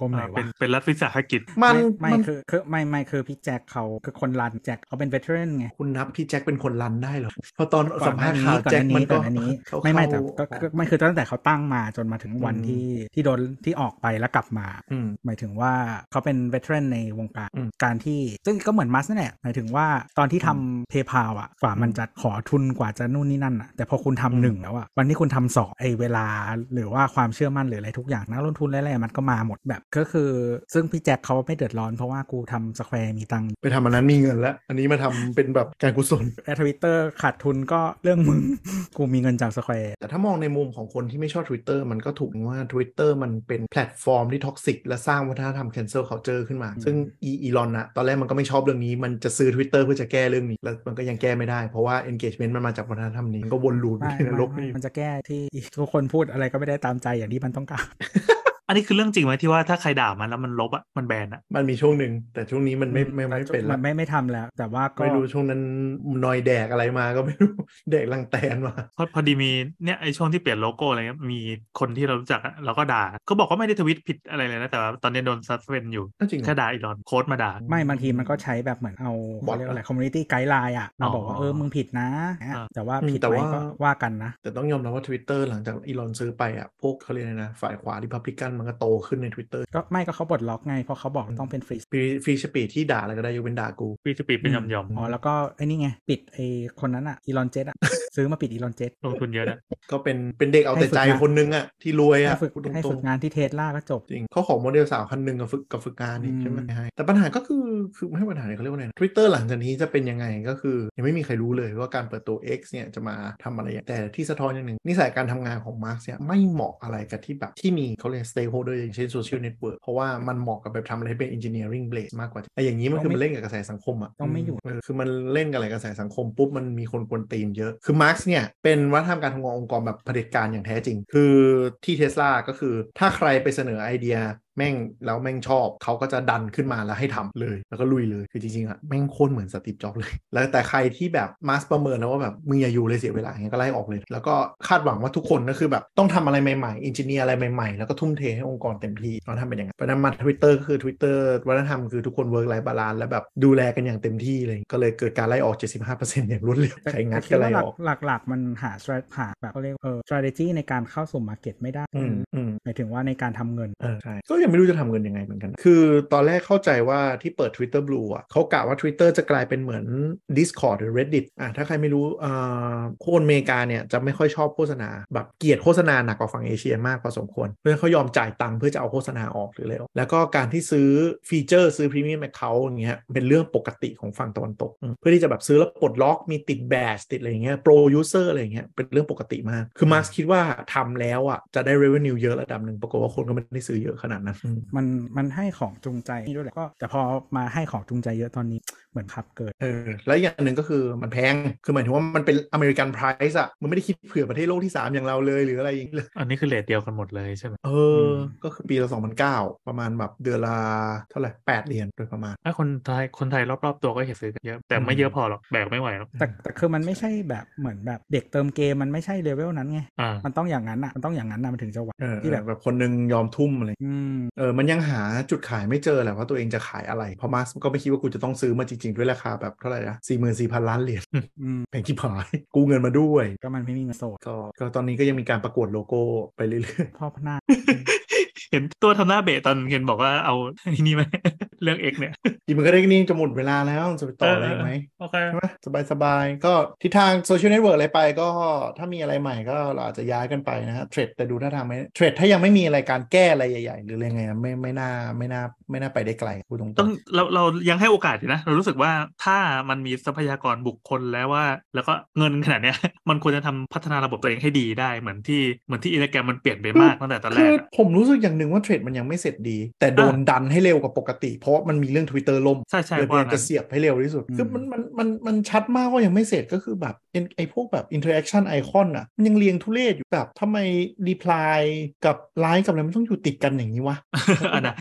D: มไหน
B: อ่า
D: วะ
B: เป็นเป็นรัฐวิสาหกิจ
C: มัน
D: ไม่
C: มัน
D: คือคือไม่ไม่คือพี่แจ็คเขาคือคนรันแจ็คเขาเป็นเวเทอรันไง
C: คุณนับพี่แจ็คเป็นคนรันได้เหรอเพราะตอน
D: ก่
C: สั
D: อน
C: ม
D: ห
C: ภา
D: น้า
C: ษณ์
D: นี้
C: ข่าว
D: ก่อน
C: แจ็
D: ห
C: ค
D: น้า
C: มั
D: นี้
C: น
D: ก่
C: ก็
D: อนหน้านี้
C: เขา
D: ไม่ไม่แต่
C: เข้า
D: ก็ก็ไม่คือตั้งแต่เขาตั้งมาจนมาถึงวัน
C: อืม
D: ที่ที่โดนที่ออกไปแล้วกลับมา
C: อืม
D: หมายถึงว่าเขาเป็นเวเทอรันในวงการ
C: อืม
D: การที่ซึ่งก็เหมือนมัสนั่นแหละหมายถึงว่าตอนที่
C: อืม
D: ทำเพย์พาอ่ะกว่ามัน
C: อืม
D: จะขอทุนกว่าจะนู่นนี่นั่นอ่ะแต่พอคุณ
C: อืม
D: ทำหนึ่งแล้วอ่ะวันที่คุณทำสองไอ้เวลาหรือว่าความเชื่อมั่นหรืออะไรทุกอย่างนักลงทุนอะไรๆมันก็มาหมดแบบก็คือซึ่งพี่แจ็คเขาไม่เดือดร้อนเพราะว่ากูทำสแควร์มีตังค์
C: ไปทำอันนั้นมีเงินแล้ว อันนี้มาทำเป็นแบบการกุศล
D: แอทวิตเตอร์ขาดทุนก็เรื่องมึง กูมีเงินจากสแควร์
C: แต่ถ้ามองในมุมของคนที่ไม่ชอบ Twitter มันก็ถูกว่า Twitter มันเป็นแพลตฟอร์มที่ท็อกซิกและสร้างวัฒนธรรม cancel culture ขึ้นมา ซึ่งอีอีลอนนะตอนแรกมันก็ไม่ชอบเรื่องนี้มันจะซื้อ Twitter เพื่อจะแก้เรื่องนี้แล้วมันก็ยังแก้ไม่ได้เพราะว่า engagement มันมาจากวัฒนธรรมนี้มันก็วนลูป
D: ไม่
C: ในน
D: ไม่
C: รก
D: ไม่
C: นี่
D: มันจะแก้ที่ทุกคนพูดอะไรก็ไม่ได้ตามใจอย่างที่มันต้องการ
B: อันนี้คือเรื่องจริงไหมที่ว่าถ้าใครด่ามันแล้วมันลบอ่ะมันแบนอ่ะ
C: มันมีช่วงหนึ่งแต่ช่วงนี้มันไม่ไม่ไม่เป็น
D: มั
C: ละ
D: นไม่ไม่ทำแล้ว แต่ว่าก็
C: ไม่รู้ช่วงนั้นนอยแดกอะไรมาก็ไม่รู้ แดกลังแตนมา
B: เพราะพอดีมีเนี่ยไอช่วงที่เปลี่ยนโลโก้อะไรเงี้ยมีคนที่เรารู้จักอะเราก็ด่าก็บอกว่าไม่ได้ทวิตผิดอะไรเลยนะแต่ว่าตอนนี้โดนซัสเพนอยู่
C: อ้าวจริงเหรอ
B: แค่ด่าอีลอนโค้ดมาด่า
D: ไม่บางทีมันก็ใช้แบบเหมือนเอา
C: บอท
D: เขาเรียกว่าอะไรคอมมูนิตี้ไกด์ไลน์อ่ะ
B: อ๋
D: มา
B: อ
D: บอกว่าเออมึงผิดนะ
B: อ่า
D: แต่ว่า
C: อืม
D: ผิด
C: แต่
D: ไหม
C: ว่า
D: ก็ว่ากันนะ
C: แต่ต้องยอมรับว่า Twitter หลังจากอีลอนซื้อไปอ่ะพวกเขาเรียกอะไรนะฝ่ายขวาริพับลิกันมันก็โตขึ้นใน Twitter
D: ก็ไม่ก็เขาปลดล็อกไงเพราะเขาบอกต้องเป็นฟรี
C: ฟรีฟรีสปีดที่ด่าอะไรก็ได้ยกเว้นด่ากู
B: พี่สปีดเป็นยอมยอม
D: อ๋อแล้วก็ไอ้นี่ไงปิดไอ้คนนั้นอ่ะอีลอนเจ็ตอ่ะ ซื้อมาปิดอีลอนเจ็ต
B: ลงทุนเยอะนะ
C: ก็เป็นเป็นเด็กเอาแต่ใจ
D: ให้ฝึกงาน
C: คนนึงอ่ะที่รวย
D: ให้
C: อ่ะ
D: ฝึก
C: พูดต
D: ให้
C: ร
D: ฝึ
C: ง
D: กงานที่เทสลาก็จบ
C: ๆจริงเขาของโมเดลสาวคันหนึ่งกับฝึกกับฝึกงานนี่
D: อืม
C: ใช่ไหมให้แต่ปัญหาก็คือคือไม่ใช่ปัญหาเนี่ยเขาเรียกว่าไง Twitter หลังจากนี้จะเป็นยังไงก็คือยังไม่มีใครรู้เลยว่าการเปิดตัว X เนี่ยจะมาทำอะไรอย่างแต่ที่สะท้อนอย่างหนึ่งนิสัยการทำงานของมาร์กเนี่ยไม่เหมาะอะไรกับที่แบบที่มีเขาเรียก stakeholder อย่างเช่น social network เพราะว่ามันเหมาะกับแบบทำอะไรเป็น engineering base มากกว่าไอ้อย่างนี้มันคือมันเล่นกับกระแสสังคมอ่ะ
D: ต้องไม่อยู่
C: เออคือมันเล่นกับอะไรกระแสสังคมปุ๊บมันมีคนกวนตีนเยอะคือมาร์กเนี่ยเป็นวัฒนธรรมการทำงานองค์กรแบบเผด็จการอย่างแท้จริงคือที่เทสลาก็คือถ้าใครไปเสนอไอเดียแม่งแล้วแม่งชอบเขาก็จะดันขึ้นมาแล้วให้ทำเลยแล้วก็ลุยเลยคือจริงๆอะแม่งโคตรเหมือนสตีฟจ็อบส์เลยแล้วแต่ใครที่แบบมาร์กประเมินแล้วว่าแบบมึงอย่าอยู่เลยเสียเวลาอย่างเงี้ยก็ไล่ออกเลยแล้วก็คาดหวังว่าทุกคนก็คือแบบต้องทำอะไรใหม่ๆอินจิเนียร์อะไรใหม่ๆแล้วก็ทุ่มเทให้องค์กรเต็มที่เราทำเป็นอย่างนั้นเพราะนั้นมา Twitter ก็คือ Twitter วัฒนธรรมคือทุกคน work life balance และแบบดูแลกันอย่างเต็มที่เลยก็เลยเกิดการไล่ออก เจ็ดสิบห้าเปอร์เซ็นต์ อย่างรวดเร็วใครงัดก็ไล่ออก
D: หลักหลักๆมันหา strat หาแบบเขาเรียกเออ strategy ในการเข้าสู่ market ไม่ได้
C: อืมอืม
D: หมายถึงว่าในการทำเงิน
C: เออใช่ก็ยังไม่รู้จะทำเงินยังไงเหมือนกันคือตอนแรกเข้าใจว่าที่เปิด Twitter Blue อ่ะเขากะว่า Twitter จะกลายเป็นเหมือน Discord หรือ Reddit อ่ะถ้าใครไม่รู้อ่าคนอเมริกาเนี่ยจะไม่ค่อยชอบโฆษณาแบบเกลียดโฆษณาหนักกว่าฝั่งเอเชียมากพอสมควรเพื่อเขายอมจ่ายตังค์เพื่อจะเอาโฆษณาออกหรืออะไรออกแล้วก็การที่ซื้อฟีเจอร์ซื้อ Premium Account อย่างเงี้ยเป็นเรื่องปกติของฝั่งตะวันตกอืมเพื่อที่จะแบบซื้อแล้วปลดล็อกมีติดแบชติดอะไรอย่างเงี้ย Pro User อะไรอย่างเงี้ยเป็นเรื่องปกติมากคือมาร์คคิดว่าทำแล้วอ่ะจะได้ revenue เยอะระดับหนึ่งปรากฏว่าคนก็ไม่ได้ซื้อเยอะขนาดนั้นอืม
D: มันมันให้ของจูงใจด้วยแหละก็แต่พอมาให้ของจูงใจเยอะตอนนี้เหมือนขับเกิด
C: เออแล้วอย่างหนึ่งก็คือมันแพงคือหมายถึงว่ามันเป็นอเมริกันไพรซ์อะมันไม่ได้คิดเผื่อประเทศโลกที่สามอย่างเราเลยหรืออะไรอย่างเงี้ยเลย
B: อันนี้คือเรทเดียวกันหมดเลยใช่ไหม
C: เออก็คือปีละสองพันเก้าประมาณแบบเดือนละเท่าไหร่แปดเหรียญโดยประมาณ
B: ถ้าคนไทยคนไทยรอบๆตัวก็เห็นซื้อกันเยอะแต่ไม่เยอะพอหรอกแบกไม่ไหวหรอก
D: แต่แต่คือมันไม่ใช่แบบเหมือนแบบเด็กเติมเกมมันไม่ใช่เลเวลนั้นไง
B: อ่า
D: มันต้องอย่างนั้นอ่ะมันต้องอย่างนั้นนะมันถึงจะไหว
C: เออ
D: ที่แบบ
C: แบบคนหนึงยอมทุ่มอะไร
D: อืม
C: เออมันยังหาจุดขายไม่เจอแหละว่าตัวเองจะขายอะไรเพราะมาร์คก็ไม่คิดว่ากูจะต้องซื้อมาจริงๆด้วยราคาแบบเท่าไหร่นะสี่หมื่นสี่พันล้านเหรียญ
D: อืม
C: แพงที่ผายกู้เงินมาด้วย
D: ก็มันไม่มีเงินสด
C: ก็ก็ตอนนี้ก็ยังมีการประกวดโลโก้ไปเรื่อยๆ
D: พ่อพนา
B: เห็นตัวทำหน้าเบะตอนเห็นบอกว่าเอาอันนี้ไหม เรื่องเอกเนี่ย
C: จริงมันก็ได้นี่จะหมดเวลาแล้วจะไปต่ออะไรอีกไหม
B: โอเค
C: ใช่ไหมสบายสบายๆก็ทิศทางโซเชียลเน็ตเวิร์กอะไรไปก็ถ้ามีอะไรใหม่ก็เราอาจจะย้ายกันไปนะฮะเทรดแต่ดูท่าทางไม่เทรดถ้ายังไม่มีอะไรการแก้อะไรใหญ่ๆ หรืออะไรไงนะไม่ไม่น่าไม่น่าไม่น่าไปได้ไกลพูดตรงๆ
B: ต้องเราเรายังให้โอกาสอยู่นะเรารู้สึกว่าถ้ามันมีทรัพยากรบุคคลแล้วว่า แล้วก็เงินขนาดเนี้ย มันควรจะทำพัฒนาระบบตัวเองให้ดีได้เหมือนที่เหมือนที่อินสตาแกรมมันเปลี่ยนไปมากตั้งแต่ตอนแร
C: คื
B: ก
C: อ
B: อะ
C: ผมรู้สึกอย่างหนึ่งว่าเทรดมันยังไม่เสร็จดี แต่โดนดันให้เร็วกว่าปกติ เพราะว่ามันมีเรื่อง Twitter ล่ม
B: ใช่ใช่
C: เลยพยายาม
B: ว่างั้น
C: จะเสียบให้เร็วที่สุด
D: อืม
C: คือมันมันมันมันชัดมากว่ายังไม่เสร็จก็คือแบบไอ้ไอ้พวกแบบ interaction icon อ่ะมันยังเรียงทุเรศอยู่แบบทำไม reply กับ like กับอะไรมันต้องอยู่ติดกันอย่างนี้วะ
B: อันนะ
C: เออ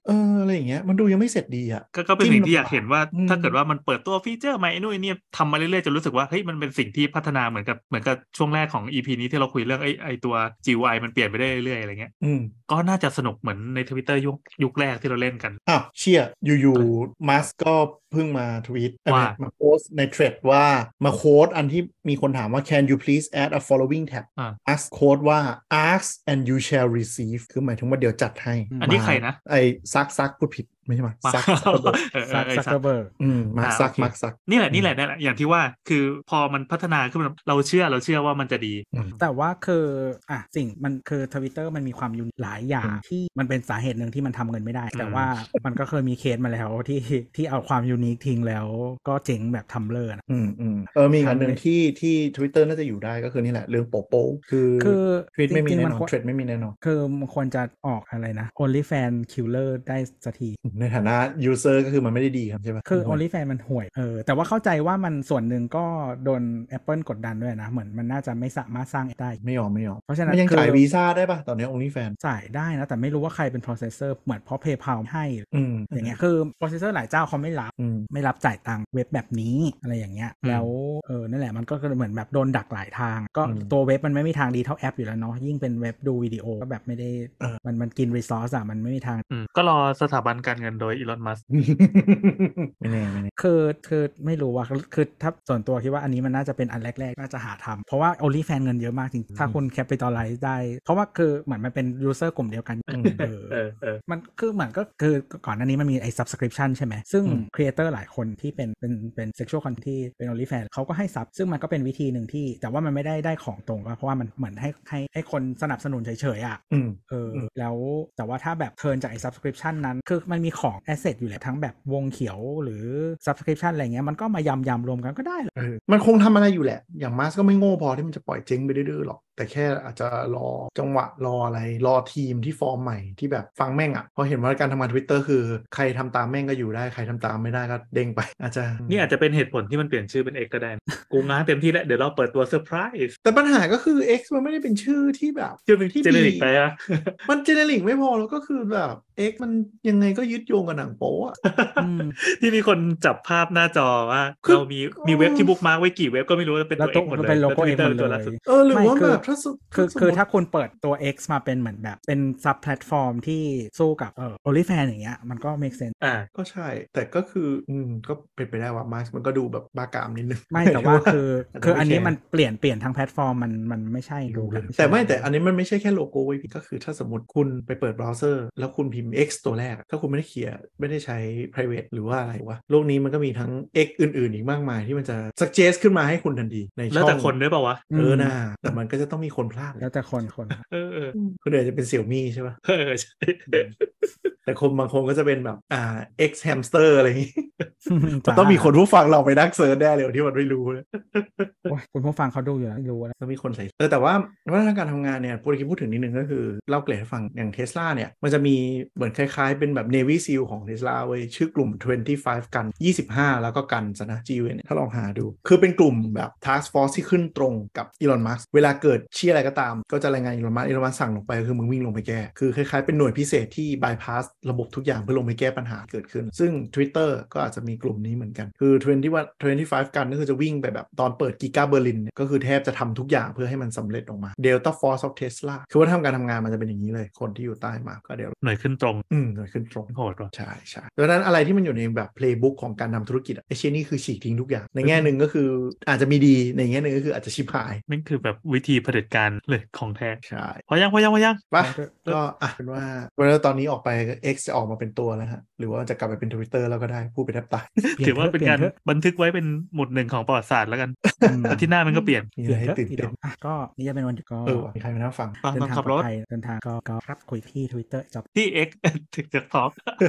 C: อะไรอย่างเงี้ยมันดูยังไม่เสร็จดีอ่ะ
B: ก็ก็เป็นสิ่งที่อยากเห็นว่า
C: อืม
B: ถ้าเกิดว่ามันเปิดตัวฟีเจอร์ใหม่ไอ้นู่นไอ้นี่ทำมาเรื่อยๆจนรู้สึกว่าเฮ้ยมันเป็นสิ่งที่พัฒนาเหมือนกับเหมือนกับช่วงแรกของ อี พี นี้ที่เราคุยเรื่องไอ้ไอ้ตัว จี ยู ไอ มันเปลี่ยนไปได้เรื่อยๆอะไรเงี้ย
C: อืม
B: ก็น่าจะสนุกเหมือนใน Twitter ยุคยุคแรกที่เราเล่นกัน
C: อ้าวเชี่ยอยู่
B: เออ
C: ๆมัสก็เพิ่งมาทวีต
B: ว่า
C: มาโพสต์ในเทรดว่ามาโค้ดอันที่มีคนถามว่า can you please add a following tab
B: อ่า
C: ask โค้ดว่า ask and you shall receive คือหมายถึงว่าเดี๋ยวจัดให้
B: อันนี้ใครนะ
C: ไอ้ซักซักพูดผิดไม่ใช่มั้ย
B: มา
C: ซักซักเบิร์ก
B: เออเอ
D: ซั
B: อก เออ
D: ซัก
B: ซั
D: เก
B: ก
D: อร์เบิร์ก
C: อืมมา
B: อ่า
C: ซัก
B: โอเค
C: มักซัก
B: นี่แหละนี่แหละนี่แหละอย่างที่ว่าคือพอมันพัฒนาขึ้นมาเราเชื่อเราเชื่อว่ามันจะดี
C: อืม
D: แต่ว่าคืออ่ะสิ่งมันคือ Twitter มันมีความยูนิคหลายอย่าง
C: อืม
D: ที่มันเป็นสาเหตุหนึ่งที่มันทำเงินไม่ได้
B: อืม
D: แต่ว่ามันก็เคยมีเคสมาแล้วที่ที่เอาความยูนิคทิ้งแล้วก็เจ๋งแบบทัมเลอร์นะ
C: อืมอืมเออมีอีกอันหนึ่ง
D: ทำเลย
C: ที่ที่ Twitter น่าจะอยู่ได้ก็คือนี่แหละเรื่องโปโป้คือ
D: คือ
C: ทวีตไม่มี
D: จริงๆ
C: แน่
D: มัน
C: นอน
D: ควร
C: เทรดไม่มีแน่นอน
D: คือมันควรจะออกอะไรนะ OnlyFans Killer ได้สักที
C: ในฐานะ user ก็คือมันไม่ได้ดีครับใช่ปะ
D: คือ OnlyFans มันห่วยเออแต่ว่าเข้าใจว่ามันส่วนหนึ่งก็โดน Apple กดดันด้วยนะ เหมือนมันน่าจะไม่สามารถสร้างได้
C: ไม่ยอมไม่ยอม
D: เพราะฉะนั้น
C: มันยัง
D: คือ
C: จ่ายวีซ่าได้ปะตอนนี้ OnlyFans
D: จ่ายได้นะ แต่ไม่รู้ว่าใครเป็น processor เหมือนเพราะ PayPal ให้
C: อืม
D: อย่างเงี้ยคือ processor หลายเจ้าเขาไม่รับ
C: อืม
D: ไม่รับจ่ายตังค์เว็บแบบนี้อะไรอย่างเงี้ย
B: อืม
D: แล้วเออนั่นแหละมันก็เหมือนแบบโดนดักหลายทาง ก็
C: อืม
D: ตัวเว็บมันไม่มีทางดีเท่าแอปอยู่แล้วเนาะยิ่งเป็นเว็บดูวิดีโอก็แบบไม่ได้
C: เออ
D: มันมันกิน resource อะมันไม่มีทาง
B: อืมก็รอสถาบันการเงินโดยอีลอนมัส
C: ไม่แน่ไม่แน่
D: คือคือไม่รู้ว่าคือถ้าส่วนตัวคิดว่าอันนี้มันน่าจะเป็นอันแรกๆ น่าจะหาทำเพราะว่า OnlyFans เงินเยอะมากจริงถ้าคุณ capitalize ได้ เพราะว่าคือเหมือนมันเป็น user กลุ่มเดียวกัน
C: อืม
D: เออ
B: เออเออ
D: มันคือเหมือนก็คือก่อนหน้านี้มันมีไอ้ subscription ใช่ไหมซึ่ง
C: อืม
D: creator หลายคนที่เป็นเป็นเป็น sexual content ที่เป็น OnlyFans เขาก็ให้ sub ซึ่งมันก็เป็นวิธีหนึ่งที่แต่ว่ามันไม่ได้ได้ของตรงเพราะว่ามันเหมือนให้ให้ให้คนสนับสนุนเฉยๆอ่ะ
C: อืม
D: เออแล้วแต่ว่าถ้าแบบเทิร์นจากไอ้ subscription นั้นคือมันมีของ asset อยู่แหละทั้งแบบวงเขียวหรือ subscription อะไรเงี้ยมันก็มายำยำรวมกันก็ได้แหละ
C: เออมันคงทำอะไรอยู่แหละ อย่างมาสก็ไม่โง่พอที่มันจะปล่อยเจ๊งไปดื้อๆหรอก แต่แค่อาจจะรอจังหวะรออะไร รอทีมที่ฟอร์มใหม่ที่แบบฟังแม่งอ่ะเพราะเห็นว่าการทำงาน Twitter คือใครทำตามแม่งก็อยู่ได้ใครทำตามไม่ได้ก็เด้งไป อาจจะ
B: นี่อาจจะเป็นเหตุผลที่มันเปลี่ยนชื่อเป็น X ก็ได้นะกูง้างเต็มที่แล้วเดี๋ยวเราเปิดตัวเซอร์ไพรส์
C: แต่ปัญหาก็คือ X มันไม่ได้เป็นชื่อที่แบบ
B: ชื่อเป็น
C: ที่
B: เจเนริกไปอะ
C: มันเจเนริกไม่พอแล้วก็คือแบบ X มันยังไงก็ยึดโยงกับหนังโป๊อะ
D: อืม
B: ที่มีคนจับภาพหน้าจอว่า
C: คือ
B: เรามีมีเว็บที่บุ๊กมาร์กไว้กี่เว็บก็ไม่รู้แล้วเป็น
D: แล้
B: ตัว ว X
D: ตัว
B: หมดเลย
D: เป็นโลโก้
B: แว
D: X หม
B: Twitter
D: ด
B: เป็นตัว
D: เล
B: ล่าสุด
D: ย
C: เออหรือ
D: ไม่
C: ว่า
D: คือ
C: แบบถ้าส
D: คือ
C: สมมุติ
D: คือถ้าคุณเปิดตัว X มาเป็นเหมือนแบบเป็น sub platform ที่สู้กับเอ่อ OnlyFans อย่างเงี้ยมันก็ make sense
B: อ่า
C: ก็ใช่ แต่ก็คืออืมก็เป็นไปได้ว่ามาร์มันก็ดูแบบบ้ากามนิดนึง
D: ไม่แต่ว่าคือ
C: อาจจะ
D: คืออันนี้
C: ไแร์
D: มันเปลี่ยนเปลี่ยนทั้งแพลตฟอร์มมันมันไม่ใช่ดูกัน
C: แต่ไม่แต่อันนี้มันไม่ใช่แค่โลโก้ไว้ยพี่ก็คือถ้าสมมติคุณไปเปิดเบราว์เซอร์แล้วคุณพิมพ์ X ตัวแรก ถ้าคุณไม่ได้เขียนไม่ได้ใช้ private หรือว่าอะไรวะโลกนี้มันก็มีทั้ง X อื่นๆอีกมากมายที่มันจะ suggest ขึ้นมาให้คุณทันทีในช่อง
B: แล้วแต่คนด้วยเปล่าวะ
C: เออนะแต่มันก็จะต้องมีคนพลาด
D: แล้วแต่คนคน
B: เออเออ
C: คุณเดี๋ยวจะเป็นเสี่ยวมี่ใช่ปะ
B: เออใช่
C: แต่คนบางคนก็จะเป็นแบบอ่า X hamster อะไรอย่างงี้ มันต้องมีคนผู้ฟังเราไปนักเซิร์ชแน่เลยที่มันไม่รู้เลย
D: โอ้ยคุณผู้ฟังเขาดูอยู่แล้วรู้แล้ว
C: ต้องมีคนใส่เออแต่ว่าวัฒนธรรมการทำงานเนี่ยพูดพูดถึงนิดนึงก็คือเล่าเกรดให้ฟังอย่าง Tesla เนี่ยมันจะมีเหมือนคล้ายๆเป็นแบบ Navy SEAL ของ Tesla เว้ยชื่อกลุ่มยี่สิบห้ากันยี่สิบห้าแล้วก็กันซะนะ จี ยู เอ็น เนี่ยถ้าลองหาดูคือเป็นกลุ่มแบบ Task Force ที่ขึ้นตรงกับอีลอนมัสก์เวลาเกิดเชี่ยอะไรก็ตามก็จะรายงานอีลอนมัสก์อีลอนมัสก์สั่งลงไปคือมึงวิ่งลงไปแก้คือคล้ายๆเป็นหน่วยพิเศษที่ bypass ระบบทุกอย่างเพื่อลงไปแก้ปัญหาเกิดขึ้นซึ่ง Twitter ก็อาจจะมีกลุ่มนี้เหมือนกันคือยี่สิบว่ายี่สิบห้ากันก็คือจะวิ่งไปแบบตอนเปิดกิกาเบอร์ลินเนี่ยก็คือแทบจะทำทุกอย่างเพื่อให้มันสำเร็จออกมา Delta Force of Tesla คือว่าทำการทำงานมันจะเป็นอย่างนี้เลยคนที่อยู่ใต้มาก็เดี๋ยว
B: หน่วยขึ้นตรง
C: อืมหน่วยขึ้นตรง
B: โหดว่ะ
C: ใช่ใช่ดังนั้นอะไรที่มันอยู่ในแบบ playbook ของการทำธุรกิจอะไอเช่นนี่คือฉีกทิ้งทุกอย่างในแง่หนึ่งก็คืออาจจะมีดีในแง่หนึ่งก็คืออาจจะชิบหาย
B: นั่นคือแบบวิธีเผด็จการเลยของแท้
C: ใช่
B: พอยังพอยังพอยัง
C: ปะก็อ่ะเป็นว่าเวลาตอนนี้ออกไป X จะออกมาเป็นตัวแล้วฮะหรือว่าจะกลับไปเป็น Twitter แล้วก็ได้พูดไปแทบตาย
B: ถือว่าเป็นการบันทึกไว้เป็นหมุดหนึ่งของประวัติศาสตร์แล้วกัน
D: อืม
B: อาทิตย์หน้ามันก็เปลี่ยน
C: มี
D: เป
C: อะ
D: ลี่
C: ไร
D: ยน
C: ให้
D: เถอะ
C: ตื่น
D: เดี๋
C: เต้
D: ยวน อ่ะก็นี่จะเป็นวันหยุดก็
C: เออว่ะมีใครมานั่งฟัง
B: ฟัง
D: เดิน
B: ฟัง
D: ทาง
B: ขับ
D: ปล
B: ร
D: อด
B: ถ
D: ภัยเดินทางก็ก็รับคุยที่ Twitter จบ
B: ที่ X ถึงจะท็อก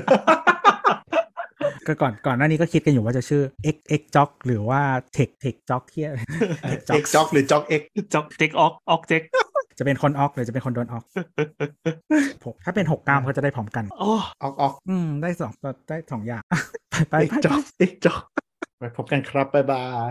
D: ก็ก่อนก่อนหน้านี้ก็คิดกันอยู่ว่าจะชื่อ X X Jock หรือว่า Tech Tech Jock ที่
C: X Jock หรือ Jock X
B: จ็อกเจ็กออกออกเจ็ก
D: จะเป็นคนออกหรือจะเป็นคนโดนออกผมถ้าเป็นหกกล้ามก็จะได้พร้อมกัน
B: โอ้
C: ออกออก
D: อืมได้สองได้สองอย่าง ไปไป
C: X
D: ไป
C: Jock X Jock ไปพบกันครับบ๊ายบาย